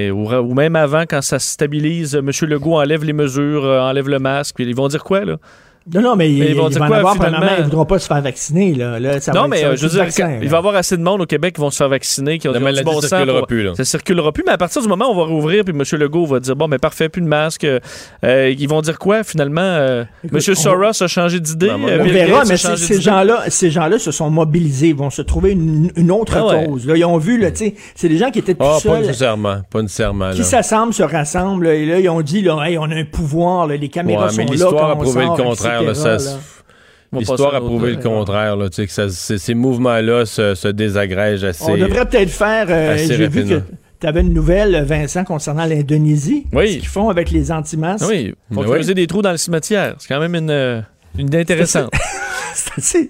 ou même avant, quand ça se stabilise, M. Legault enlève les mesures, enlève le masque, puis ils vont dire quoi, là? Non, mais ils vont en avoir, finalement, ils ne voudront pas se faire vacciner. Là, ça non, va mais je veux dire, il va y avoir assez de monde au Québec qui vont se faire vacciner, qui ont du bon sens. Ça circulera plus, mais à partir du moment où on va rouvrir, puis M. Legault va dire, bon, mais parfait, plus de masque. Ils vont dire quoi, finalement? M. Soros a changé d'idée. On verra, mais ces gens-là se sont mobilisés. Ils vont se trouver une autre cause. Là, ils ont vu, là, tu sais, c'est des gens qui étaient tout seuls. Pas nécessairement. Qui s'assemblent, se rassemblent, et là, ils ont dit, là, hey, on a un pouvoir, là, les caméras sont là. L'histoire a prouvé le contraire. L'histoire a prouvé le contraire, là, tu sais, que ces mouvements-là se désagrègent assez. On devrait peut-être faire. J'ai vu que tu avais une nouvelle, Vincent, concernant l'Indonésie. Oui. Ce qu'ils font avec les anti-masques. Oui. Ils vont creuser des trous dans le cimetière. C'est quand même une idée intéressante. C'est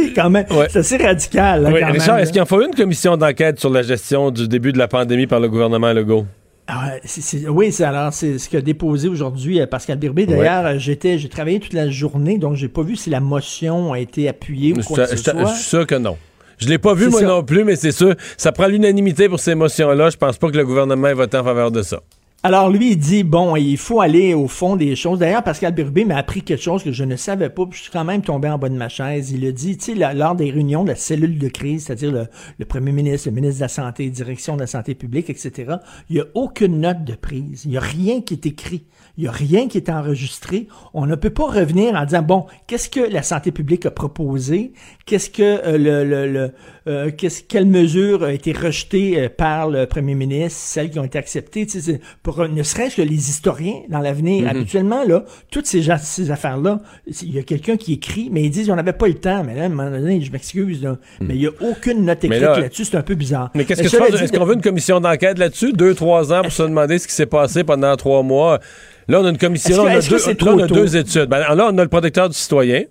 assez radical. Là, oui, quand Richard, même, est-ce qu'il en faut une commission d'enquête sur la gestion du début de la pandémie par le gouvernement Legault? Oui, c'est ce qu'a déposé aujourd'hui Pascal Bérubé. D'ailleurs, j'ai travaillé toute la journée, donc j'ai pas vu si la motion a été appuyée ou quoi que ce soit. Je suis sûr que non. Je l'ai pas vu, moi non plus, mais c'est sûr. Ça prend l'unanimité pour ces motions-là. Je pense pas que le gouvernement ait voté en faveur de ça. Alors, lui, il dit, bon, il faut aller au fond des choses. D'ailleurs, Pascal Bérubé m'a appris quelque chose que je ne savais pas, puis je suis quand même tombé en bas de ma chaise. Il a dit, tu sais, lors des réunions de la cellule de crise, c'est-à-dire le premier ministre, le ministre de la Santé, direction de la santé publique, etc., il n'y a aucune note de prise. Il n'y a rien qui est écrit. Il n'y a rien qui est enregistré. On ne peut pas revenir en disant, bon, qu'est-ce que la santé publique a proposé? Qu'est-ce que quelle mesure a été rejetée par le premier ministre? Celles qui ont été acceptées? Tu sais, ne serait-ce que les historiens dans l'avenir. Habituellement, là, toutes ces affaires-là, il y a quelqu'un qui écrit, mais ils disent, on n'avait pas le temps. Mais là, à un moment donné, je m'excuse, là, mais il n'y a aucune note écrite là-dessus. C'est un peu bizarre. Mais qu'est-ce que tu penses? Est-ce qu'on veut une commission d'enquête là-dessus? 2-3 ans pour se demander ce qui s'est passé pendant 3 mois? Là, on a une commission, on a 2 études. Là, on a le protecteur du citoyen,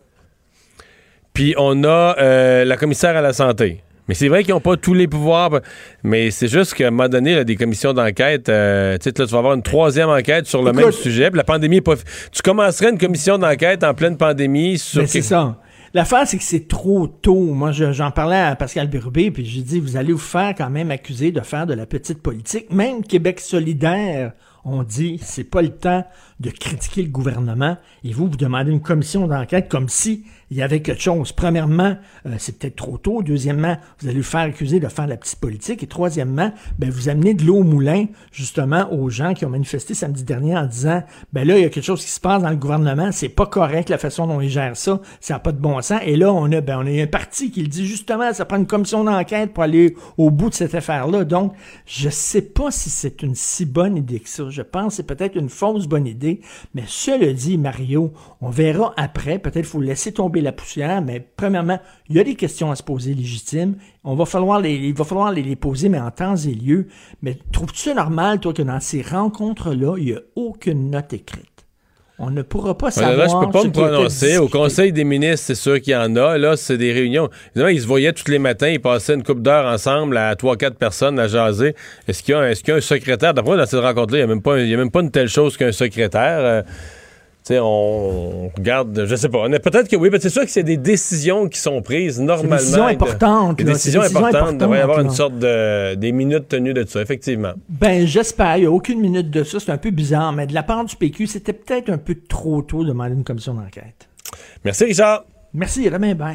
puis on a la commissaire à la santé. Mais c'est vrai qu'ils n'ont pas tous les pouvoirs, mais c'est juste qu'à un moment donné, là, des commissions d'enquête, tu vas avoir une 3e enquête sur le même sujet, puis la pandémie n'est pas... Tu commencerais une commission d'enquête en pleine pandémie sur... c'est ça. L'affaire, c'est que c'est trop tôt. Moi, j'en parlais à Pascal Bérubé, puis j'ai dit, vous allez vous faire quand même accuser de faire de la petite politique. Même Québec solidaire, on dit, c'est pas le temps de critiquer le gouvernement. Et vous demandez une commission d'enquête comme si il y avait quelque chose. Premièrement, c'est peut-être trop tôt. Deuxièmement, vous allez vous faire accuser de faire de la petite politique. Et troisièmement, vous amenez de l'eau au moulin, justement, aux gens qui ont manifesté samedi dernier en disant, là, il y a quelque chose qui se passe dans le gouvernement. C'est pas correct la façon dont ils gèrent ça. Ça n'a pas de bon sens. Et là, on a un parti qui le dit, justement, ça prend une commission d'enquête pour aller au bout de cette affaire-là. Donc, je sais pas si c'est une si bonne idée que ça. Je pense que c'est peut-être une fausse bonne idée. Mais cela dit, Mario, on verra après. Peut-être qu'il faut laisser tomber la poussière, mais premièrement, il y a des questions à se poser légitimes. Il va falloir les poser, mais en temps et lieu. Mais trouves-tu ça normal, toi, que dans ces rencontres-là, il n'y a aucune note écrite? On ne pourra pas savoir. Là, je peux pas ce me qui était prononcer. discuté. Au Conseil des ministres, c'est sûr qu'il y en a. Là, c'est des réunions. Évidemment, ils se voyaient tous les matins. Ils passaient une couple d'heures ensemble à 3-4 personnes à jaser. Est-ce qu'il y a un secrétaire? D'après moi, dans cette rencontre-là, il n'y a même pas une telle chose qu'un secrétaire. On regarde, je sais pas. Peut-être que oui, mais c'est sûr que c'est des décisions qui sont prises normalement. Des décisions importantes. Des décisions importantes. Il devrait y avoir une sorte des minutes tenues de ça, effectivement. Ben, j'espère. Il n'y a aucune minute de ça. C'est un peu bizarre. Mais de la part du PQ, c'était peut-être un peu trop tôt de demander une commission d'enquête. Merci, Richard. Merci, Romain Bain.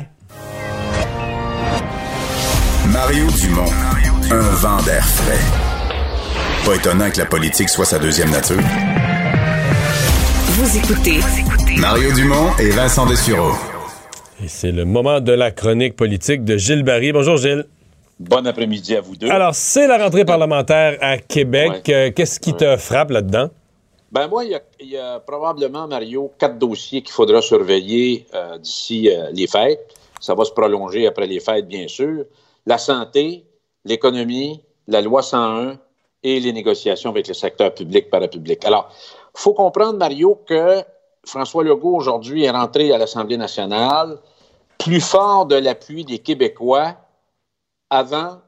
Mario Dumont. Un vent d'air frais. Pas étonnant que la politique soit sa deuxième nature. Vous écoutez Mario Dumont et Vincent Dessureau. Et c'est le moment de la chronique politique de Gilles Barry. Bonjour, Gilles. Bon après-midi à vous deux. Alors, c'est la rentrée parlementaire à Québec. Ouais. Qu'est-ce qui te frappe là-dedans? Ben moi, il y a probablement, Mario, 4 dossiers qu'il faudra surveiller d'ici les fêtes. Ça va se prolonger après les fêtes, bien sûr. La santé, l'économie, la loi 101 et les négociations avec le secteur public-parapublic. Alors, il faut comprendre, Mario, que François Legault, aujourd'hui, est rentré à l'Assemblée nationale plus fort de l'appui des Québécois avant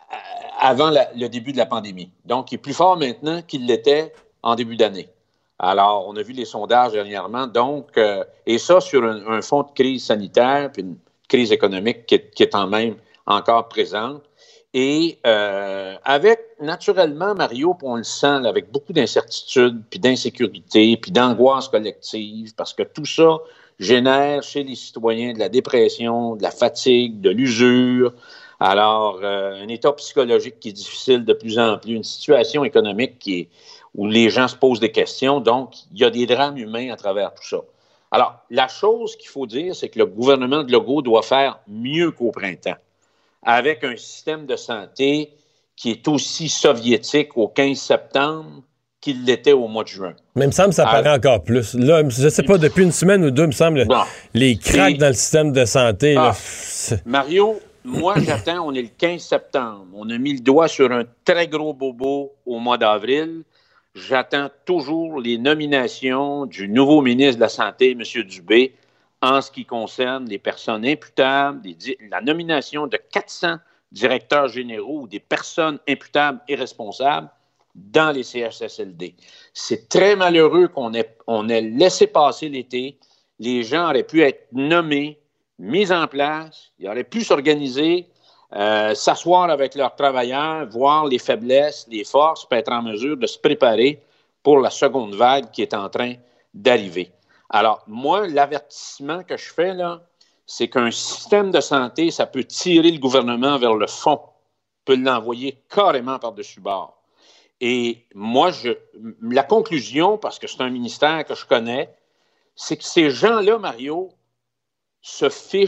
le début de la pandémie. Donc, il est plus fort maintenant qu'il l'était en début d'année. Alors, on a vu les sondages dernièrement, donc, et ça sur un fond de crise sanitaire, puis une crise économique qui est en même encore présente. Et avec, naturellement, Mario, on le sent, là, avec beaucoup d'incertitudes, puis d'insécurité, puis d'angoisse collective, parce que tout ça génère chez les citoyens de la dépression, de la fatigue, de l'usure. Alors, un état psychologique qui est difficile de plus en plus, une situation économique où les gens se posent des questions. Donc, il y a des drames humains à travers tout ça. Alors, la chose qu'il faut dire, c'est que le gouvernement de Legault doit faire mieux qu'au printemps, avec un système de santé qui est aussi soviétique au 15 septembre qu'il l'était au mois de juin. Mais il me semble que ça paraît encore plus. Là, je ne sais pas, depuis une semaine ou deux, il me semble, les cracks dans le système de santé. Là, Mario, moi, j'attends, on est le 15 septembre. On a mis le doigt sur un très gros bobo au mois d'avril. J'attends toujours les nominations du nouveau ministre de la Santé, M. Dubé, en ce qui concerne les personnes imputables, la nomination de 400 directeurs généraux ou des personnes imputables et responsables dans les CHSLD. C'est très malheureux qu'on ait laissé passer l'été. Les gens auraient pu être nommés, mis en place, ils auraient pu s'organiser, s'asseoir avec leurs travailleurs, voir les faiblesses, les forces, puis être en mesure de se préparer pour la seconde vague qui est en train d'arriver. Alors, moi, l'avertissement que je fais, là, c'est qu'un système de santé, ça peut tirer le gouvernement vers le fond, peut l'envoyer carrément par-dessus bord. Et moi, la conclusion, parce que c'est un ministère que je connais, c'est que ces gens-là, Mario, se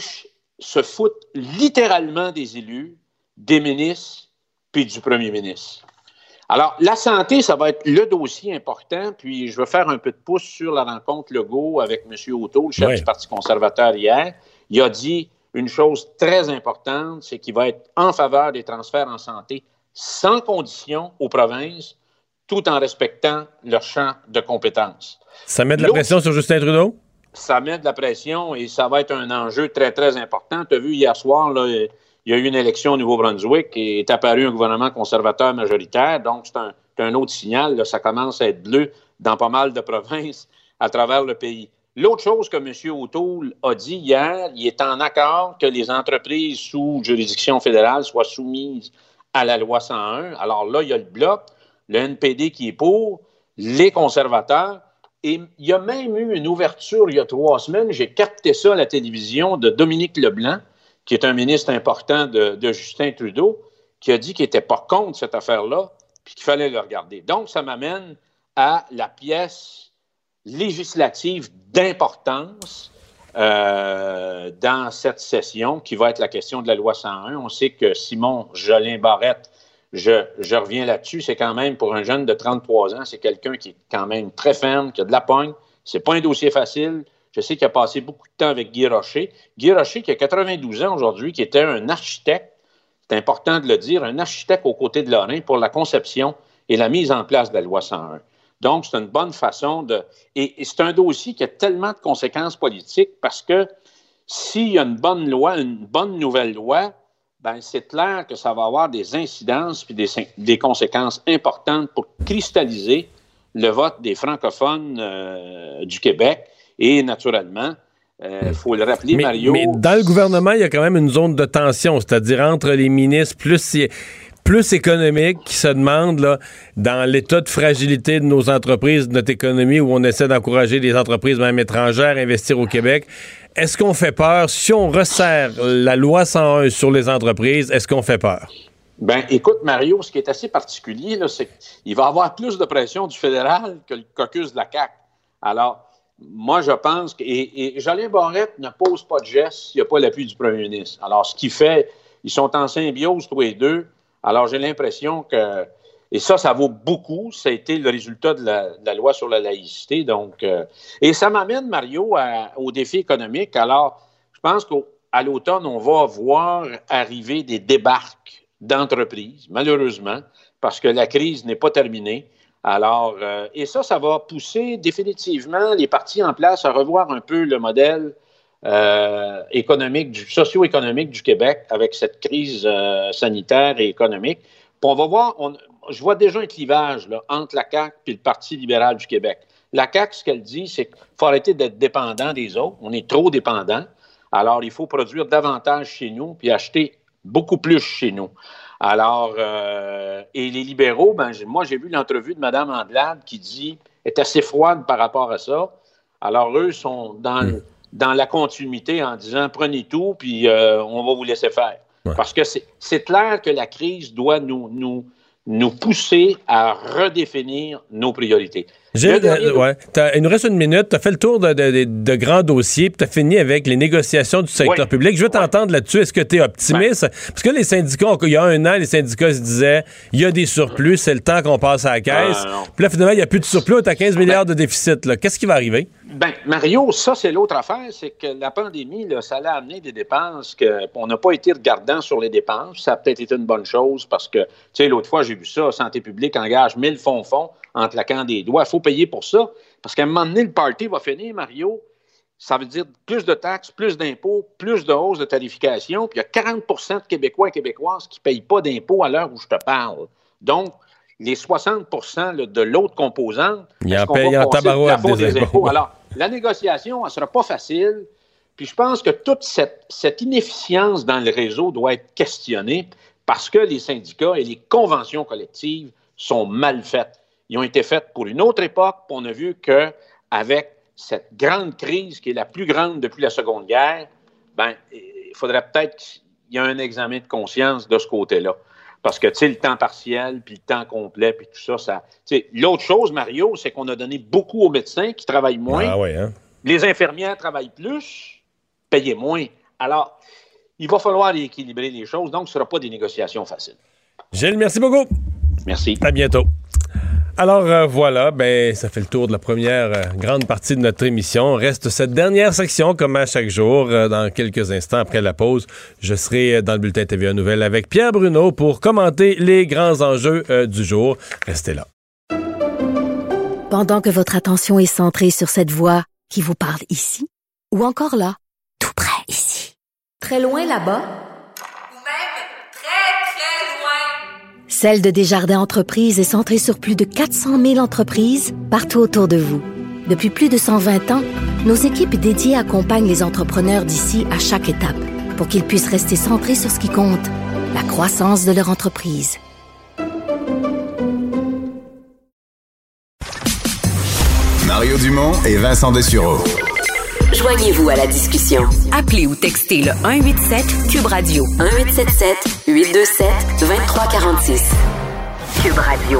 foutent littéralement des élus, des ministres, puis du premier ministre. Alors, la santé, ça va être le dossier important, puis je vais faire un peu de pouce sur la rencontre Legault avec M. O'Toole, le chef du Parti conservateur hier. Il a dit une chose très importante, c'est qu'il va être en faveur des transferts en santé sans condition aux provinces, tout en respectant leur champ de compétences. Ça met de la pression sur Justin Trudeau? Ça met de la pression et ça va être un enjeu très, très important. Tu as vu hier soir, là, il y a eu une élection au Nouveau-Brunswick et est apparu un gouvernement conservateur majoritaire. Donc, c'est un autre signal. Là, ça commence à être bleu dans pas mal de provinces à travers le pays. L'autre chose que M. O'Toole a dit hier, il est en accord que les entreprises sous juridiction fédérale soient soumises à la loi 101. Alors là, il y a le Bloc, le NPD qui est pour, les conservateurs. Et il y a même eu une ouverture il y a 3 semaines, j'ai capté ça à la télévision, de Dominique Leblanc, qui est un ministre important de Justin Trudeau, qui a dit qu'il n'était pas contre cette affaire-là, puis qu'il fallait le regarder. Donc, ça m'amène à la pièce législative d'importance dans cette session, qui va être la question de la loi 101. On sait que Simon Jolin-Barrette, je reviens là-dessus, c'est quand même, pour un jeune de 33 ans, c'est quelqu'un qui est quand même très ferme, qui a de la pogne. C'est pas un dossier facile. Je sais qu'il a passé beaucoup de temps avec Guy Rocher. Guy Rocher, qui a 92 ans aujourd'hui, qui était un architecte, c'est important de le dire, un architecte aux côtés de Lorrain pour la conception et la mise en place de la loi 101. Donc, c'est une bonne façon de... Et c'est un dossier qui a tellement de conséquences politiques parce que s'il y a une bonne loi, une bonne nouvelle loi, ben c'est clair que ça va avoir des incidences puis des conséquences importantes pour cristalliser le vote des francophones du Québec. Et naturellement, il faut le rappeler, Mario... Mais dans le gouvernement, il y a quand même une zone de tension, c'est-à-dire entre les ministres plus économiques qui se demandent, là, dans l'état de fragilité de nos entreprises, de notre économie, où on essaie d'encourager les entreprises, même étrangères, à investir au Québec. Est-ce qu'on fait peur? Si on resserre la loi 101 sur les entreprises, est-ce qu'on fait peur? Ben, écoute, Mario, ce qui est assez particulier, là, c'est qu'il va y avoir plus de pression du fédéral que le caucus de la CAQ. Alors, moi, je pense que... Et Jolin Barrette ne pose pas de geste s'il n'y a pas l'appui du premier ministre. Alors, ce qui fait... Ils sont en symbiose, tous les deux. Alors, j'ai l'impression que... Et ça vaut beaucoup. Ça a été le résultat de la loi sur la laïcité. Donc, et ça m'amène, Mario, au défi économique. Alors, je pense qu'à l'automne, on va voir arriver des débarques d'entreprises, malheureusement, parce que la crise n'est pas terminée. Alors, et ça va pousser définitivement les partis en place à revoir un peu le modèle socio-économique du Québec avec cette crise sanitaire et économique. Puis on va voir, je vois déjà un clivage là, entre la CAQ et le Parti libéral du Québec. La CAQ, ce qu'elle dit, c'est qu'il faut arrêter d'être dépendant des autres. On est trop dépendant. Alors, il faut produire davantage chez nous puis acheter beaucoup plus chez nous. Alors, et les libéraux, moi, j'ai vu l'entrevue de Mme Andelade qui est assez froide par rapport à ça. Alors, eux sont dans la continuité en disant « prenez tout, puis on va vous laisser faire ». Ouais. Parce que c'est clair que la crise doit nous pousser à redéfinir nos priorités. Il nous reste une minute. Tu as fait le tour de grands dossiers, puis tu as fini avec les négociations du secteur public. Je veux t'entendre là-dessus. Est-ce que tu es optimiste? Parce que les syndicats, il y a un an, les syndicats se disaient il y a des surplus, c'est le temps qu'on passe à la caisse. Puis là, finalement, il n'y a plus de surplus, tu as 15 milliards de déficit. Là. Qu'est-ce qui va arriver? Mario, ça, c'est l'autre affaire, c'est que la pandémie, là, ça a amené des dépenses qu'on n'a pas été regardant sur les dépenses. Ça a peut-être été une bonne chose parce que, tu sais, l'autre fois, j'ai vu ça, Santé publique engage 1000 fonds en claquant des doigts. Il faut payer pour ça parce qu'à un moment donné, le party va finir, Mario. Ça veut dire plus de taxes, plus d'impôts, plus de hausse de tarification. Puis il y a 40 de Québécois et Québécoises qui ne payent pas d'impôts à l'heure où je te parle. Donc, les 60 là, de l'autre composante, est-ce qu'on va passer le plafond des impôts? Alors, la négociation, elle ne sera pas facile. Puis je pense que toute cette inefficience dans le réseau doit être questionnée parce que les syndicats et les conventions collectives sont mal faites. Ils ont été faites pour une autre époque. Puis on a vu qu'avec cette grande crise qui est la plus grande depuis la Seconde Guerre, il faudrait peut-être qu'il y ait un examen de conscience de ce côté-là. Parce que, tu sais, le temps partiel, puis le temps complet, puis tout ça, tu sais, l'autre chose, Mario, c'est qu'on a donné beaucoup aux médecins qui travaillent moins. Ah oui, hein? Les infirmières travaillent plus, payent moins. Alors, il va falloir équilibrer les choses, donc ce ne sera pas des négociations faciles. Gilles, merci beaucoup. Merci. À bientôt. Alors voilà, ça fait le tour de la première grande partie de notre émission. Reste cette dernière section, comme à chaque jour. Dans quelques instants, après la pause, je serai dans le bulletin TVA Nouvelles avec Pierre Bruno pour commenter les grands enjeux du jour. Restez là. Pendant que votre attention est centrée sur cette voix qui vous parle ici, ou encore là, tout près ici, très loin là-bas, Celle de Desjardins Entreprises est centrée sur plus de 400 000 entreprises partout autour de vous. Depuis plus de 120 ans, nos équipes dédiées accompagnent les entrepreneurs d'ici à chaque étape pour qu'ils puissent rester centrés sur ce qui compte, la croissance de leur entreprise. Mario Dumont et Vincent Dessureau. Joignez-vous à la discussion. Appelez ou textez le 187 Cube Radio 1877 827 2346. Cube Radio.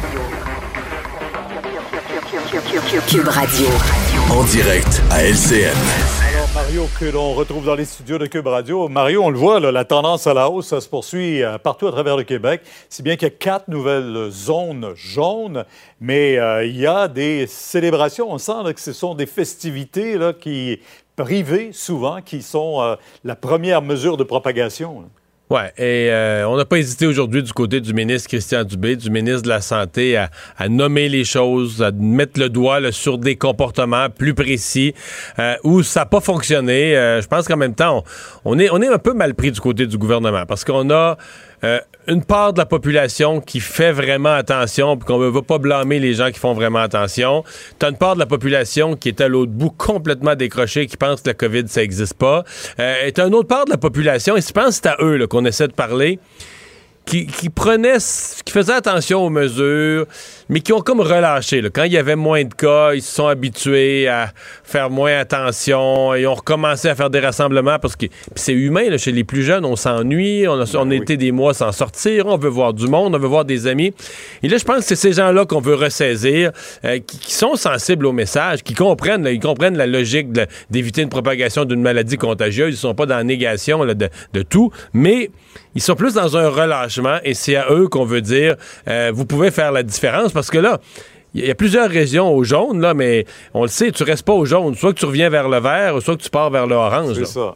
Cube Radio. En direct à LCN. Alors Mario, que l'on retrouve dans les studios de Cube Radio. Mario, on le voit, là, la tendance à la hausse, ça se poursuit partout à travers le Québec. Si bien qu'il y a 4 nouvelles zones jaunes, mais il y a des célébrations. On sent là, que ce sont des festivités là, privées, souvent, qui sont la première mesure de propagation. Là. Oui, et on n'a pas hésité aujourd'hui du côté du ministre Christian Dubé, du ministre de la Santé, à nommer les choses, à mettre le doigt là, sur des comportements plus précis où ça n'a pas fonctionné. Je pense qu'en même temps, on est un peu mal pris du côté du gouvernement parce qu'on a une part de la population qui fait vraiment attention puis qu'on ne veut pas blâmer les gens qui font vraiment attention. T'as une part de la population qui est à l'autre bout complètement décrochée, qui pense que la COVID, ça n'existe pas. Et t'as une autre part de la population, et je pense que c'est à eux là, qu'on essaie de parler, qui faisaient attention aux mesures, mais qui ont comme relâché. Là. Quand il y avait moins de cas, ils se sont habitués à faire moins attention et ont recommencé à faire des rassemblements parce que c'est humain. Là, chez les plus jeunes, on s'ennuie, on a été des mois sans sortir, on veut voir du monde, on veut voir des amis. Et là, je pense que c'est ces gens-là qu'on veut ressaisir, qui sont sensibles au message, qui comprennent, ils comprennent la logique d'éviter une propagation d'une maladie contagieuse. Ils sont pas dans la négation là, de tout, mais ils sont plus dans un relâchement et c'est à eux qu'on veut dire vous pouvez faire la différence parce que là, il y a plusieurs régions au jaune, là, mais on le sait, tu restes pas au jaune. Soit que tu reviens vers le vert, soit que tu pars vers le orange. C'est ça.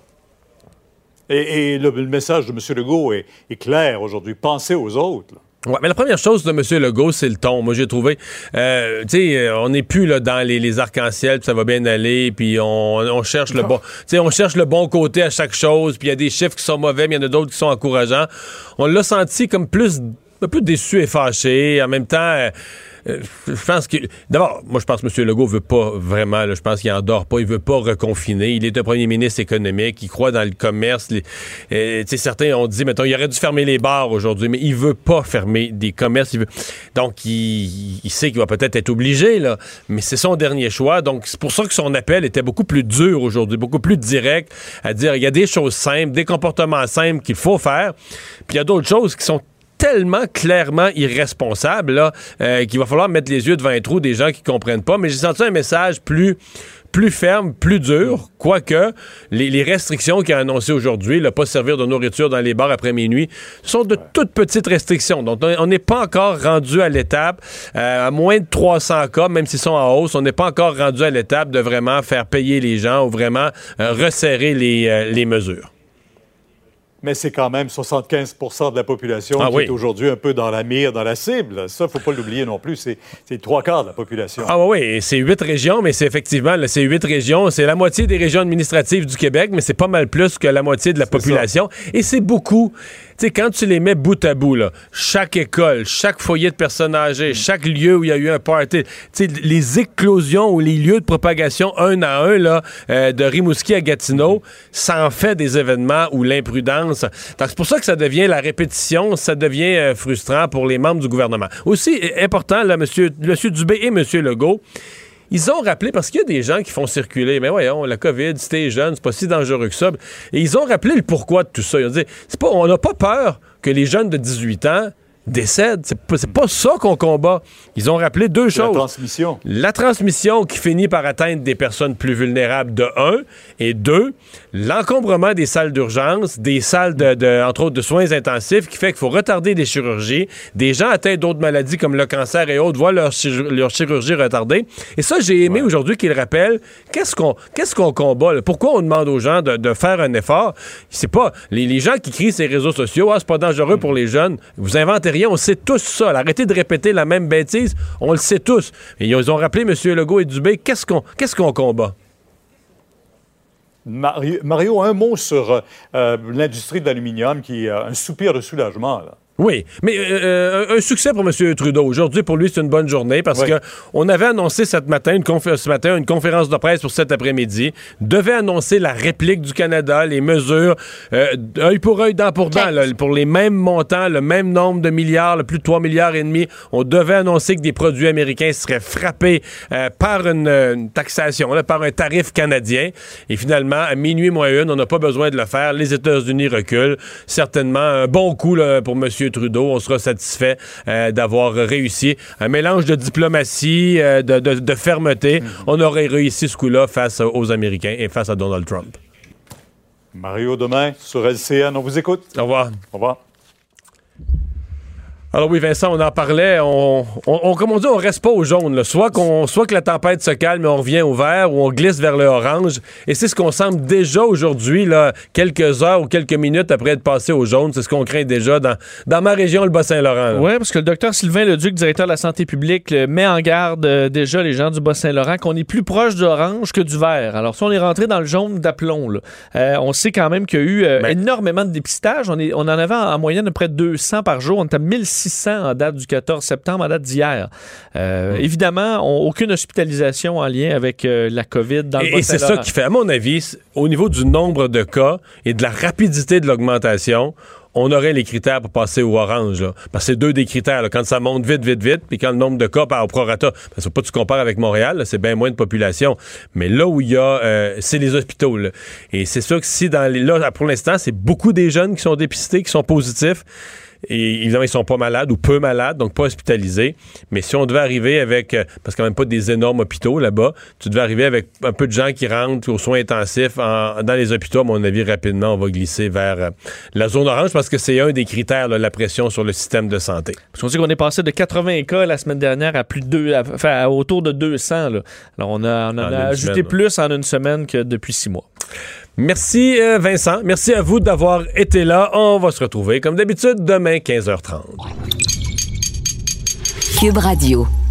Et le message de M. Legault est clair aujourd'hui. Pensez aux autres. Là. Ouais, mais la première chose de M. Legault, c'est le ton. Moi, j'ai trouvé, on n'est plus là dans les arcs-en-ciel, puis ça va bien aller, puis on cherche le bon, on cherche le bon côté à chaque chose, puis il y a des chiffres qui sont mauvais, mais il y en a d'autres qui sont encourageants. On l'a senti comme un peu déçu et fâché. En même temps, je pense que... D'abord, moi, je pense que M. Legault veut pas vraiment, là, je pense qu'il en dort pas, il veut pas reconfiner. Il est un premier ministre économique, il croit dans le commerce. Certains ont dit, mettons, il aurait dû fermer les bars aujourd'hui, mais il veut pas fermer des commerces. Donc, il sait qu'il va peut-être être obligé, là, mais c'est son dernier choix. Donc, c'est pour ça que son appel était beaucoup plus dur aujourd'hui, beaucoup plus direct, à dire, il y a des choses simples, des comportements simples qu'il faut faire, puis il y a d'autres choses qui sont tellement clairement irresponsable là, qu'il va falloir mettre les yeux devant un trou des gens qui comprennent pas. Mais j'ai senti un message plus ferme, plus dur, quoique les restrictions qu'il a annoncées aujourd'hui, ne pas servir de nourriture dans les bars après minuit, sont de toutes petites restrictions. Donc, on n'est pas encore rendu à l'étape, à moins de 300 cas, même s'ils sont en hausse, on n'est pas encore rendu à l'étape de vraiment faire payer les gens ou vraiment resserrer les mesures. Mais c'est quand même 75 de la population qui est aujourd'hui un peu dans la mire, dans la cible. Ça, il ne faut pas l'oublier non plus. C'est 3/4 de la population. Ah oui, c'est 8 régions, mais c'est effectivement, là, c'est 8 régions. C'est la moitié des régions administratives du Québec, mais c'est pas mal plus que la moitié de la population. Ça. Et c'est beaucoup. Tu sais, quand tu les mets bout à bout, là, chaque école, chaque foyer de personnes âgées, chaque lieu où il y a eu un party, tu sais, les éclosions ou les lieux de propagation un à un, là, de Rimouski à Gatineau, ça en fait des événements où l'imprudence. Donc, c'est pour ça que ça devient la répétition, ça devient frustrant pour les membres du gouvernement. Aussi, important, là, M. Dubé et M. Legault, ils ont rappelé, parce qu'il y a des gens qui font circuler, mais voyons, la COVID, si t'es jeune, c'est pas si dangereux que ça. Et ils ont rappelé le pourquoi de tout ça. Ils ont dit, on n'a pas peur que les jeunes de 18 ans décèdent. C'est pas ça qu'on combat. Ils ont rappelé deux choses. La transmission. La transmission qui finit par atteindre des personnes plus vulnérables, de 1, et 2, l'encombrement des salles d'urgence, des salles, entre autres, de soins intensifs, qui fait qu'il faut retarder des chirurgies. Des gens atteints d'autres maladies comme le cancer et autres voient leur chirurgie retardée. Et ça, j'ai aimé aujourd'hui qu'ils rappellent qu'est-ce qu'on combat, là? Pourquoi on demande aux gens de faire un effort? C'est pas les gens qui crient sur les réseaux sociaux, c'est pas dangereux pour les jeunes. Vous inventez rien, on sait tous ça. Arrêtez de répéter la même bêtise, on le sait tous. Et ils ont rappelé M. Legault et Dubé, qu'est-ce qu'on combat? Mario, un mot sur l'industrie de l'aluminium qui a un soupir de soulagement, là. Oui, mais un succès pour M. Trudeau. Aujourd'hui, pour lui, c'est une bonne journée parce que on avait annoncé ce matin une conférence de presse pour cet après-midi. Devait annoncer la réplique du Canada, les mesures œil pour œil, dent pour dent, là, pour les mêmes montants, le même nombre de milliards, plus de 3,5 milliards. On devait annoncer que des produits américains seraient frappés par une taxation, là, par un tarif canadien. Et finalement, à minuit moins une, on n'a pas besoin de le faire. Les États-Unis reculent. Certainement, un bon coup là, pour M. Trudeau. On sera satisfait d'avoir réussi un mélange de diplomatie, de fermeté. On aurait réussi ce coup-là face aux Américains et face à Donald Trump. Mario, demain, sur LCN, on vous écoute. Au revoir. Au revoir. Alors oui, Vincent, on en parlait. Comme on dit, on reste pas au jaune. Là. Soit que la tempête se calme et on revient au vert, ou on glisse vers le orange. Et c'est ce qu'on semble déjà aujourd'hui, là, quelques heures ou quelques minutes après être passé au jaune. C'est ce qu'on craint déjà dans ma région, le Bas-Saint-Laurent. Oui, parce que le docteur Sylvain Leduc, directeur de la santé publique, met en garde déjà les gens du Bas-Saint-Laurent qu'on est plus proche de l'orange que du vert. Alors, si on est rentré dans le jaune d'aplomb, là, on sait quand même qu'il y a eu énormément de dépistage. On en avait en moyenne à près de 200 par jour. On était à 1600 en date du 14 septembre, en date d'hier. Évidemment, aucune hospitalisation en lien avec la COVID dans le Bas-Saint-Laurent. Et c'est ça qui fait, à mon avis, au niveau du nombre de cas et de la rapidité de l'augmentation, on aurait les critères pour passer au orange. Là. Parce que c'est deux des critères. Là. Quand ça monte vite, puis quand le nombre de cas par au prorata, parce que pas tu compares avec Montréal, là, c'est bien moins de population. Mais là où il y a, c'est les hôpitaux. Là. Et c'est sûr que si là, pour l'instant, c'est beaucoup des jeunes qui sont dépistés, qui sont positifs. Et évidemment, ils sont pas malades ou peu malades, donc pas hospitalisés. Mais si on devait arriver avec, parce qu'il n'y a même pas des énormes hôpitaux là-bas, tu devais arriver avec un peu de gens qui rentrent aux soins intensifs dans les hôpitaux, à mon avis, rapidement, on va glisser vers la zone orange parce que c'est un des critères, là, la pression sur le système de santé. Parce qu'on sait qu'on est passé de 80 cas la semaine dernière à autour de 200. Là. Alors, on a ajouté plus en une semaine que depuis 6 mois. Merci Vincent, merci à vous d'avoir été là. On va se retrouver comme d'habitude demain 15h30. Cube Radio.